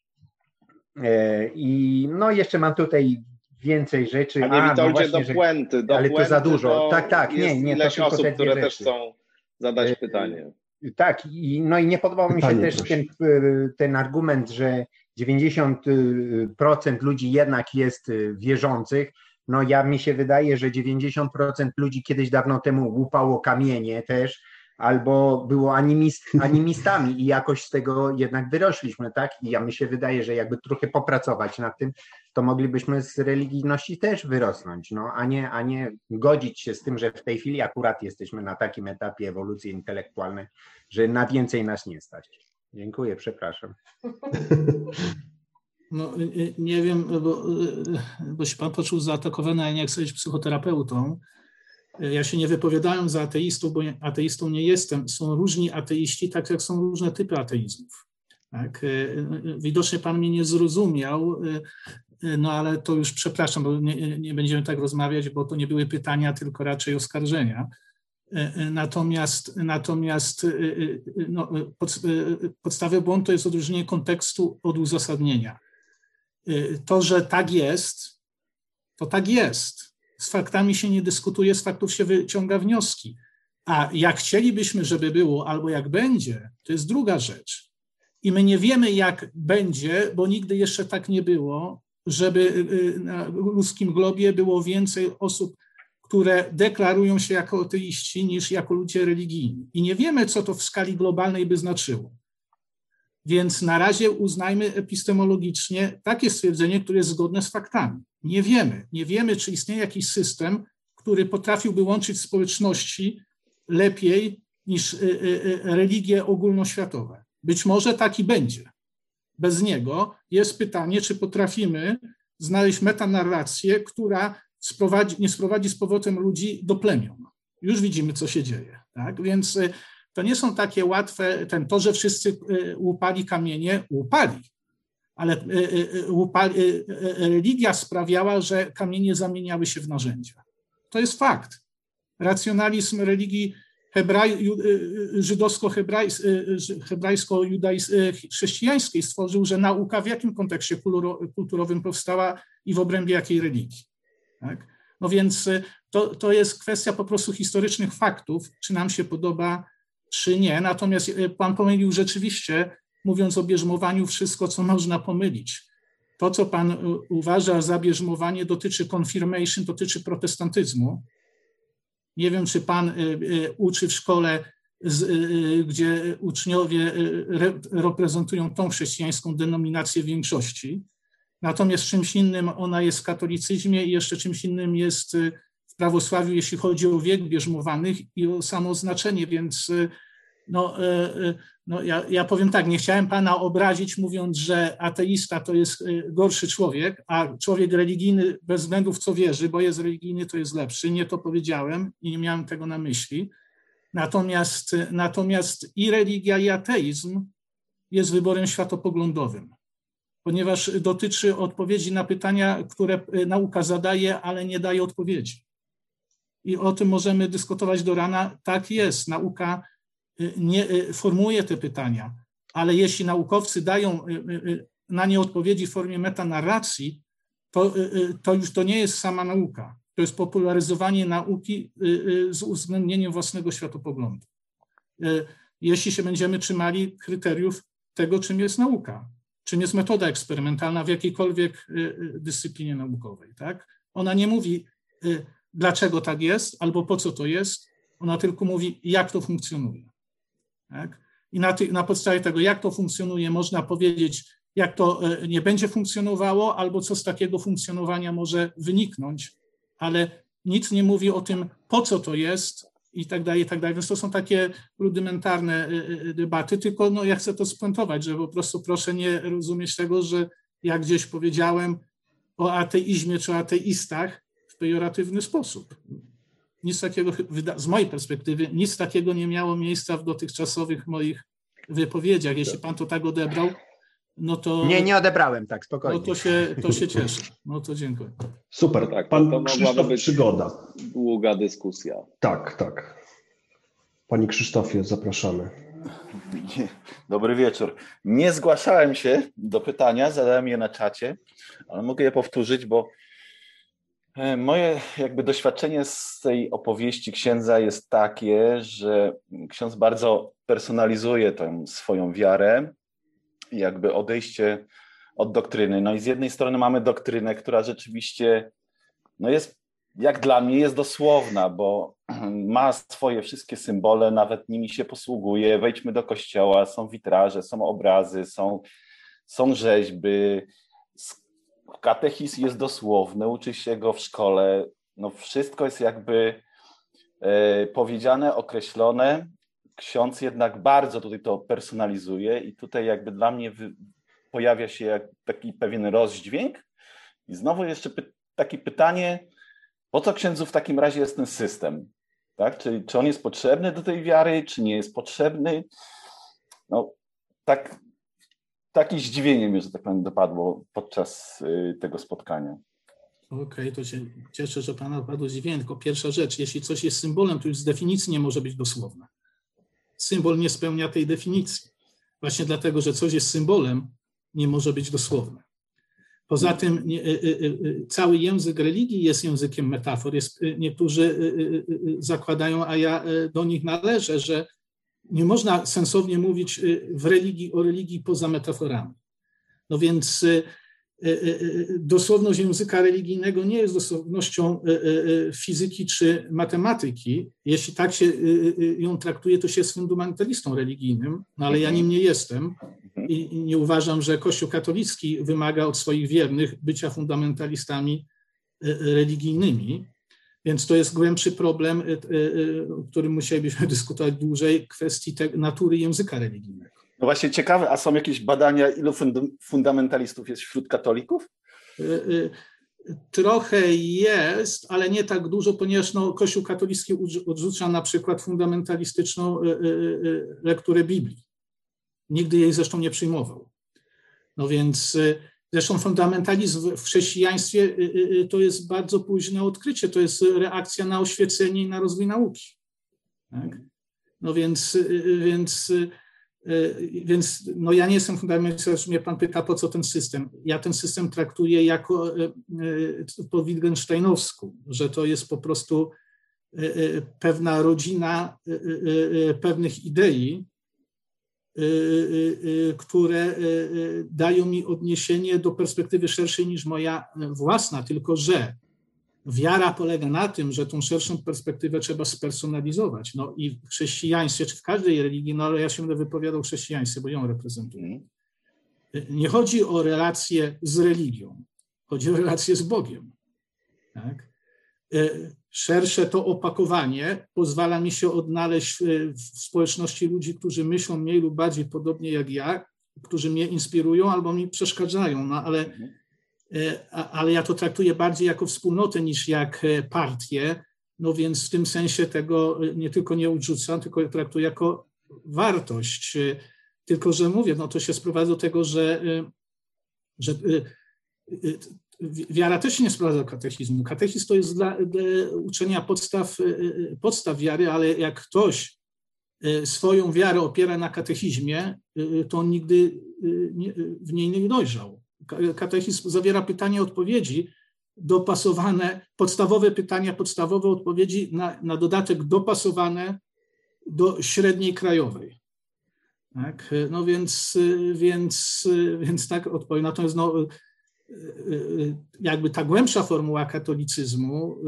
I no jeszcze mam tutaj więcej rzeczy. Panie Witoldzie, no do puenty. Ale to za dużo. Tak, jest nie. Ileś to osób, które też chcą zadać pytanie. Tak, i nie podobał mi się też ten argument, że 90% ludzi jednak jest wierzących. No mi się wydaje, że 90% ludzi kiedyś dawno temu łupało kamienie też, albo było animistami i jakoś z tego jednak wyrośliśmy, tak? I mi się wydaje, że jakby trochę popracować nad tym, to moglibyśmy z religijności też wyrosnąć, no, a nie godzić się z tym, że w tej chwili akurat jesteśmy na takim etapie ewolucji intelektualnej, że na więcej nas nie stać. Dziękuję, przepraszam. No, nie wiem, bo się pan poczuł zaatakowany, a nie jak być psychoterapeutą. Ja się nie wypowiadałem za ateistów, bo ateistą nie jestem. Są różni ateiści, tak jak są różne typy ateizmów. Tak? Widocznie pan mnie nie zrozumiał, no ale to już przepraszam, bo nie będziemy tak rozmawiać, bo to nie były pytania, tylko raczej oskarżenia. Natomiast no, podstawę błądu to jest odróżnienie kontekstu od uzasadnienia. To, że tak jest, to tak jest. Z faktami się nie dyskutuje, z faktów się wyciąga wnioski. A jak chcielibyśmy, żeby było, albo jak będzie, to jest druga rzecz. I my nie wiemy, jak będzie, bo nigdy jeszcze tak nie było, żeby na ludzkim globie było więcej osób, które deklarują się jako ateiści, niż jako ludzie religijni. I nie wiemy, co to w skali globalnej by znaczyło. Więc na razie uznajmy epistemologicznie takie stwierdzenie, które jest zgodne z faktami. Nie wiemy. Nie wiemy, czy istnieje jakiś system, który potrafiłby łączyć społeczności lepiej niż religie ogólnoświatowe. Być może taki będzie. Bez niego jest pytanie, czy potrafimy znaleźć metanarrację, która nie sprowadzi z powrotem ludzi do plemion. Już widzimy, co się dzieje. Tak? Więc to nie są takie łatwe, to, że wszyscy łupali kamienie, łupali, ale religia sprawiała, że kamienie zamieniały się w narzędzia. To jest fakt. Racjonalizm religii żydowsko-hebrajsko-chrześcijańskiej stworzył, że nauka w jakim kontekście kulturowym powstała i w obrębie jakiej religii. Tak? No więc to jest kwestia po prostu historycznych faktów, czy nam się podoba, czy nie. Natomiast pan pomylił rzeczywiście, mówiąc o bierzmowaniu, wszystko, co można pomylić. To, co pan uważa za bierzmowanie, dotyczy confirmation, dotyczy protestantyzmu. Nie wiem, czy pan uczy w szkole, gdzie uczniowie reprezentują tą chrześcijańską denominację większości. Natomiast czymś innym ona jest w katolicyzmie i jeszcze czymś innym jest w prawosławiu, jeśli chodzi o wiek bierzmowanych i o samo znaczenie, więc ja powiem tak, nie chciałem pana obrazić, mówiąc, że ateista to jest gorszy człowiek, a człowiek religijny bez względu w co wierzy, bo jest religijny, to jest lepszy. Nie to powiedziałem i nie miałem tego na myśli. Natomiast i religia, i ateizm jest wyborem światopoglądowym, ponieważ dotyczy odpowiedzi na pytania, które nauka zadaje, ale nie daje odpowiedzi. I o tym możemy dyskutować do rana. Tak jest, nauka nie formułuje te pytania, ale jeśli naukowcy dają na nie odpowiedzi w formie metanarracji, to już to nie jest sama nauka. To jest popularyzowanie nauki z uwzględnieniem własnego światopoglądu. Jeśli się będziemy trzymali kryteriów tego, czym jest nauka, czym jest metoda eksperymentalna w jakiejkolwiek dyscyplinie naukowej. Tak? Ona nie mówi, dlaczego tak jest, albo po co to jest, ona tylko mówi, jak to funkcjonuje. Tak? I na podstawie tego, jak to funkcjonuje, można powiedzieć, jak to nie będzie funkcjonowało, albo co z takiego funkcjonowania może wyniknąć, ale nic nie mówi o tym, po co to jest i tak dalej, i tak dalej. Więc to są takie rudymentarne debaty, tylko ja chcę to spuentować, że po prostu proszę nie rozumieć tego, że ja gdzieś powiedziałem, o ateizmie czy ateistach w pejoratywny sposób. Nic takiego, z mojej perspektywy, nic takiego nie miało miejsca w dotychczasowych moich wypowiedziach. Jeśli pan to tak odebrał, no to... Nie odebrałem, tak, spokojnie. No to się cieszę. No to dziękuję. Super, Tak, pan to Krzysztof być Przygoda. Długa dyskusja. Tak. Panie Krzysztofie, zapraszamy. Dobry wieczór. Nie zgłaszałem się do pytania, zadałem je na czacie, ale mogę je powtórzyć, bo moje jakby doświadczenie z tej opowieści księdza jest takie, że ksiądz bardzo personalizuje tę swoją wiarę, jakby odejście od doktryny. No i z jednej strony mamy doktrynę, która rzeczywiście jest, jak dla mnie, jest dosłowna, bo ma swoje wszystkie symbole, nawet nimi się posługuje. Wejdźmy do kościoła, są witraże, są obrazy, są rzeźby. Katechizm jest dosłowny, uczy się go w szkole. No wszystko jest jakby powiedziane, określone. Ksiądz jednak bardzo tutaj to personalizuje i tutaj jakby dla mnie pojawia się taki pewien rozdźwięk. I znowu jeszcze takie pytanie, po co księdzu w takim razie jest ten system? Tak? Czyli czy on jest potrzebny do tej wiary, czy nie jest potrzebny? No, takie zdziwienie mnie, że tak powiem, dopadło podczas tego spotkania. Okej, to się cieszę, że pana dopadło zdziwienie. Tylko pierwsza rzecz, jeśli coś jest symbolem, to już z definicji nie może być dosłowne. Symbol nie spełnia tej definicji. Właśnie dlatego, że coś jest symbolem, nie może być dosłowne. Poza tym cały język religii jest językiem metafor. Niektórzy zakładają, a ja do nich należę, że nie można sensownie mówić o religii poza metaforami. No więc dosłowność języka religijnego nie jest dosłownością fizyki czy matematyki. Jeśli tak się ją traktuje, to się jest fundamentalistą religijnym, no ale ja nim nie jestem i nie uważam, że Kościół katolicki wymaga od swoich wiernych bycia fundamentalistami religijnymi. Więc to jest głębszy problem, o którym musielibyśmy dyskutować dłużej, kwestii natury języka religijnego. No właśnie ciekawe, a są jakieś badania, ilu fundamentalistów jest wśród katolików? Trochę jest, ale nie tak dużo, ponieważ Kościół katolicki odrzuca na przykład fundamentalistyczną lekturę Biblii. Nigdy jej zresztą nie przyjmował. No więc zresztą fundamentalizm w chrześcijaństwie to jest bardzo późne odkrycie, to jest reakcja na oświecenie i na rozwój nauki. Tak? No więc ja nie jestem fundamentalistą, mnie pan pyta, po co ten system. Ja ten system traktuję jako po Wittgensteinowsku, że to jest po prostu pewna rodzina pewnych idei, które dają mi odniesienie do perspektywy szerszej niż moja własna, tylko że wiara polega na tym, że tą szerszą perspektywę trzeba spersonalizować. No i w chrześcijaństwie, czy w każdej religii, no ale ja się będę wypowiadał o chrześcijaństwie, bo ją reprezentuję. Nie chodzi o relację z religią, chodzi o relację z Bogiem. Tak? Szersze to opakowanie pozwala mi się odnaleźć w społeczności ludzi, którzy myślą mniej lub bardziej podobnie jak ja, którzy mnie inspirują albo mi przeszkadzają, no ale ja to traktuję bardziej jako wspólnotę niż jak partię, no więc w tym sensie tego nie tylko nie odrzucam, tylko traktuję jako wartość. Tylko że mówię, no to się sprowadza do tego, że wiara też się nie sprowadza do katechizmu. Katechizm to jest dla uczenia podstaw wiary, ale jak ktoś swoją wiarę opiera na katechizmie, to on nigdy w niej nie dojrzał. Katechizm zawiera pytania i odpowiedzi dopasowane, podstawowe pytania, podstawowe odpowiedzi, na dodatek dopasowane do średniej krajowej. Tak? No więc tak odpowiem. Natomiast jakby ta głębsza formuła katolicyzmu,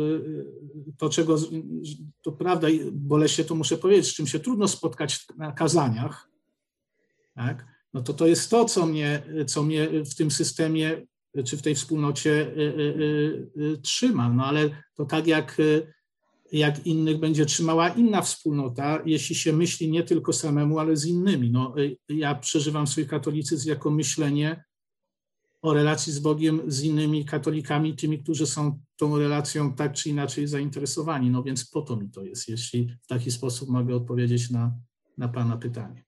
to prawda, boleśnie to muszę powiedzieć, z czym się trudno spotkać na kazaniach, tak? No to jest to, co mnie w tym systemie czy w tej wspólnocie trzyma. No ale to tak jak innych będzie trzymała inna wspólnota, jeśli się myśli nie tylko samemu, ale z innymi. No, ja przeżywam swój katolicyzm jako myślenie o relacji z Bogiem z innymi katolikami, tymi, którzy są tą relacją tak czy inaczej zainteresowani. No więc po to mi to jest, jeśli w taki sposób mogę odpowiedzieć na Pana pytanie.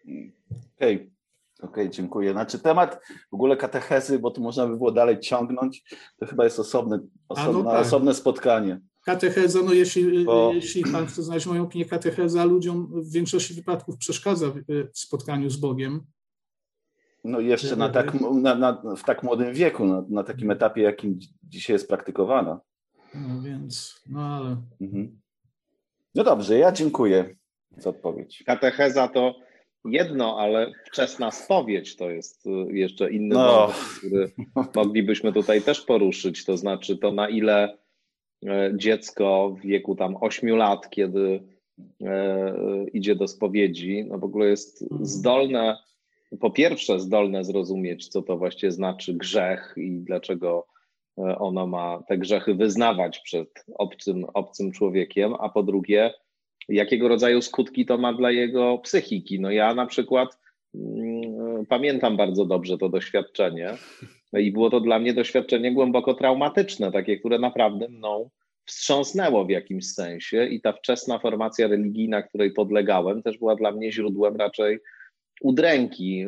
Okej, dziękuję. Znaczy temat w ogóle katechezy, bo tu można by było dalej ciągnąć, to chyba jest osobne spotkanie. Katecheza, no jeśli Pan chce znać moją opinię, katecheza ludziom w większości wypadków przeszkadza w spotkaniu z Bogiem. No jeszcze w tak młodym wieku, na takim etapie, jakim dzisiaj jest praktykowana. No więc, ale... No dobrze, ja dziękuję za odpowiedź. Katecheza to jedno, ale wczesna spowiedź to jest jeszcze inny wątek, który moglibyśmy tutaj też poruszyć. To znaczy to, na ile dziecko w wieku tam 8 lat, kiedy idzie do spowiedzi, no w ogóle jest zdolne, po pierwsze zdolne zrozumieć, co to właściwie znaczy grzech i dlaczego ono ma te grzechy wyznawać przed obcym człowiekiem, a po drugie, jakiego rodzaju skutki to ma dla jego psychiki. No ja na przykład pamiętam bardzo dobrze to doświadczenie i było to dla mnie doświadczenie głęboko traumatyczne, takie, które naprawdę mną wstrząsnęło w jakimś sensie i ta wczesna formacja religijna, której podlegałem, też była dla mnie źródłem raczej udręki,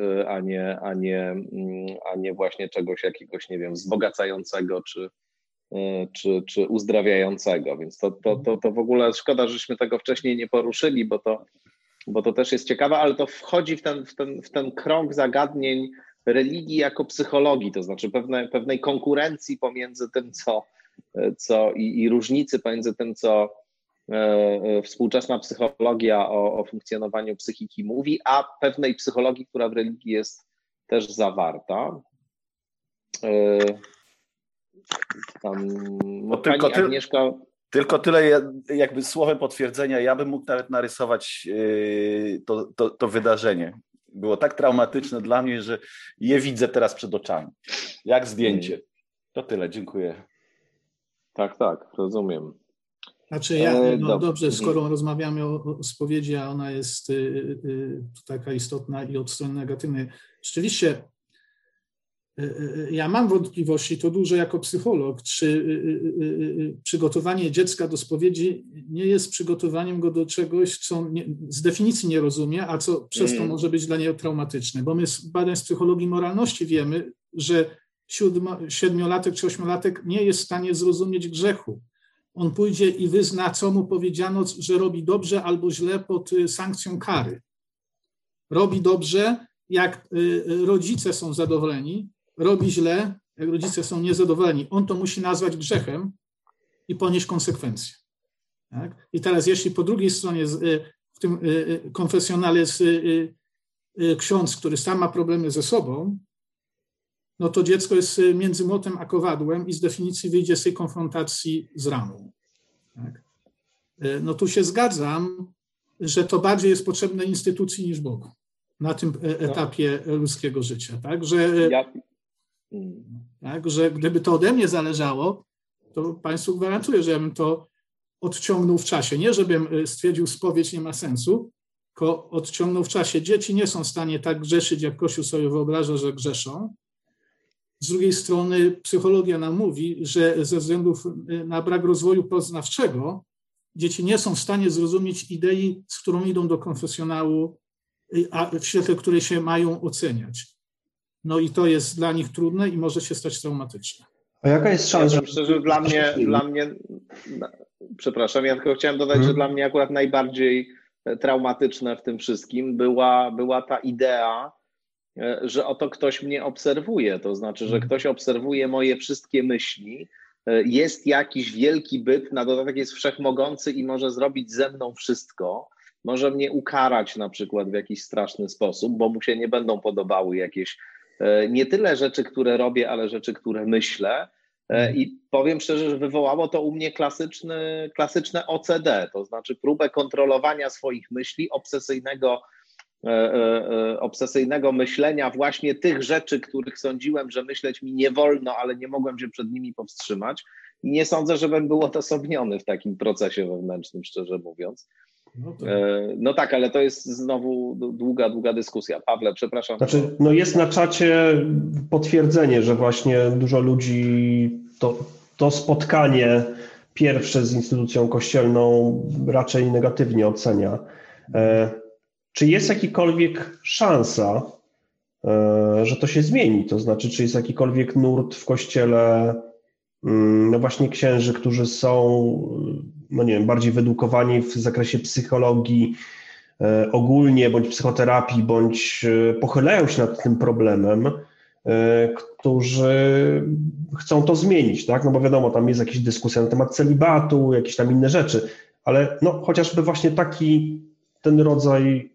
a nie właśnie czegoś jakiegoś, nie wiem, wzbogacającego czy uzdrawiającego. Więc to w ogóle szkoda, żeśmy tego wcześniej nie poruszyli, bo to też jest ciekawe, ale to wchodzi w ten krąg zagadnień religii jako psychologii, to znaczy pewnej konkurencji pomiędzy tym, i różnicy pomiędzy tym, co współczesna psychologia o funkcjonowaniu psychiki mówi, a pewnej psychologii, która w religii jest też zawarta. Tylko tyle, jakby słowem potwierdzenia, ja bym mógł nawet narysować to wydarzenie. Było tak traumatyczne dla mnie, że je widzę teraz przed oczami. Jak zdjęcie. To tyle, dziękuję. Tak, rozumiem. Znaczy dobrze, skoro rozmawiamy o spowiedzi, a ona jest taka istotna i od strony negatywnej. Rzeczywiście ja mam wątpliwości, to duże jako psycholog, czy przygotowanie dziecka do spowiedzi nie jest przygotowaniem go do czegoś, co z definicji nie rozumie, a co przez to może być dla niego traumatyczne. Bo my z badań z psychologii moralności wiemy, że 7-latek czy 8-latek nie jest w stanie zrozumieć grzechu. On pójdzie i wyzna, co mu powiedziano, że robi dobrze albo źle pod sankcją kary. Robi dobrze, jak rodzice są zadowoleni, robi źle, jak rodzice są niezadowoleni. On to musi nazwać grzechem i ponieść konsekwencje. Tak? I teraz jeśli po drugiej stronie w tym konfesjonale jest ksiądz, który sam ma problemy ze sobą, no to dziecko jest między młotem a kowadłem i z definicji wyjdzie z tej konfrontacji z ramą. Tak? No tu się zgadzam, że to bardziej jest potrzebne instytucji niż Bogu na tym etapie ludzkiego życia. Że gdyby to ode mnie zależało, to Państwu gwarantuję, że ja bym to odciągnął w czasie. Nie, żebym stwierdził, spowiedź nie ma sensu, tylko odciągnął w czasie. Dzieci nie są w stanie tak grzeszyć, jak Kościół sobie wyobraża, że grzeszą. Z drugiej strony psychologia nam mówi, że ze względów na brak rozwoju poznawczego dzieci nie są w stanie zrozumieć idei, z którą idą do konfesjonału, a w świetle której się mają oceniać. No i to jest dla nich trudne i może się stać traumatyczne. A jaka jest szansa? Szczerze, dla mnie, przepraszam, ja tylko chciałem dodać, że dla mnie akurat najbardziej traumatyczne w tym wszystkim była ta idea, że oto ktoś mnie obserwuje, to znaczy, że ktoś obserwuje moje wszystkie myśli, jest jakiś wielki byt, na dodatek jest wszechmogący i może zrobić ze mną wszystko, może mnie ukarać na przykład w jakiś straszny sposób, bo mu się nie będą podobały jakieś nie tyle rzeczy, które robię, ale rzeczy, które myślę. I powiem szczerze, że wywołało to u mnie klasyczne OCD, to znaczy próbę kontrolowania swoich myśli, obsesyjnego myślenia właśnie tych rzeczy, których sądziłem, że myśleć mi nie wolno, ale nie mogłem się przed nimi powstrzymać. I nie sądzę, żebym był odosobniony w takim procesie wewnętrznym, szczerze mówiąc. No tak, ale to jest znowu długa dyskusja. Pawle, przepraszam. Znaczy, no jest na czacie potwierdzenie, że właśnie dużo ludzi to spotkanie pierwsze z instytucją kościelną raczej negatywnie ocenia. Czy jest jakakolwiek szansa, że to się zmieni? To znaczy, czy jest jakikolwiek nurt w Kościele, no właśnie księży, którzy są, no nie wiem, bardziej wyedukowani w zakresie psychologii ogólnie, bądź psychoterapii, bądź pochylają się nad tym problemem, którzy chcą to zmienić, tak? No bo wiadomo, tam jest jakaś dyskusja na temat celibatu, jakieś tam inne rzeczy, ale no chociażby właśnie ten rodzaj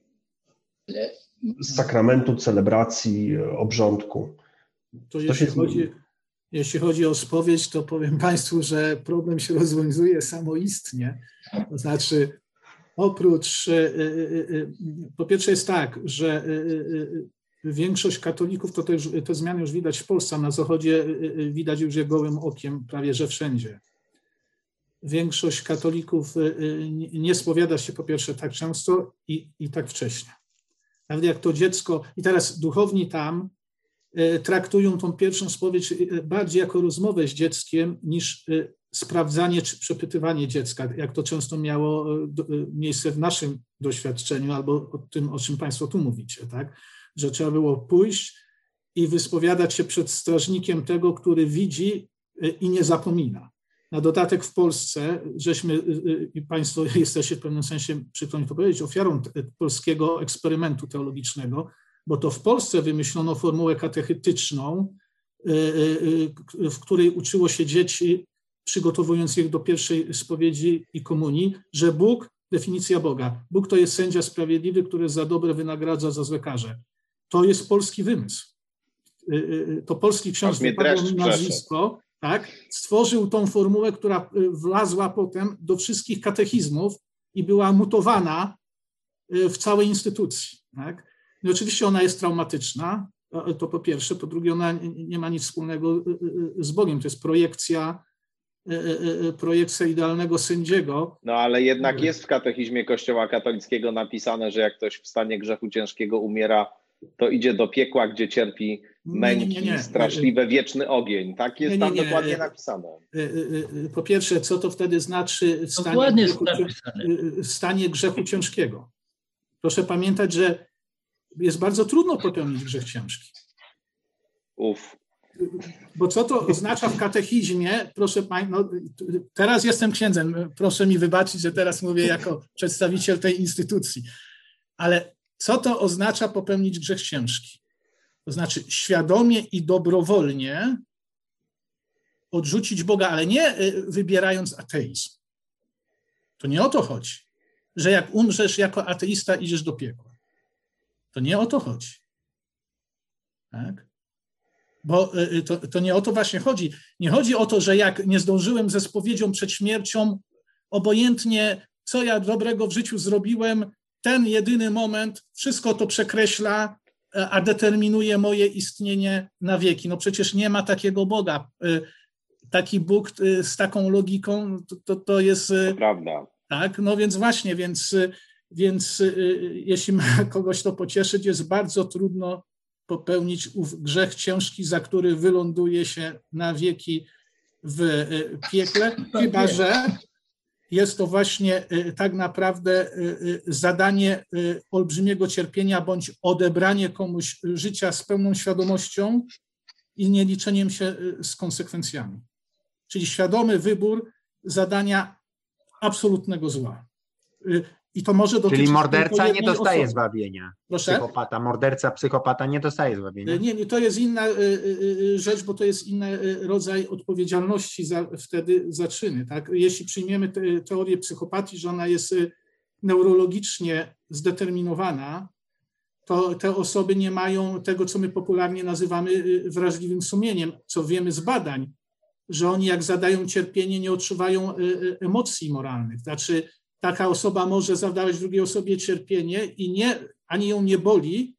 sakramentu, celebracji, obrządku. To jeśli chodzi o spowiedź, to powiem Państwu, że problem się rozwiązuje samoistnie. To znaczy, oprócz, po pierwsze jest tak, że większość katolików, te zmiany już widać w Polsce, a na Zachodzie widać już je gołym okiem prawie że wszędzie. Większość katolików nie spowiada się po pierwsze tak często i tak wcześnie. Nawet jak to dziecko, i teraz duchowni tam traktują tą pierwszą spowiedź bardziej jako rozmowę z dzieckiem niż sprawdzanie czy przepytywanie dziecka, jak to często miało miejsce w naszym doświadczeniu albo o tym, o czym Państwo tu mówicie, tak? Że trzeba było pójść i wyspowiadać się przed strażnikiem tego, który widzi i nie zapomina. Na dodatek w Polsce, i Państwo jesteście w pewnym sensie, przykro mi to powiedzieć, ofiarą polskiego eksperymentu teologicznego, bo to w Polsce wymyślono formułę katechetyczną, w której uczyło się dzieci, przygotowując je do pierwszej spowiedzi i komunii, że Bóg, definicja Boga, Bóg to jest sędzia sprawiedliwy, który za dobre wynagradza, za złe karze. To jest polski wymysł. To polski ksiądz, wypadło mi nazwisko, tak, stworzył tą formułę, która wlazła potem do wszystkich katechizmów i była mutowana w całej instytucji. Tak. I oczywiście ona jest traumatyczna, to po pierwsze, po drugie ona nie ma nic wspólnego z Bogiem, to jest projekcja idealnego sędziego. No ale jednak jest w katechizmie Kościoła katolickiego napisane, że jak ktoś w stanie grzechu ciężkiego umiera, to idzie do piekła, gdzie cierpi męki, straszliwe, wieczny ogień. Tak jest tam dokładnie napisane. Po pierwsze, co to wtedy znaczy w stanie grzechu ciężkiego? Proszę pamiętać, że jest bardzo trudno popełnić grzech ciężki. Bo co to oznacza w katechizmie? Proszę Państwa, no, teraz jestem księdzem, proszę mi wybaczyć, że teraz mówię jako przedstawiciel tej instytucji, ale co to oznacza popełnić grzech ciężki? To znaczy świadomie i dobrowolnie odrzucić Boga, ale nie wybierając ateizm. To nie o to chodzi, że jak umrzesz jako ateista, idziesz do piekła. To nie o to chodzi. Tak? Bo to nie o to właśnie chodzi. Nie chodzi o to, że jak nie zdążyłem ze spowiedzią przed śmiercią, obojętnie co ja dobrego w życiu zrobiłem, ten jedyny moment wszystko to przekreśla, a determinuje moje istnienie na wieki. No przecież nie ma takiego Boga. Taki Bóg z taką logiką to jest... To prawda. Tak, no więc właśnie, więc jeśli ma kogoś to pocieszyć, jest bardzo trudno popełnić ów grzech ciężki, za który wyląduje się na wieki w piekle, chyba że jest to właśnie tak naprawdę zadanie olbrzymiego cierpienia bądź odebranie komuś życia z pełną świadomością i nieliczeniem się z konsekwencjami. Czyli świadomy wybór zadania absolutnego zła. I to może dotyczyć. Czyli morderca nie dostaje zbawienia. Proszę? Psychopata nie dostaje zbawienia. Nie, to jest inna rzecz, bo to jest inny rodzaj odpowiedzialności wtedy za czyny. Tak? Jeśli przyjmiemy teorię psychopatii, że ona jest neurologicznie zdeterminowana, to te osoby nie mają tego, co my popularnie nazywamy wrażliwym sumieniem, co wiemy z badań, że oni jak zadają cierpienie, nie odczuwają emocji moralnych. Znaczy taka osoba może zadawać drugiej osobie cierpienie i ani ją nie boli,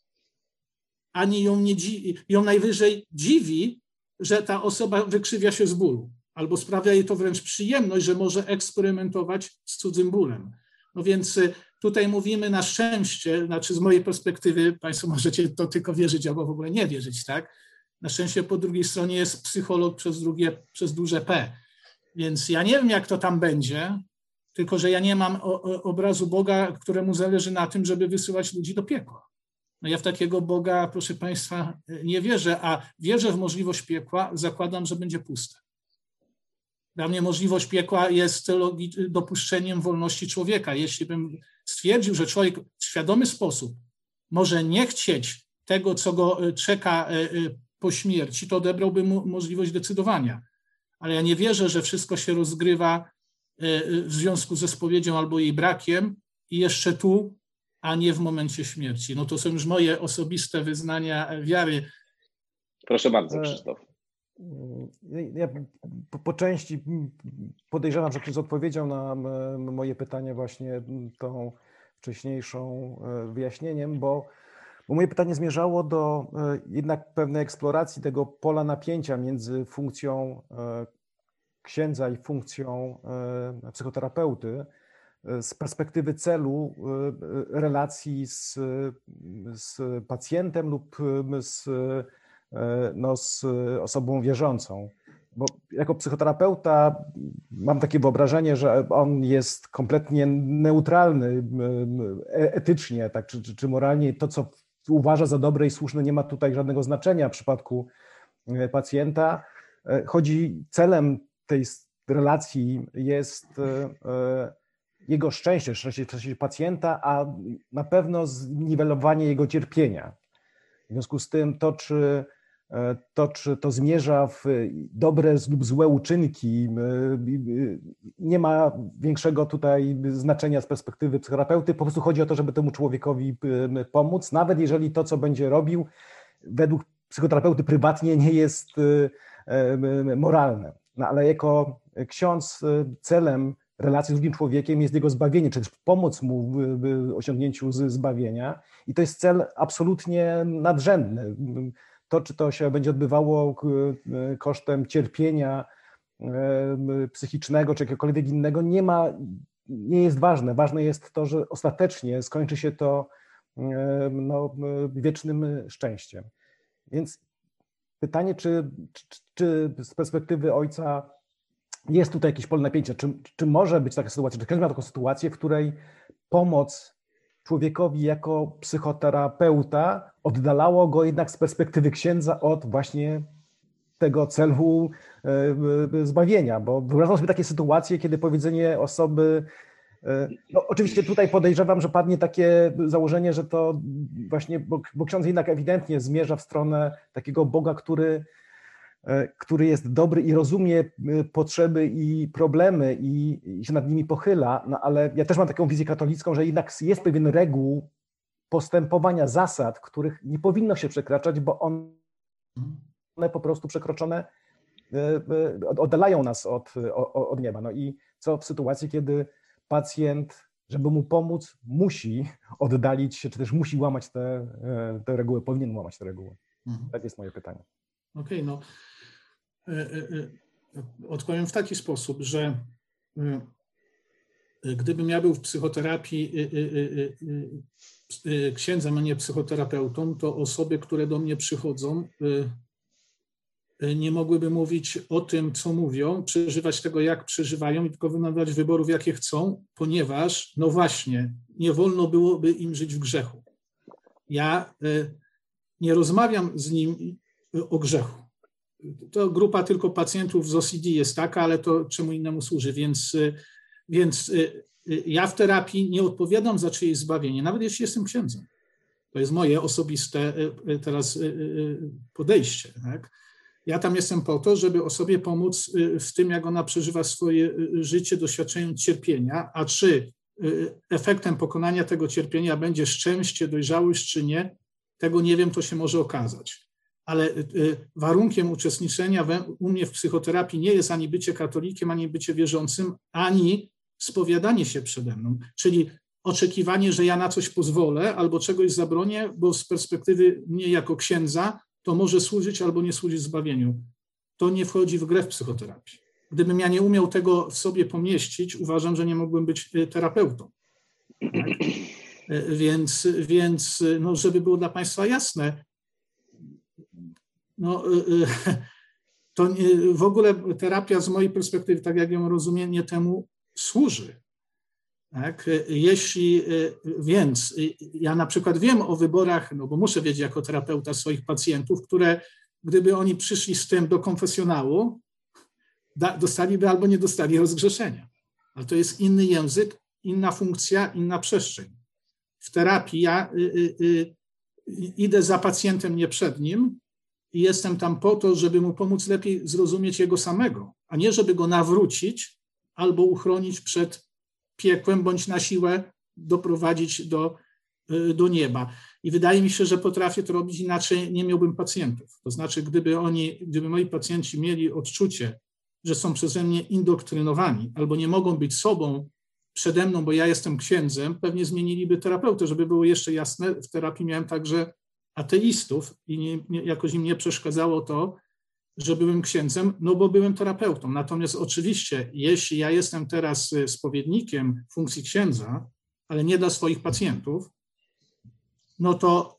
ani ją najwyżej dziwi, że ta osoba wykrzywia się z bólu, albo sprawia jej to wręcz przyjemność, że może eksperymentować z cudzym bólem. No więc tutaj mówimy na szczęście, znaczy z mojej perspektywy, Państwo możecie to tylko wierzyć albo w ogóle nie wierzyć, tak? Na szczęście po drugiej stronie jest psycholog przez duże P. Więc ja nie wiem, jak to tam będzie, tylko że ja nie mam obrazu Boga, któremu zależy na tym, żeby wysyłać ludzi do piekła. No ja w takiego Boga, proszę Państwa, nie wierzę, a wierzę w możliwość piekła, zakładam, że będzie puste. Dla mnie możliwość piekła jest dopuszczeniem wolności człowieka. Jeśli bym stwierdził, że człowiek w świadomy sposób może nie chcieć tego, co go czeka po śmierci, to odebrałbym mu możliwość decydowania. Ale ja nie wierzę, że wszystko się rozgrywa w związku ze spowiedzią albo jej brakiem i jeszcze tu, a nie w momencie śmierci. No to są już moje osobiste wyznania wiary. Proszę bardzo, Krzysztof. Ja po części podejrzewam, że ktoś odpowiedział na moje pytanie właśnie tą wcześniejszą wyjaśnieniem, bo moje pytanie zmierzało do jednak pewnej eksploracji tego pola napięcia między funkcją księdza i funkcją psychoterapeuty z perspektywy celu relacji z pacjentem lub z osobą wierzącą. Bo jako psychoterapeuta mam takie wyobrażenie, że on jest kompletnie neutralny etycznie, tak, czy moralnie. To, co uważa za dobre i słuszne, nie ma tutaj żadnego znaczenia w przypadku pacjenta. Celem tej relacji jest jego szczęście, szczęście pacjenta, a na pewno zniwelowanie jego cierpienia. W związku z tym czy to zmierza w dobre lub złe uczynki, nie ma większego tutaj znaczenia z perspektywy psychoterapeuty. Po prostu chodzi o to, żeby temu człowiekowi pomóc, nawet jeżeli to, co będzie robił, według psychoterapeuty prywatnie nie jest moralne. No, ale jako ksiądz celem relacji z drugim człowiekiem jest jego zbawienie, czy też pomóc mu w osiągnięciu zbawienia. I to jest cel absolutnie nadrzędny. To, czy to się będzie odbywało kosztem cierpienia psychicznego, czy jakiegokolwiek innego, nie jest ważne. Ważne jest to, że ostatecznie skończy się to wiecznym szczęściem. Więc pytanie, czy z perspektywy ojca jest tutaj jakieś pole napięcia, czy może być taka sytuacja, czy ktoś ma taką sytuację, w której pomoc człowiekowi jako psychoterapeuta oddalało go jednak z perspektywy księdza od właśnie tego celu zbawienia, bo wyobrażam sobie takie sytuacje, kiedy powiedzenie osoby, no oczywiście tutaj podejrzewam, że padnie takie założenie, że to właśnie, bo ksiądz jednak ewidentnie zmierza w stronę takiego Boga, który jest dobry i rozumie potrzeby i problemy i się nad nimi pochyla, no ale ja też mam taką wizję katolicką, że jednak jest pewien reguł postępowania, zasad, których nie powinno się przekraczać, bo one po prostu przekroczone oddalają nas od nieba. No i co w sytuacji, kiedy pacjent, żeby mu pomóc, musi oddalić się, czy też musi łamać te reguły, powinien łamać te reguły. Tak jest moje pytanie. Okej, no odpowiem w taki sposób, że gdybym ja był w psychoterapii księdzem, a nie psychoterapeutą, to osoby, które do mnie przychodzą, nie mogłyby mówić o tym, co mówią, przeżywać tego, jak przeżywają i tylko wykonywać wyborów, jakie chcą, ponieważ, no właśnie, nie wolno byłoby im żyć w grzechu. Ja nie rozmawiam z nim o grzechu. To grupa tylko pacjentów z OCD jest taka, ale to czemu innemu służy, więc ja w terapii nie odpowiadam za czyjeś zbawienie, nawet jeśli jestem księdzem. To jest moje osobiste teraz podejście. Tak? Ja tam jestem po to, żeby osobie pomóc w tym, jak ona przeżywa swoje życie, doświadczając cierpienia, a czy efektem pokonania tego cierpienia będzie szczęście, dojrzałość, czy nie, tego nie wiem, to się może okazać. Ale warunkiem uczestniczenia u mnie w psychoterapii nie jest ani bycie katolikiem, ani bycie wierzącym, ani spowiadanie się przede mną, czyli oczekiwanie, że ja na coś pozwolę albo czegoś zabronię, bo z perspektywy mnie jako księdza to może służyć albo nie służyć zbawieniu. To nie wchodzi w grę w psychoterapii. Gdybym ja nie umiał tego w sobie pomieścić, uważam, że nie mógłbym być terapeutą. Tak? Więc no, żeby było dla Państwa jasne, no, to w ogóle terapia z mojej perspektywy, tak jak ją rozumiem, nie temu służy. Tak? Więc ja na przykład wiem o wyborach, no bo muszę wiedzieć jako terapeuta swoich pacjentów, które gdyby oni przyszli z tym do konfesjonału, dostaliby albo nie dostali rozgrzeszenia. Ale to jest inny język, inna funkcja, inna przestrzeń. W terapii ja idę za pacjentem, nie przed nim i jestem tam po to, żeby mu pomóc lepiej zrozumieć jego samego, a nie żeby go nawrócić albo uchronić przed piekłem, bądź na siłę doprowadzić do nieba. I wydaje mi się, że potrafię to robić, inaczej nie miałbym pacjentów. To znaczy, gdyby moi pacjenci mieli odczucie, że są przeze mnie indoktrynowani albo nie mogą być sobą przede mną, bo ja jestem księdzem, pewnie zmieniliby terapeutę. Żeby było jeszcze jasne, w terapii miałem także ateistów i jakoś im nie przeszkadzało to, że byłem księdzem, no bo byłem terapeutą. Natomiast oczywiście, jeśli ja jestem teraz spowiednikiem funkcji księdza, ale nie dla swoich pacjentów, no to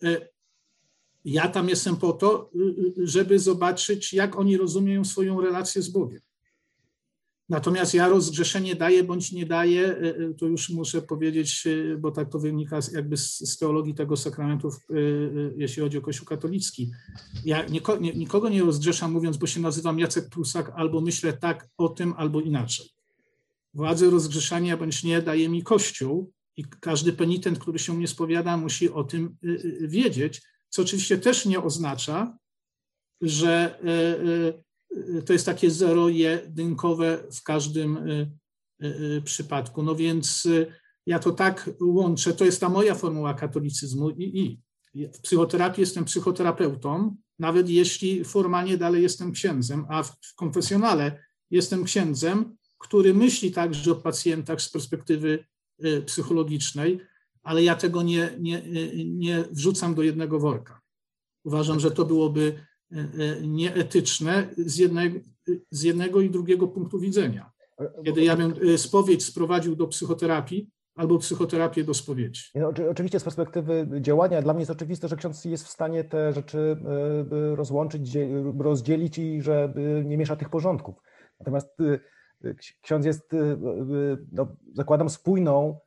ja tam jestem po to, żeby zobaczyć, jak oni rozumieją swoją relację z Bogiem. Natomiast ja rozgrzeszenie daję bądź nie daję, to już muszę powiedzieć, bo tak to wynika jakby z teologii tego sakramentów, jeśli chodzi o Kościół katolicki. Ja nikogo nie rozgrzeszam, mówiąc, bo się nazywam Jacek Prusak, albo myślę tak o tym, albo inaczej. Władzę rozgrzeszania bądź nie daje mi Kościół i każdy penitent, który się mnie spowiada, musi o tym wiedzieć, co oczywiście też nie oznacza, że to jest takie zero-jedynkowe w każdym przypadku. No więc ja to tak łączę, to jest ta moja formuła katolicyzmu i w psychoterapii jestem psychoterapeutą, nawet jeśli formalnie dalej jestem księdzem, a w konfesjonale jestem księdzem, który myśli także o pacjentach z perspektywy psychologicznej, ale ja tego nie wrzucam do jednego worka. Uważam, że to byłoby nieetyczne z jednego i drugiego punktu widzenia. Kiedy ja bym spowiedź sprowadził do psychoterapii albo psychoterapię do spowiedzi. No, oczywiście z perspektywy działania dla mnie jest oczywiste, że ksiądz jest w stanie te rzeczy rozłączyć, rozdzielić i że nie miesza tych porządków. Natomiast ksiądz jest, no, zakładam, spójną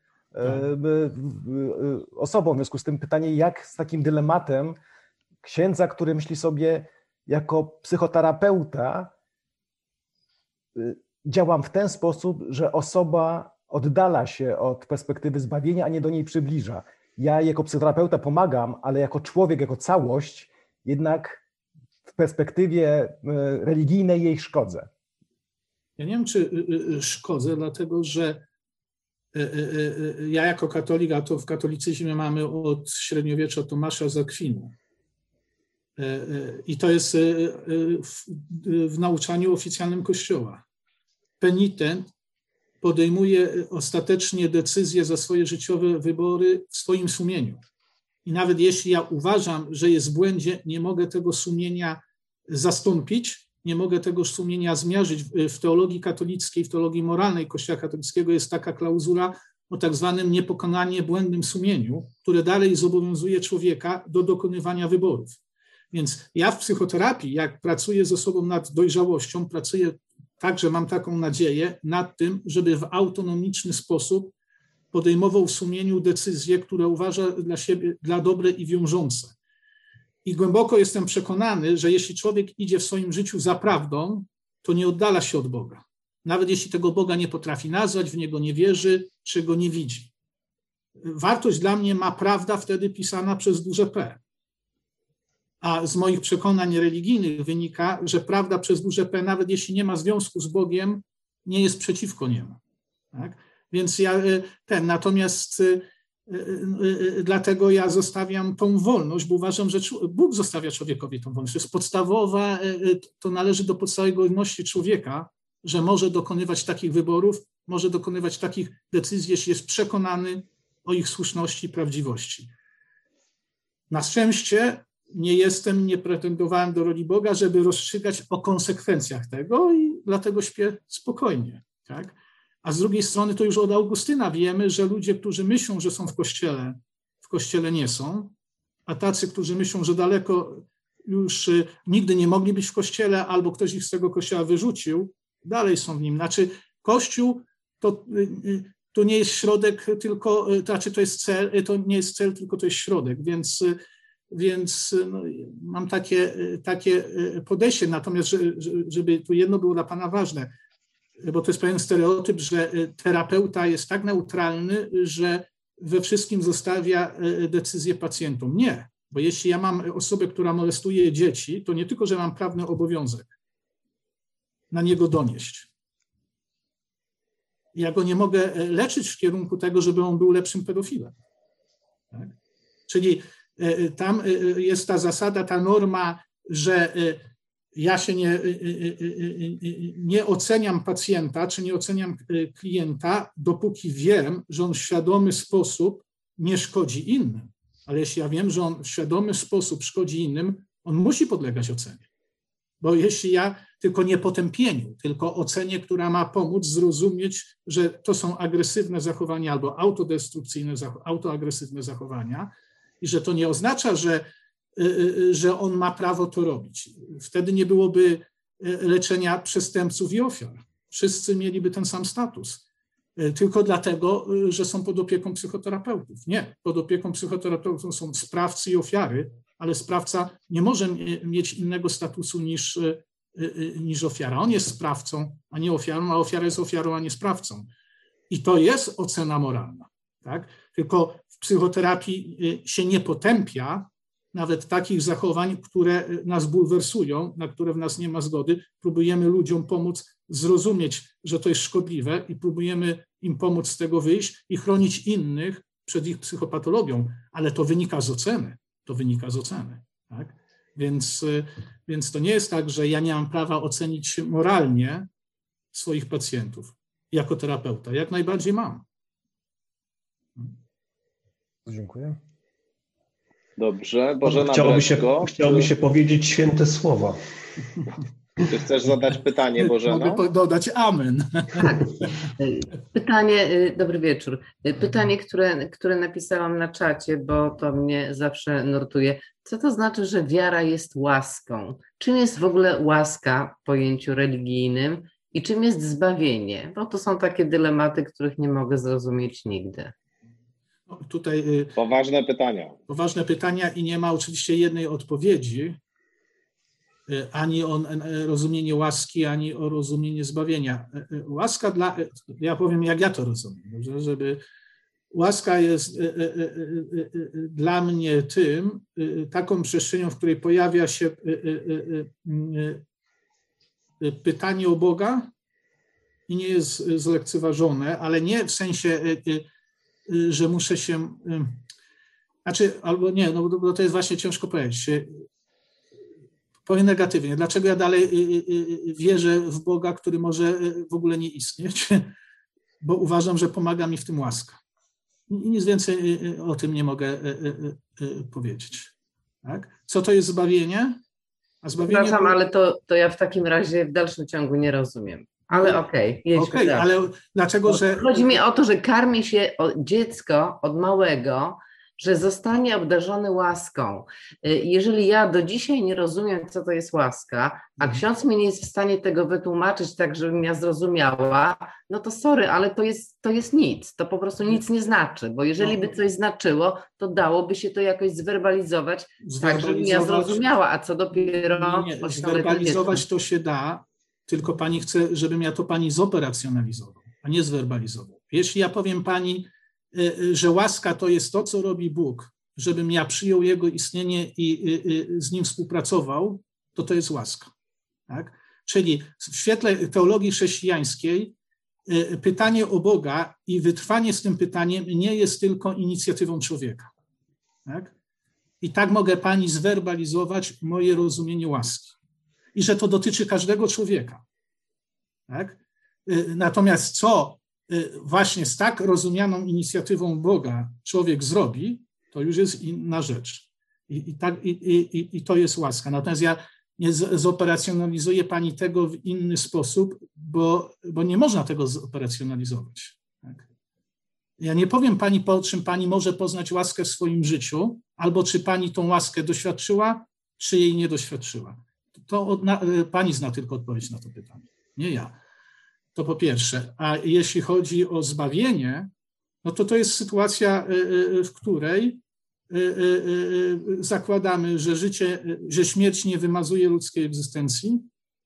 osobą. W związku z tym pytanie, jak z takim dylematem księdza, który myśli sobie jako psychoterapeuta, działam w ten sposób, że osoba oddala się od perspektywy zbawienia, a nie do niej przybliża. Ja jako psychoterapeuta pomagam, ale jako człowiek, jako całość, jednak w perspektywie religijnej jej szkodzę. Ja nie wiem, czy szkodzę, dlatego że ja jako katolik, a to w katolicyzmie mamy od średniowiecza Tomasza z Akwinu. I to jest w nauczaniu oficjalnym Kościoła. Penitent podejmuje ostatecznie decyzje za swoje życiowe wybory w swoim sumieniu. I nawet jeśli ja uważam, że jest w błędzie, nie mogę tego sumienia zastąpić, nie mogę tego sumienia zmiażdżyć. W teologii katolickiej, w teologii moralnej Kościoła katolickiego jest taka klauzula o tak zwanym niepokonanie błędnym sumieniu, które dalej zobowiązuje człowieka do dokonywania wyborów. Więc ja w psychoterapii, jak pracuję ze sobą nad dojrzałością, pracuję także, mam taką nadzieję, nad tym, żeby w autonomiczny sposób podejmował w sumieniu decyzje, które uważa dla siebie dla dobre i wiążące. I głęboko jestem przekonany, że jeśli człowiek idzie w swoim życiu za prawdą, to nie oddala się od Boga. Nawet jeśli tego Boga nie potrafi nazwać, w Niego nie wierzy, czy Go nie widzi. Wartość dla mnie ma prawda wtedy pisana przez duże P. A z moich przekonań religijnych wynika, że prawda przez duże P, nawet jeśli nie ma związku z Bogiem, nie jest przeciwko Niemu. Tak? Więc natomiast dlatego ja zostawiam tą wolność, bo uważam, że Bóg zostawia człowiekowi tą wolność. To jest podstawowa, to należy do podstawowej godności człowieka, że może dokonywać takich wyborów, może dokonywać takich decyzji, jeśli jest przekonany o ich słuszności i prawdziwości. Na szczęście nie pretendowałem do roli Boga, żeby rozstrzygać o konsekwencjach tego i dlatego śpię spokojnie. Tak? A z drugiej strony to już od Augustyna wiemy, że ludzie, którzy myślą, że są w kościele nie są, a tacy, którzy myślą, że daleko już nigdy nie mogli być w kościele, albo ktoś ich z tego kościoła wyrzucił, dalej są w nim. Znaczy kościół to nie jest środek, tylko, to znaczy to jest cel, to nie jest cel, tylko to jest środek, więc no, mam takie podejście. Natomiast, żeby tu jedno było dla Pana ważne, bo to jest pewien stereotyp, że terapeuta jest tak neutralny, że we wszystkim zostawia decyzję pacjentom. Nie, bo jeśli ja mam osobę, która molestuje dzieci, to nie tylko, że mam prawny obowiązek na niego donieść. Ja go nie mogę leczyć w kierunku tego, żeby on był lepszym pedofilem. Tak? Czyli tam jest ta zasada, ta norma, że ja się nie oceniam pacjenta, czy nie oceniam klienta, dopóki wiem, że on w świadomy sposób nie szkodzi innym. Ale jeśli ja wiem, że on w świadomy sposób szkodzi innym, on musi podlegać ocenie. Bo jeśli ja tylko nie potępieniu, tylko ocenie, która ma pomóc zrozumieć, że to są agresywne zachowania albo autodestrukcyjne, autoagresywne zachowania i że to nie oznacza, że on ma prawo to robić. Wtedy nie byłoby leczenia przestępców i ofiar. Wszyscy mieliby ten sam status. Tylko dlatego, że są pod opieką psychoterapeutów. Nie, pod opieką psychoterapeutów są sprawcy i ofiary, ale sprawca nie może mieć innego statusu niż ofiara. On jest sprawcą, a nie ofiarą, a ofiara jest ofiarą, a nie sprawcą. I to jest ocena moralna. Tak? Tylko w psychoterapii się nie potępia nawet takich zachowań, które nas bulwersują, na które w nas nie ma zgody. Próbujemy ludziom pomóc zrozumieć, że to jest szkodliwe i próbujemy im pomóc z tego wyjść i chronić innych przed ich psychopatologią, ale to wynika z oceny. To wynika z oceny. Tak? Więc to nie jest tak, że ja nie mam prawa ocenić moralnie swoich pacjentów jako terapeuta. Jak najbardziej mam. Dziękuję. Dobrze, Bożena Chciałoby się powiedzieć święte słowa. Czy chcesz zadać pytanie, Bożena? Mogę dodać amen. Tak. Pytanie, dobry wieczór. Pytanie, które napisałam na czacie, bo to mnie zawsze nurtuje. Co to znaczy, że wiara jest łaską? Czym jest w ogóle łaska w pojęciu religijnym i czym jest zbawienie? Bo to są takie dylematy, których nie mogę zrozumieć nigdy. Tutaj Poważne pytania i nie ma oczywiście jednej odpowiedzi, ani o rozumienie łaski, ani o rozumienie zbawienia. Łaska ja powiem, jak ja to rozumiem, dobrze? Łaska jest dla mnie taką przestrzenią, w której pojawia się pytanie o Boga i nie jest zlekceważone, ale nie w sensie, że muszę się, albo nie, no bo to jest właśnie ciężko powiedzieć. Powiem negatywnie. Dlaczego ja dalej wierzę w Boga, który może w ogóle nie istnieć? Bo uważam, że pomaga mi w tym łaska. I nic więcej o tym nie mogę powiedzieć. Tak? Co to jest zbawienie? A zbawienie przepraszam, ale to ja w takim razie w dalszym ciągu nie rozumiem. Ale okej, ale dlaczego, że... Chodzi mi o to, że karmi się dziecko od małego, że zostanie obdarzony łaską. Jeżeli ja do dzisiaj nie rozumiem, co to jest łaska, a ksiądz mi nie jest w stanie tego wytłumaczyć tak, żebym ja zrozumiała, no to sorry, ale to jest nic. To po prostu nic nie znaczy, bo jeżeli by coś znaczyło, to dałoby się to jakoś zwerbalizować tak, żebym ja zrozumiała, a co dopiero... Nie, zwerbalizować to się da, tylko pani chce, żebym ja to pani zoperacjonalizował, a nie zwerbalizował. Jeśli ja powiem pani, że łaska to jest to, co robi Bóg, żebym ja przyjął Jego istnienie i z Nim współpracował, to jest łaska. Tak? Czyli w świetle teologii chrześcijańskiej pytanie o Boga i wytrwanie z tym pytaniem nie jest tylko inicjatywą człowieka. Tak? I tak mogę pani zwerbalizować moje rozumienie łaski. I że to dotyczy każdego człowieka. Tak? Natomiast co właśnie z tak rozumianą inicjatywą Boga człowiek zrobi, to już jest inna rzecz. I to jest łaska. Natomiast ja nie zoperacjonalizuje pani tego w inny sposób, bo nie można tego zoperacjonalizować. Tak? Ja nie powiem pani, po czym pani może poznać łaskę w swoim życiu, albo czy pani tą łaskę doświadczyła, czy jej nie doświadczyła. Pani zna tylko odpowiedź na to pytanie, nie ja. To po pierwsze. A jeśli chodzi o zbawienie, no to jest sytuacja, w której zakładamy, że śmierć nie wymazuje ludzkiej egzystencji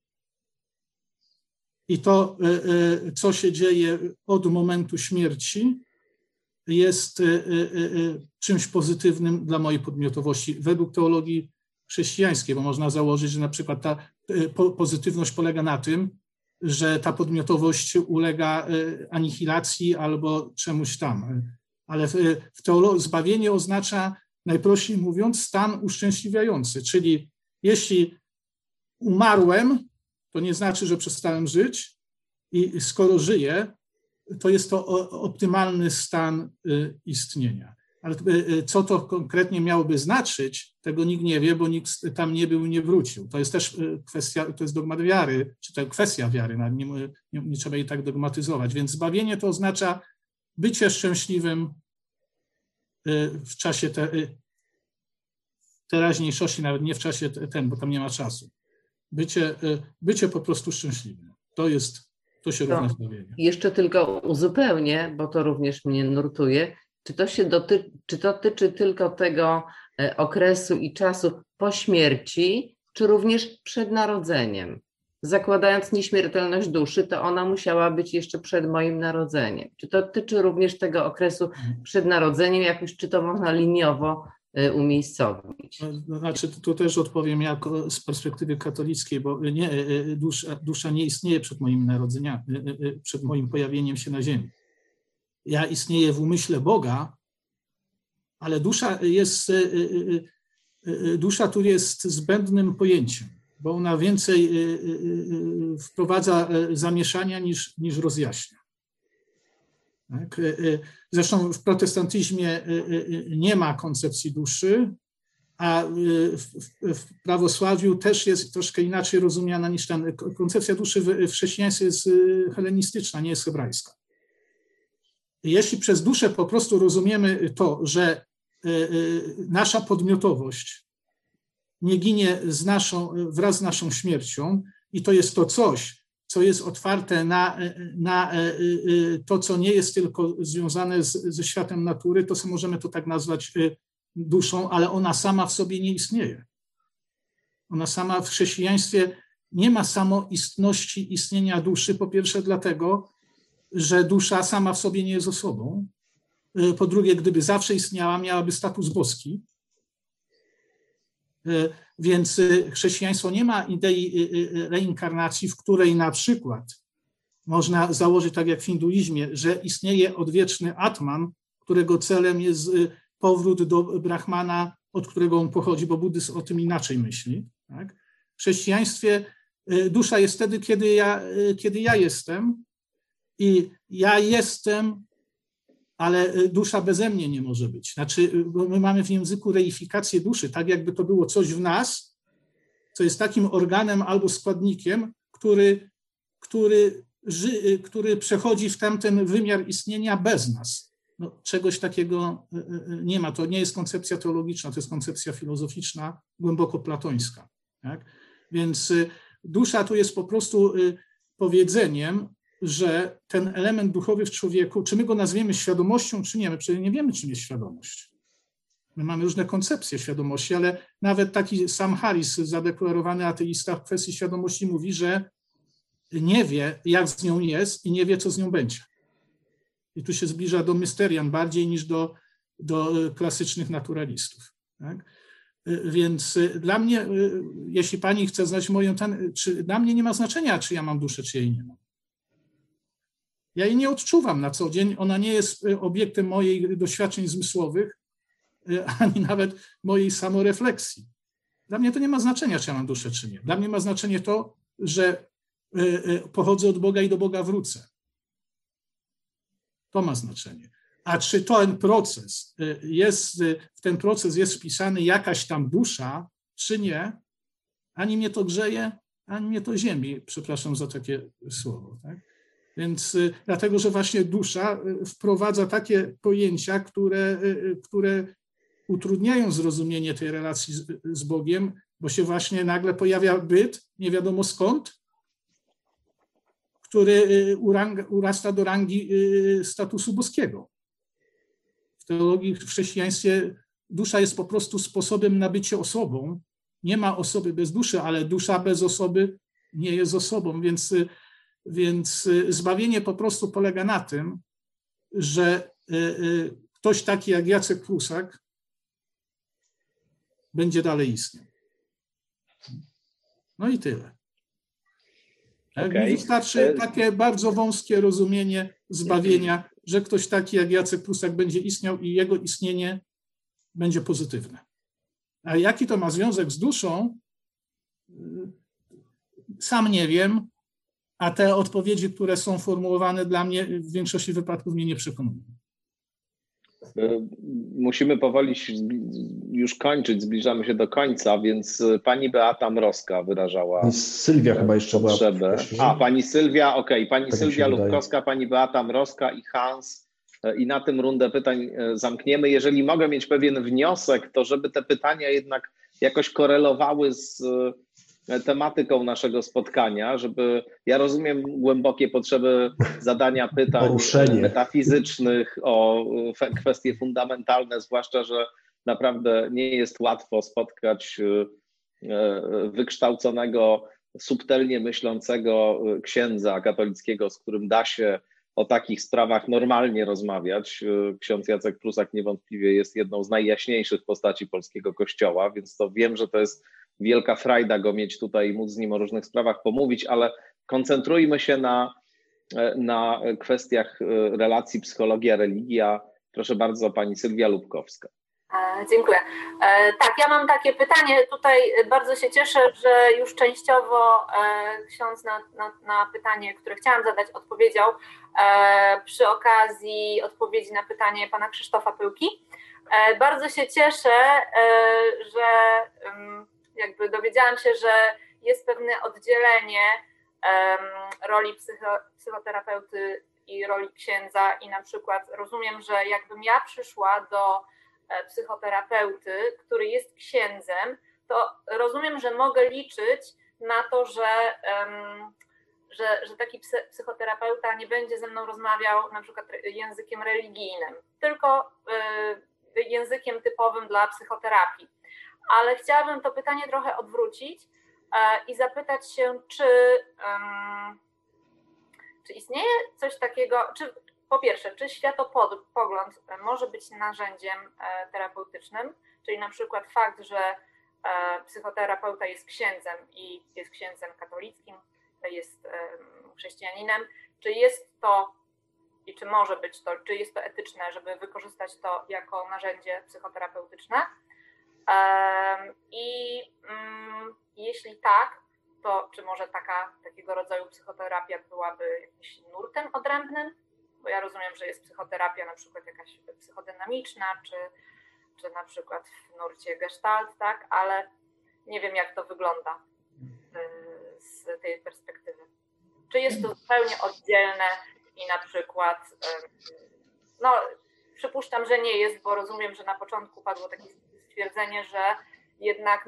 i to, co się dzieje od momentu śmierci, jest czymś pozytywnym dla mojej podmiotowości według teologii chrześcijańskiej, bo można założyć, że na przykład ta pozytywność polega na tym, że ta podmiotowość ulega anihilacji albo czemuś tam. Ale w teologii zbawienie oznacza, najprościej mówiąc, stan uszczęśliwiający, czyli jeśli umarłem, to nie znaczy, że przestałem żyć i skoro żyję, to jest to optymalny stan istnienia. Ale co to konkretnie miałoby znaczyć, tego nikt nie wie, bo nikt tam nie był i nie wrócił. To jest też kwestia, to jest dogmat wiary, czy to kwestia wiary, nie trzeba jej tak dogmatyzować. Więc zbawienie to oznacza bycie szczęśliwym w czasie teraźniejszości, nawet nie w czasie bo tam nie ma czasu. Bycie po prostu szczęśliwym. To się równa zbawieniu. Jeszcze tylko uzupełnię, bo to również mnie nurtuje. Czy to dotyczy tylko tego okresu i czasu po śmierci, czy również przed narodzeniem? Zakładając nieśmiertelność duszy, to ona musiała być jeszcze przed moim narodzeniem. Czy to dotyczy również tego okresu przed narodzeniem, jakoś, czy to można liniowo umiejscowić? Znaczy, tu też odpowiem jako z perspektywy katolickiej, bo dusza nie istnieje przed moim narodzeniem, przed moim pojawieniem się na ziemi. Ja istnieję w umyśle Boga, ale dusza tu jest zbędnym pojęciem, bo ona więcej wprowadza zamieszania niż rozjaśnia. Tak? Zresztą w protestantyzmie nie ma koncepcji duszy, a w prawosławiu też jest troszkę inaczej rozumiana niż ta koncepcja duszy w chrześcijaństwie jest helenistyczna, nie jest hebrajska. Jeśli przez duszę po prostu rozumiemy to, że nasza podmiotowość nie ginie wraz z naszą śmiercią i to jest to coś, co jest otwarte na to, co nie jest tylko związane ze światem natury, to możemy to tak nazwać duszą, ale ona sama w sobie nie istnieje. Ona sama w chrześcijaństwie nie ma samoistności istnienia duszy, po pierwsze dlatego, że dusza sama w sobie nie jest osobą. Po drugie, gdyby zawsze istniała, miałaby status boski. Więc chrześcijaństwo nie ma idei reinkarnacji, w której na przykład można założyć, tak jak w hinduizmie, że istnieje odwieczny Atman, którego celem jest powrót do Brahmana, od którego on pochodzi, bo buddyzm o tym inaczej myśli. Tak? W chrześcijaństwie dusza jest wtedy, kiedy ja jestem i ja jestem, ale dusza beze mnie nie może być. Znaczy, bo my mamy w języku reifikację duszy, tak jakby to było coś w nas, co jest takim organem albo składnikiem, który przechodzi w tamten wymiar istnienia bez nas. No, czegoś takiego nie ma. To nie jest koncepcja teologiczna, to jest koncepcja filozoficzna, głęboko platońska. Tak? Więc dusza tu jest po prostu powiedzeniem, że ten element duchowy w człowieku, czy my go nazwiemy świadomością, czy nie, my przecież nie wiemy, czym jest świadomość. My mamy różne koncepcje świadomości, ale nawet taki Sam Harris, zadeklarowany ateista w kwestii świadomości, mówi, że nie wie, jak z nią jest i nie wie, co z nią będzie. I tu się zbliża do Mysterian bardziej niż do klasycznych naturalistów. Tak? Więc dla mnie, jeśli pani chce znać moją, dla mnie nie ma znaczenia, czy ja mam duszę, czy jej nie mam. Ja jej nie odczuwam na co dzień, ona nie jest obiektem moich doświadczeń zmysłowych, ani nawet mojej samorefleksji. Dla mnie to nie ma znaczenia, czy ja mam duszę, czy nie. Dla mnie ma znaczenie to, że pochodzę od Boga i do Boga wrócę. To ma znaczenie. A czy ten proces w ten proces jest wpisany jakaś tam dusza, czy nie, ani mnie to grzeje, ani mnie to ziemi, przepraszam za takie słowo. Tak? Więc dlatego, że właśnie dusza wprowadza takie pojęcia, które utrudniają zrozumienie tej relacji z Bogiem, bo się właśnie nagle pojawia byt, nie wiadomo skąd, który urasta do rangi statusu boskiego. W teologii, w chrześcijaństwie dusza jest po prostu sposobem na bycie osobą. Nie ma osoby bez duszy, ale dusza bez osoby nie jest osobą, więc zbawienie po prostu polega na tym, że ktoś taki jak Jacek Prusak będzie dalej istniał. No i tyle. Okay. Wystarczy takie bardzo wąskie rozumienie zbawienia, że ktoś taki jak Jacek Prusak będzie istniał i jego istnienie będzie pozytywne. A jaki to ma związek z duszą? Sam nie wiem, a te odpowiedzi, które są formułowane dla mnie, w większości wypadków mnie nie przekonują. Musimy powoli już kończyć, zbliżamy się do końca, więc pani Beata Mrozka wyrażała Sylwia chyba jeszcze potrzebę. Pani Sylwia, okej. Pani tak Sylwia Lubkowska, pani Beata Mrozka i Hans. I na tym rundę pytań zamkniemy. Jeżeli mogę mieć pewien wniosek, to żeby te pytania jednak jakoś korelowały z tematyką naszego spotkania, żeby ja rozumiem głębokie potrzeby zadania pytań metafizycznych o kwestie fundamentalne, zwłaszcza, że naprawdę nie jest łatwo spotkać wykształconego, subtelnie myślącego księdza katolickiego, z którym da się o takich sprawach normalnie rozmawiać. Ksiądz Jacek Prusak niewątpliwie jest jedną z najjaśniejszych postaci polskiego Kościoła, więc to wiem, że to jest wielka frajda go mieć tutaj i móc z nim o różnych sprawach pomówić, ale koncentrujmy się na kwestiach relacji psychologia-religia. Proszę bardzo, pani Sylwia Lubkowska. Dziękuję. Tak, ja mam takie pytanie. Tutaj bardzo się cieszę, że już częściowo ksiądz na pytanie, które chciałam zadać, odpowiedział przy okazji odpowiedzi na pytanie pana Krzysztofa Pyłki. Bardzo się cieszę, że jakby dowiedziałam się, że jest pewne oddzielenie roli psychoterapeuty i roli księdza i na przykład rozumiem, że jakbym ja przyszła do psychoterapeuty, który jest księdzem, to rozumiem, że mogę liczyć na to, że taki psychoterapeuta nie będzie ze mną rozmawiał na przykład językiem religijnym, tylko językiem typowym dla psychoterapii. Ale chciałabym to pytanie trochę odwrócić i zapytać się, czy istnieje coś takiego, po pierwsze, czy światopogląd może być narzędziem terapeutycznym, czyli na przykład fakt, że psychoterapeuta jest księdzem i jest księdzem katolickim, jest chrześcijaninem, czy jest to i czy może być to, czy jest to etyczne, żeby wykorzystać to jako narzędzie psychoterapeutyczne? I jeśli tak, to czy może takiego rodzaju psychoterapia byłaby jakimś nurtem odrębnym? Bo ja rozumiem, że jest psychoterapia na przykład jakaś psychodynamiczna, czy na przykład w nurcie gestalt, tak? Ale nie wiem, jak to wygląda z tej perspektywy. Czy jest to zupełnie oddzielne i na przykład, no przypuszczam, że nie jest, bo rozumiem, że na początku padło takie stwierdzenie, że jednak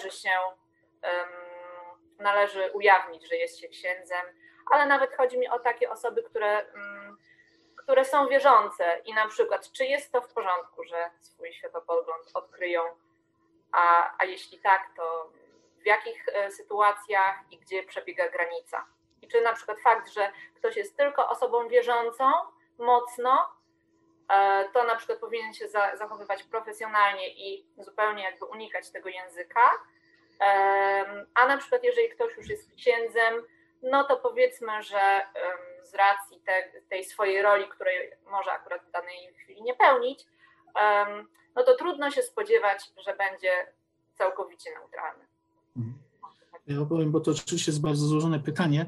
należy ujawnić, że jest się księdzem, ale nawet chodzi mi o takie osoby, które są wierzące i na przykład, czy jest to w porządku, że swój światopogląd odkryją, a jeśli tak, to w jakich sytuacjach i gdzie przebiega granica? I czy na przykład fakt, że ktoś jest tylko osobą wierzącą mocno, to na przykład powinien się zachowywać profesjonalnie i zupełnie jakby unikać tego języka, a na przykład jeżeli ktoś już jest księdzem, no to powiedzmy, że z racji tej swojej roli, której może akurat w danej chwili nie pełnić, no to trudno się spodziewać, że będzie całkowicie neutralny. Ja opowiem, bo to oczywiście jest bardzo złożone pytanie,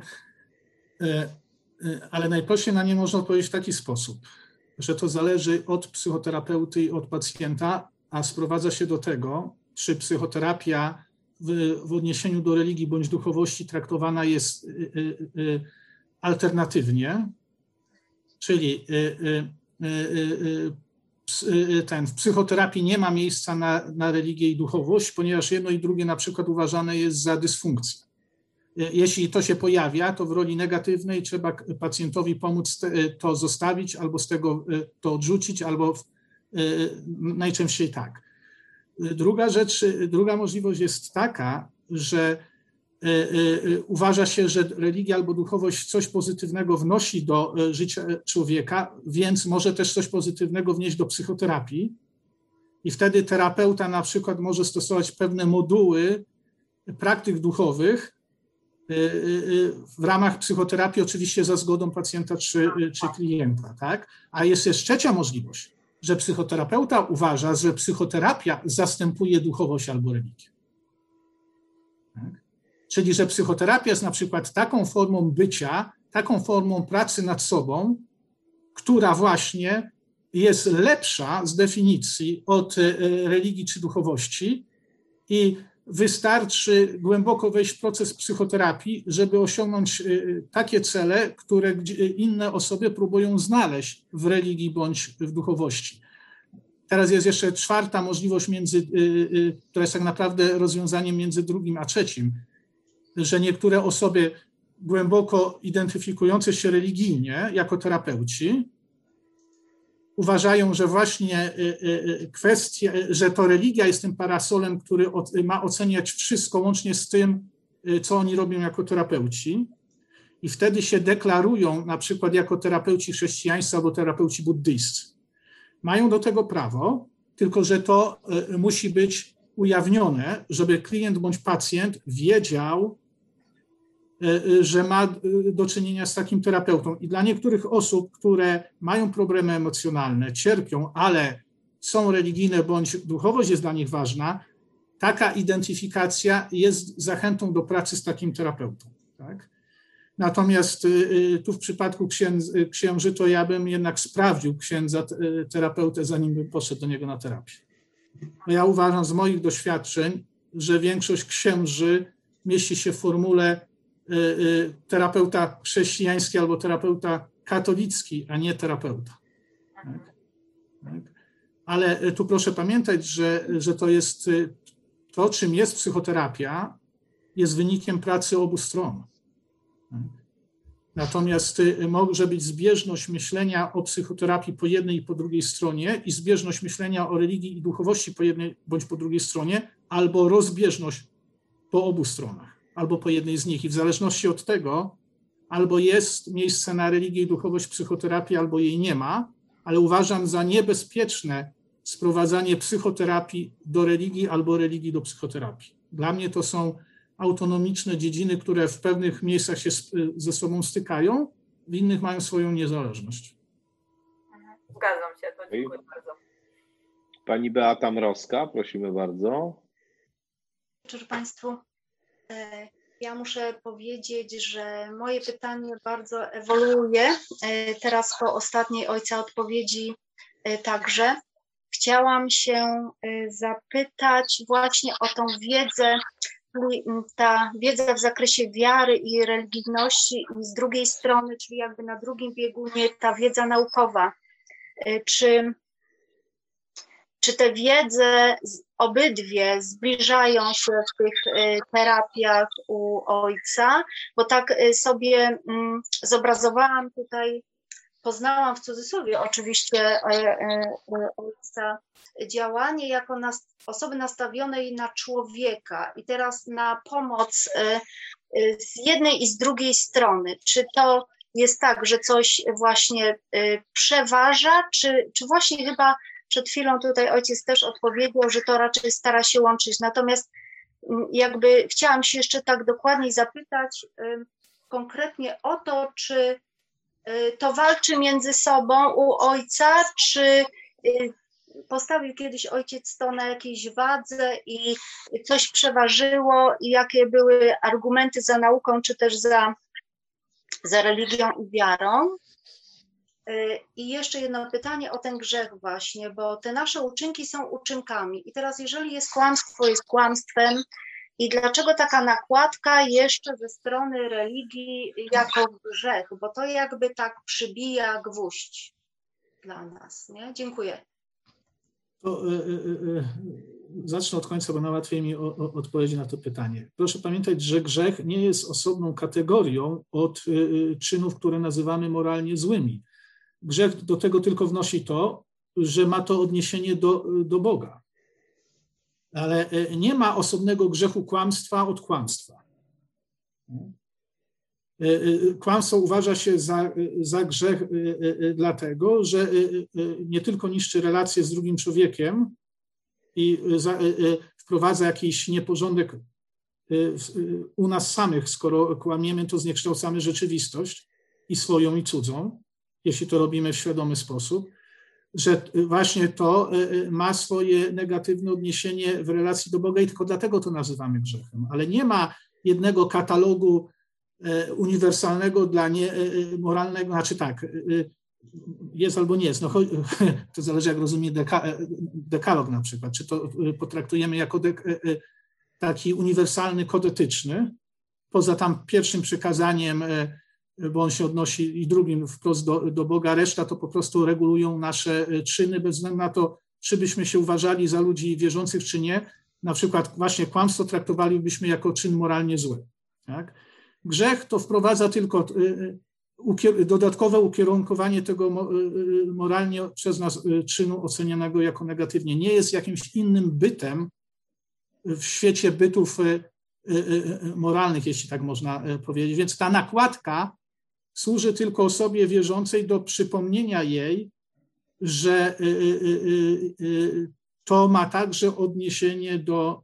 ale najprościej na nie można odpowiedzieć w taki sposób, że to zależy od psychoterapeuty i od pacjenta, a sprowadza się do tego, czy psychoterapia w odniesieniu do religii bądź duchowości traktowana jest alternatywnie, czyli w psychoterapii nie ma miejsca na religię i duchowość, ponieważ jedno i drugie na przykład uważane jest za dysfunkcję. Jeśli to się pojawia, to w roli negatywnej trzeba pacjentowi pomóc to zostawić, albo z tego to odrzucić, albo najczęściej tak. Druga możliwość jest taka, że uważa się, że religia albo duchowość coś pozytywnego wnosi do życia człowieka, więc może też coś pozytywnego wnieść do psychoterapii i wtedy terapeuta na przykład może stosować pewne moduły praktyk duchowych w ramach psychoterapii, oczywiście za zgodą pacjenta czy klienta, tak? A jest jeszcze trzecia możliwość, że psychoterapeuta uważa, że psychoterapia zastępuje duchowość albo religię. Tak? Czyli, że psychoterapia jest na przykład taką formą bycia, taką formą pracy nad sobą, która właśnie jest lepsza z definicji od religii czy duchowości i wystarczy głęboko wejść w proces psychoterapii, żeby osiągnąć takie cele, które inne osoby próbują znaleźć w religii bądź w duchowości. Teraz jest jeszcze czwarta możliwość, która jest tak naprawdę rozwiązaniem między drugim a trzecim, że niektóre osoby głęboko identyfikujące się religijnie jako terapeuci uważają, że właśnie że to religia jest tym parasolem, który ma oceniać wszystko łącznie z tym, co oni robią jako terapeuci i wtedy się deklarują na przykład jako terapeuci chrześcijańscy albo terapeuci buddyjscy. Mają do tego prawo, tylko że to musi być ujawnione, żeby klient bądź pacjent wiedział, że ma do czynienia z takim terapeutą. I dla niektórych osób, które mają problemy emocjonalne, cierpią, ale są religijne bądź duchowość jest dla nich ważna, taka identyfikacja jest zachętą do pracy z takim terapeutą. Tak? Natomiast tu w przypadku księży, to ja bym jednak sprawdził księdza terapeutę, zanim bym poszedł do niego na terapię. Bo ja uważam z moich doświadczeń, że większość księży mieści się w formule terapeuta chrześcijański albo terapeuta katolicki, a nie terapeuta. Tak? Tak? Ale tu proszę pamiętać, że to jest to, czym jest psychoterapia, jest wynikiem pracy obu stron. Tak? Natomiast może być zbieżność myślenia o psychoterapii po jednej i po drugiej stronie i zbieżność myślenia o religii i duchowości po jednej bądź po drugiej stronie, albo rozbieżność po obu stronach, albo po jednej z nich. I w zależności od tego albo jest miejsce na religię i duchowość w psychoterapii, albo jej nie ma, ale uważam za niebezpieczne sprowadzanie psychoterapii do religii albo religii do psychoterapii. Dla mnie to są autonomiczne dziedziny, które w pewnych miejscach się ze sobą stykają, w innych mają swoją niezależność. Zgadzam się, to dziękuję bardzo. Pani Beata Mrowska, prosimy bardzo. Dzień dobry Państwu. Ja muszę powiedzieć, że moje pytanie bardzo ewoluuje. Teraz po ostatniej ojca odpowiedzi także. Chciałam się zapytać właśnie o tą wiedzę, ta wiedza w zakresie wiary i religijności i z drugiej strony, czyli jakby na drugim biegunie ta wiedza naukowa. Czy te wiedze obydwie zbliżają się w tych terapiach u ojca? Bo tak sobie zobrazowałam tutaj, poznałam w cudzysłowie oczywiście ojca działanie jako osoby nastawionej na człowieka i teraz na pomoc z jednej i z drugiej strony. Czy to jest tak, że coś właśnie przeważa, czy właśnie chyba przed chwilą tutaj ojciec też odpowiedział, że to raczej stara się łączyć. Natomiast jakby chciałam się jeszcze tak dokładniej zapytać konkretnie o to, czy to walczy między sobą u ojca, czy postawił kiedyś ojciec to na jakiejś wadze i coś przeważyło i jakie były argumenty za nauką, czy też za religią i wiarą. I jeszcze jedno pytanie o ten grzech właśnie, bo te nasze uczynki są uczynkami i teraz jeżeli jest kłamstwo, jest kłamstwem I dlaczego taka nakładka jeszcze ze strony religii jako grzech? Bo to jakby tak przybija gwóźdź dla nas, nie? Dziękuję. To zacznę od końca, bo najłatwiej mi odpowiedzieć na to pytanie. Proszę pamiętać, że grzech nie jest osobną kategorią od czynów, które nazywamy moralnie złymi. Grzech do tego tylko wnosi to, że ma to odniesienie do Boga. Ale nie ma osobnego grzechu kłamstwa od kłamstwa. Kłamstwo uważa się za grzech dlatego, że nie tylko niszczy relacje z drugim człowiekiem i wprowadza jakiś nieporządek u nas samych. Skoro kłamiemy, to zniekształcamy rzeczywistość i swoją, i cudzą, jeśli to robimy w świadomy sposób, że właśnie to ma swoje negatywne odniesienie w relacji do Boga i tylko dlatego to nazywamy grzechem. Ale nie ma jednego katalogu uniwersalnego dla niemoralnego, znaczy tak, jest albo nie jest. No, to zależy, jak rozumie dekalog na przykład. Czy to potraktujemy jako taki uniwersalny kod etyczny, poza tam pierwszym przykazaniem, bo on się odnosi, i drugim wprost do Boga, reszta to po prostu regulują nasze czyny bez względu na to, czy byśmy się uważali za ludzi wierzących, czy nie. Na przykład właśnie kłamstwo traktowalibyśmy jako czyn moralnie zły. Tak? Grzech to wprowadza tylko dodatkowe ukierunkowanie tego moralnie przez nas czynu ocenianego jako negatywnie. Nie jest jakimś innym bytem w świecie bytów moralnych, jeśli tak można powiedzieć. Więc ta nakładka służy tylko osobie wierzącej do przypomnienia jej, że to ma także odniesienie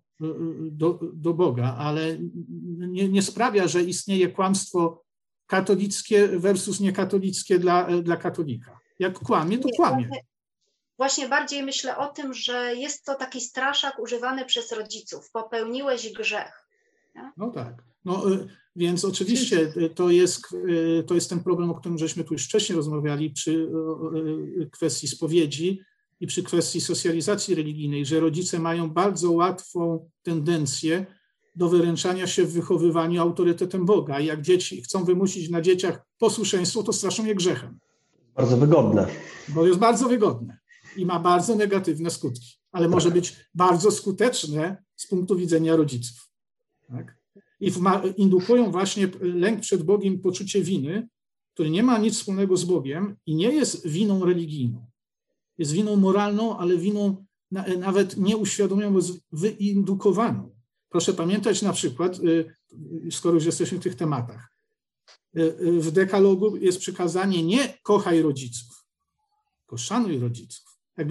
do Boga, ale nie sprawia, że istnieje kłamstwo katolickie versus niekatolickie dla katolika. Jak kłamie, to kłamie. Właśnie bardziej myślę o tym, że jest to taki straszak używany przez rodziców. Popełniłeś grzech. Nie? No tak. No, więc oczywiście to jest ten problem, o którym żeśmy tu już wcześniej rozmawiali przy kwestii spowiedzi i przy kwestii socjalizacji religijnej, że rodzice mają bardzo łatwą tendencję do wyręczania się w wychowywaniu autorytetem Boga. I jak dzieci chcą wymusić na dzieciach posłuszeństwo, to straszą je grzechem. Bardzo wygodne. Bo jest bardzo wygodne i ma bardzo negatywne skutki, ale może być bardzo skuteczne z punktu widzenia rodziców. Tak? I indukują właśnie lęk przed Bogiem, poczucie winy, które nie ma nic wspólnego z Bogiem i nie jest winą religijną. Jest winą moralną, ale winą nawet nieuświadomioną, wyindukowaną. Proszę pamiętać na przykład, skoro już jesteśmy w tych tematach, w dekalogu jest przykazanie nie kochaj rodziców, tylko szanuj rodziców.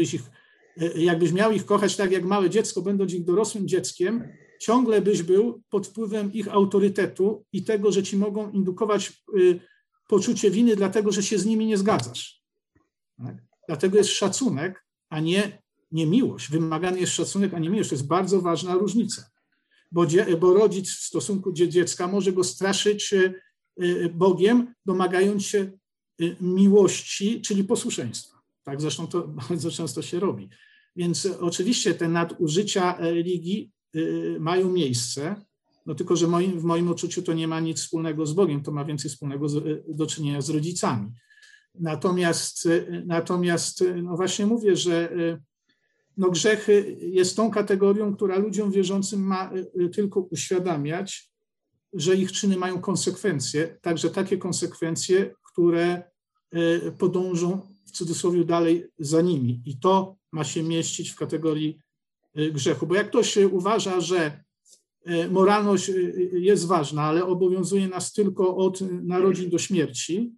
Jakbyś miał ich kochać tak jak małe dziecko, będąc ich dorosłym dzieckiem, ciągle byś był pod wpływem ich autorytetu i tego, że ci mogą indukować poczucie winy, dlatego że się z nimi nie zgadzasz. Tak? Dlatego jest szacunek, a nie miłość. Wymagany jest szacunek, a nie miłość. To jest bardzo ważna różnica. Bo rodzic w stosunku do dziecka może go straszyć Bogiem, domagając się miłości, czyli posłuszeństwa. Tak zresztą to bardzo często się robi. Więc oczywiście te nadużycia religii mają miejsce, no tylko że w moim odczuciu to nie ma nic wspólnego z Bogiem, to ma więcej wspólnego do czynienia z rodzicami. Natomiast no właśnie mówię, że no grzech jest tą kategorią, która ludziom wierzącym ma tylko uświadamiać, że ich czyny mają konsekwencje, także takie konsekwencje, które podążą w cudzysłowie dalej za nimi. I to ma się mieścić w kategorii grzechu. Bo jak ktoś uważa, że moralność jest ważna, ale obowiązuje nas tylko od narodzin do śmierci,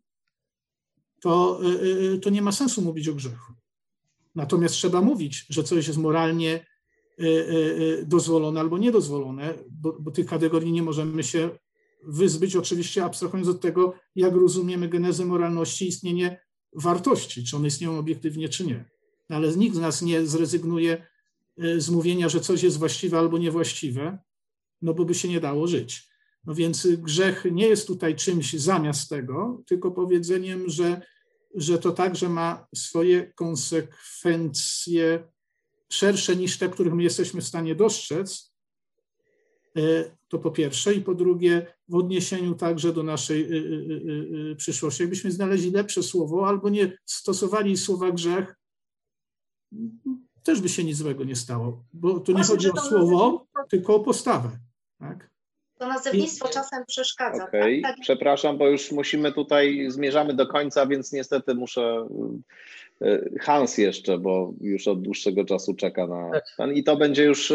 to nie ma sensu mówić o grzechu. Natomiast trzeba mówić, że coś jest moralnie dozwolone albo niedozwolone, bo tych kategorii nie możemy się wyzbyć, oczywiście abstrahując od tego, jak rozumiemy genezę moralności, istnienie wartości, czy one istnieją obiektywnie, czy nie. Ale nikt z nas nie zrezygnuje z mówienia, że coś jest właściwe albo niewłaściwe, no bo by się nie dało żyć. No więc grzech nie jest tutaj czymś zamiast tego, tylko powiedzeniem, że to także ma swoje konsekwencje szersze niż te, których my jesteśmy w stanie dostrzec, To po pierwsze. I po drugie, w odniesieniu także do naszej przyszłości. Jakbyśmy znaleźli lepsze słowo albo nie stosowali słowa grzech, też by się nic złego nie stało, bo tu nie chodzi o słowo, tylko o postawę. Tak? To nazewnictwo czasem przeszkadza. Okej, tak? Przepraszam, bo już musimy tutaj, zmierzamy do końca, więc niestety muszę... Hans jeszcze, bo już od dłuższego czasu czeka na ten i to będzie już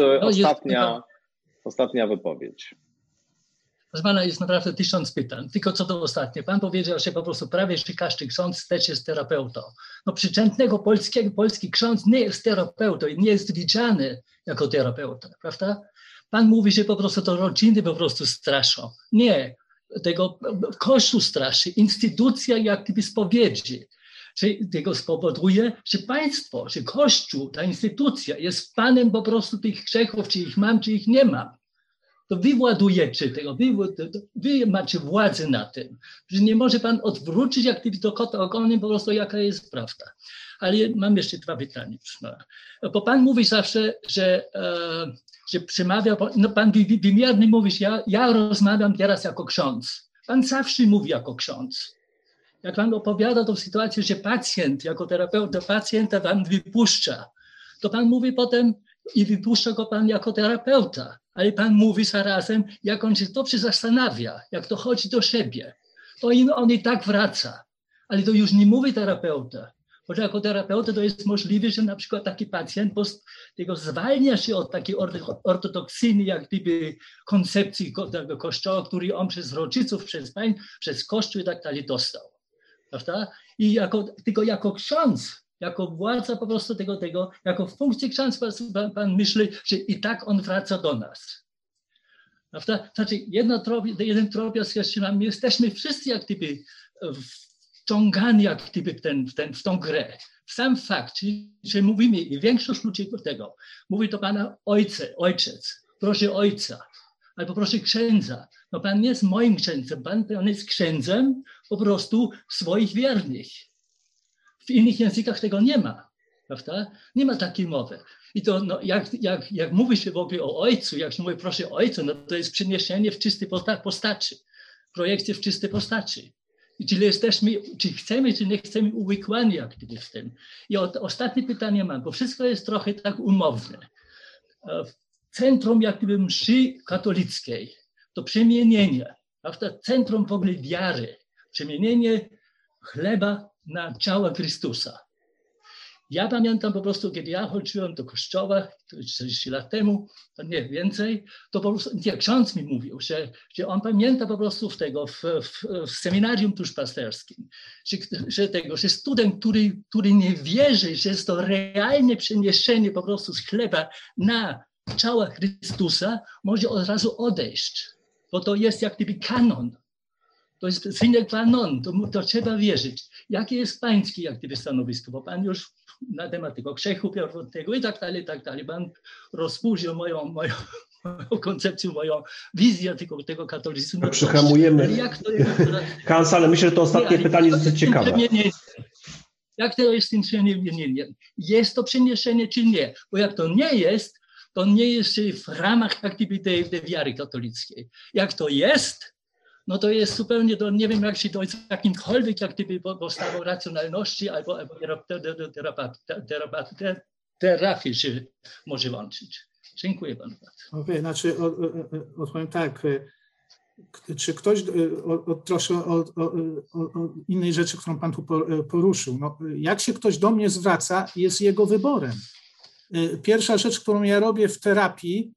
ostatnia wypowiedź. Proszę pana, jest naprawdę 1000 pytań. Tylko co do ostatnie. Pan powiedział, że po prostu prawie że każdy ksiądz też jest terapeutą. No przeciętnego polski ksiądz nie jest terapeutą i nie jest widziany jako terapeuta, prawda? Pan mówi, że po prostu to rodziny po prostu straszą. Nie, tego Kościół straszy, instytucja jak gdyby spowiedzi. Że tego spowoduje, że państwo, że Kościół, ta instytucja jest panem po prostu tych grzechów, czy ich mam, czy ich nie mam. To wy władujecie tego, wy macie władzę na tym, że nie może pan odwrócić jak gdyby do kota ogonem po prostu jaka jest prawda. Ale mam jeszcze 2 pytania. Bo pan mówi zawsze, że przemawia, no pan wymiernie mówisz, ja rozmawiam teraz jako ksiądz. Pan zawsze mówi jako ksiądz. Jak pan opowiada tą sytuację, że pacjent jako terapeuta pacjenta pan wypuszcza, to pan mówi potem i wypuszcza go pan jako terapeuta, ale pan mówi zarazem, jak on się dobrze zastanawia, jak to chodzi do siebie, to on i tak wraca, ale to już nie mówi terapeuta, bo jako terapeuta to jest możliwe, że na przykład taki pacjent tego zwalnia się od takiej ortodoksyjnej jak gdyby koncepcji tego Kościoła, który on przez rodziców, przez Kościół i tak dalej dostał. Prawda? I tylko jako ksiądz, jako władza po prostu tego jako funkcji ksiądz pan myśli, że i tak on wraca do nas. Prawda? Znaczy jeden drobiazg jeszcze mam, jesteśmy wszyscy jak gdyby wciągani jak gdyby w tą grę. Sam fakt, że mówimy i większość ludzi tego, mówi do pana ojciec, proszę ojca, albo proszę księdza. No pan nie jest moim księdzem, pan jest księdzem po prostu swoich wiernych. W innych językach tego nie ma, prawda? Nie ma takiej mowy. I to no, jak mówi się w ogóle o ojcu, jak się mówi proszę ojca, no to jest przeniesienie w czystej postaci, projekcja w czystej postaci. I czyli jesteśmy, czy chcemy, czy nie chcemy uwikłani jak gdyby w tym. I ostatnie pytanie mam, bo wszystko jest trochę tak umowne. Centrum jak gdyby mszy katolickiej, to przemienienie, prawda? Centrum w ogóle wiary, przemienienie chleba na ciało Chrystusa. Ja pamiętam po prostu, kiedy ja chodziłem do kościoła 40 lat temu, to nie więcej, to po prostu ksiądz mi mówił, że on pamięta po prostu w seminarium duszpasterskim, że student, który nie wierzy, że jest to realne przeniesienie po prostu z chleba na ciała Chrystusa, może od razu odejść, bo to jest jak gdyby kanon. To jest sine qua non, to trzeba wierzyć. Jakie jest pańskie jak gdyby stanowisko, bo pan już na temat tego grzechu pierwotnego i tak dalej, pan rozburzył moją koncepcję, moją wizję tego katolicyzmu. Przyhamujemy. Hans, ale myślę, że to ostatnie pytanie jest dosyć ciekawe. Jak to jest nie. Jest to przeniesienie czy nie? Bo jak to nie jest w ramach jak gdyby tej wiary katolickiej. Jak to jest, no to jest zupełnie, nie wiem jak się do jakimkolwiek jak gdyby postawą racjonalności albo terapii się może łączyć. Dziękuję panu bardzo. Okay, znaczy odpowiem tak, czy ktoś, troszkę o innej rzeczy, którą pan tu poruszył, no, jak się ktoś do mnie zwraca, jest jego wyborem. Pierwsza rzecz, którą ja robię w terapii,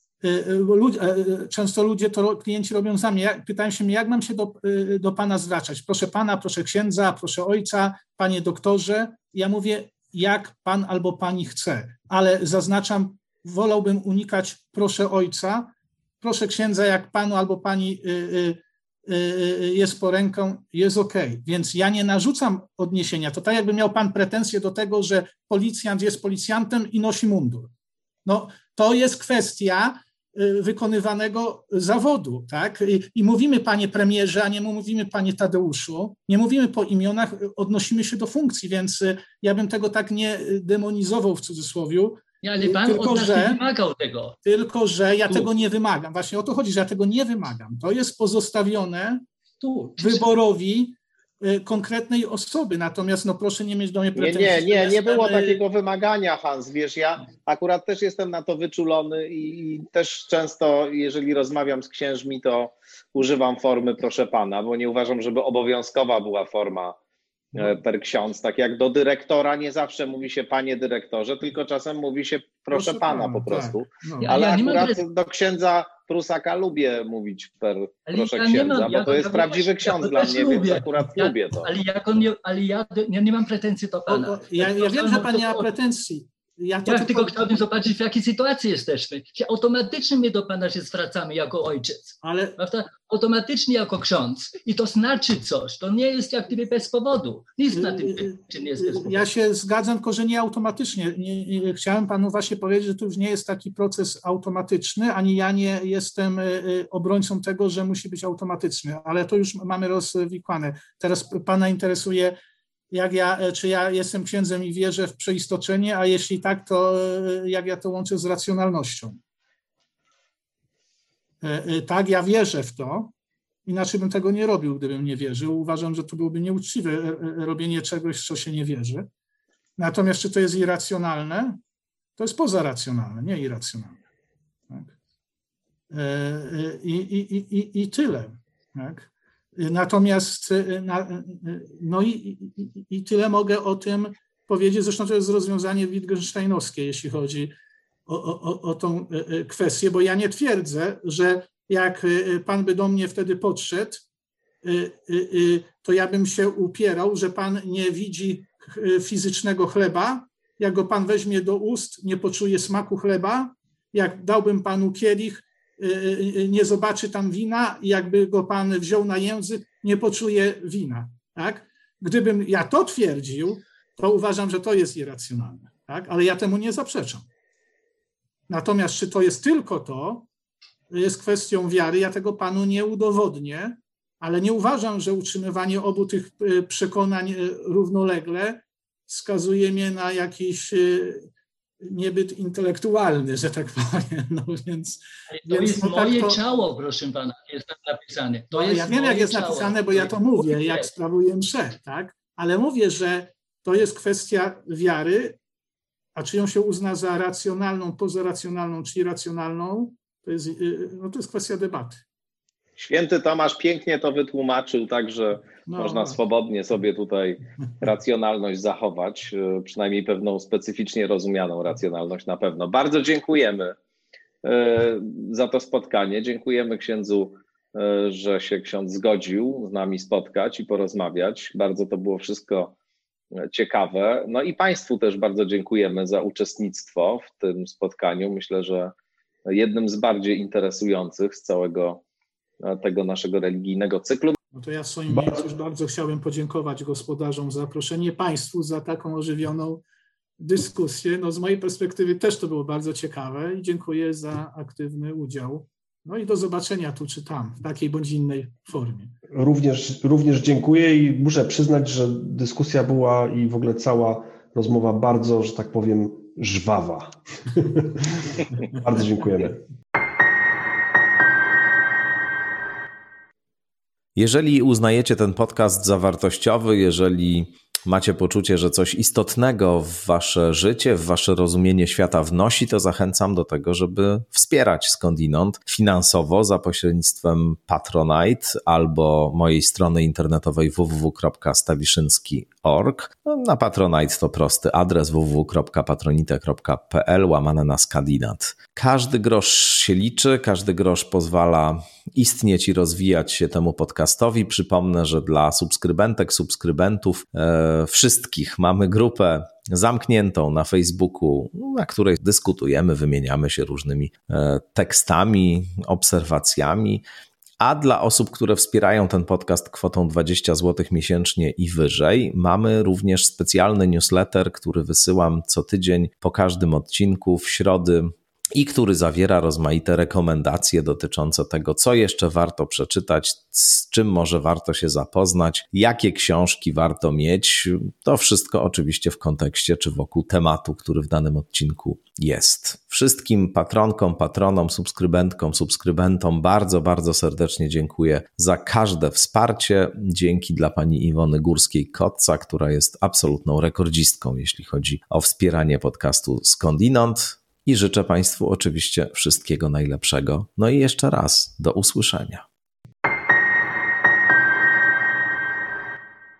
często klienci robią za mnie, pytają się mnie, jak mam się do pana zwracać? Proszę pana, proszę księdza, proszę ojca, panie doktorze. Ja mówię, jak pan albo pani chce, ale zaznaczam, wolałbym unikać proszę ojca, proszę księdza, jak panu albo pani jest po ręką, jest okej. Więc ja nie narzucam odniesienia. To tak jakby miał pan pretensje do tego, że policjant jest policjantem i nosi mundur. No, to jest kwestia wykonywanego zawodu, tak? I mówimy panie premierze, a nie mówimy panie Tadeuszu, nie mówimy po imionach, odnosimy się do funkcji, więc ja bym tego tak nie demonizował w cudzysłowie. Ale pan od nas nie wymagał tego. Tylko, że ja tego nie wymagam. Właśnie o to chodzi, że ja tego nie wymagam. To jest pozostawione wyborowi konkretnej osoby. Natomiast proszę nie mieć do mnie pretensji. Nie było takiego wymagania, Hans. Wiesz, ja akurat też jestem na to wyczulony i też często, jeżeli rozmawiam z księżmi, to używam formy proszę pana, bo nie uważam, żeby obowiązkowa była forma per ksiądz. Tak jak do dyrektora nie zawsze mówi się panie dyrektorze, tylko czasem mówi się proszę pana po prostu. Tak. Ale akurat do księdza Prusaka lubię mówić proszę księdza, bo to jest prawdziwy ksiądz dla mnie, więc akurat lubię to. Ale ja nie mam pretensji do pana. Ja wiem, że pan nie ma pretensji. Ja tylko chciałbym zobaczyć, w jakiej sytuacji jesteśmy. Automatycznie my do pana się zwracamy jako ojciec, prawda? Automatycznie jako ksiądz. I to znaczy coś. To nie jest jak gdyby bez powodu. Nic na tym nie jest bez powodu. Ja się zgadzam, tylko że nie automatycznie. Chciałem panu właśnie powiedzieć, że to już nie jest taki proces automatyczny, ani ja nie jestem obrońcą tego, że musi być automatyczny, ale to już mamy rozwikłane. Teraz pana interesuje, czy ja jestem księdzem i wierzę w przeistoczenie, a jeśli tak, to jak ja to łączę z racjonalnością? Tak, ja wierzę w to, inaczej bym tego nie robił, gdybym nie wierzył. Uważam, że to byłoby nieuczciwe robienie czegoś, w co się nie wierzy. Natomiast czy to jest irracjonalne? To jest pozaracjonalne, nie irracjonalne. Tak? I tyle. Tak? Natomiast i tyle mogę o tym powiedzieć. Zresztą to jest rozwiązanie wittgensteinowskie, jeśli chodzi o tą kwestię, bo ja nie twierdzę, że jak pan by do mnie wtedy podszedł, to ja bym się upierał, że pan nie widzi fizycznego chleba, jak go pan weźmie do ust, nie poczuje smaku chleba, jak dałbym panu kielich, nie zobaczy tam wina i jakby go pan wziął na język, nie poczuje wina. Tak? Gdybym ja to twierdził, to uważam, że to jest irracjonalne. Tak? Ale ja temu nie zaprzeczam. Natomiast czy to jest tylko to, jest kwestią wiary, ja tego panu nie udowodnię, ale nie uważam, że utrzymywanie obu tych przekonań równolegle wskazuje mnie na jakiś niebyt intelektualny, że tak powiem. To jest moje ciało, proszę pana, jest tam napisane. Ja wiem, jak jest napisane, bo ja to mówię, jak sprawuję mszę, tak? Ale mówię, że to jest kwestia wiary, a czy ją się uzna za racjonalną, pozaracjonalną, czy irracjonalną, to jest kwestia debaty. Święty Tomasz pięknie to wytłumaczył, tak, że można swobodnie sobie tutaj racjonalność zachować, przynajmniej pewną specyficznie rozumianą racjonalność na pewno. Bardzo dziękujemy za to spotkanie. Dziękujemy księdzu, że się ksiądz zgodził z nami spotkać i porozmawiać. Bardzo to było wszystko ciekawe. No i państwu też bardzo dziękujemy za uczestnictwo w tym spotkaniu. Myślę, że jednym z bardziej interesujących z całego tego naszego religijnego cyklu. No to ja w swoim miejscu już bardzo chciałbym podziękować gospodarzom za zaproszenie, państwu za taką ożywioną dyskusję. No z mojej perspektywy też to było bardzo ciekawe i dziękuję za aktywny udział. No i do zobaczenia tu czy tam, w takiej bądź innej formie. Również dziękuję i muszę przyznać, że dyskusja była i w ogóle cała rozmowa bardzo, że tak powiem, żwawa. Bardzo dziękujemy. Jeżeli uznajecie ten podcast za wartościowy, jeżeli macie poczucie, że coś istotnego w wasze życie, w wasze rozumienie świata wnosi, to zachęcam do tego, żeby wspierać skądinąd finansowo za pośrednictwem Patronite albo mojej strony internetowej www.stawiszynski.org. Na Patronite to prosty adres www.patronite.pl/skandinat. Każdy grosz się liczy, każdy grosz pozwala istnieć i rozwijać się temu podcastowi. Przypomnę, że dla subskrybentek, subskrybentów wszystkich mamy grupę zamkniętą na Facebooku, na której dyskutujemy, wymieniamy się różnymi tekstami, obserwacjami. A dla osób, które wspierają ten podcast kwotą 20 zł miesięcznie i wyżej, mamy również specjalny newsletter, który wysyłam co tydzień po każdym odcinku w środy i który zawiera rozmaite rekomendacje dotyczące tego, co jeszcze warto przeczytać, z czym może warto się zapoznać, jakie książki warto mieć. To wszystko oczywiście w kontekście czy wokół tematu, który w danym odcinku jest. Wszystkim patronkom, patronom, subskrybentkom, subskrybentom bardzo, bardzo serdecznie dziękuję za każde wsparcie. Dzięki dla pani Iwony Górskiej-Kotca, która jest absolutną rekordzistką, jeśli chodzi o wspieranie podcastu Skądinąd. I życzę Państwu oczywiście wszystkiego najlepszego. No i jeszcze raz do usłyszenia.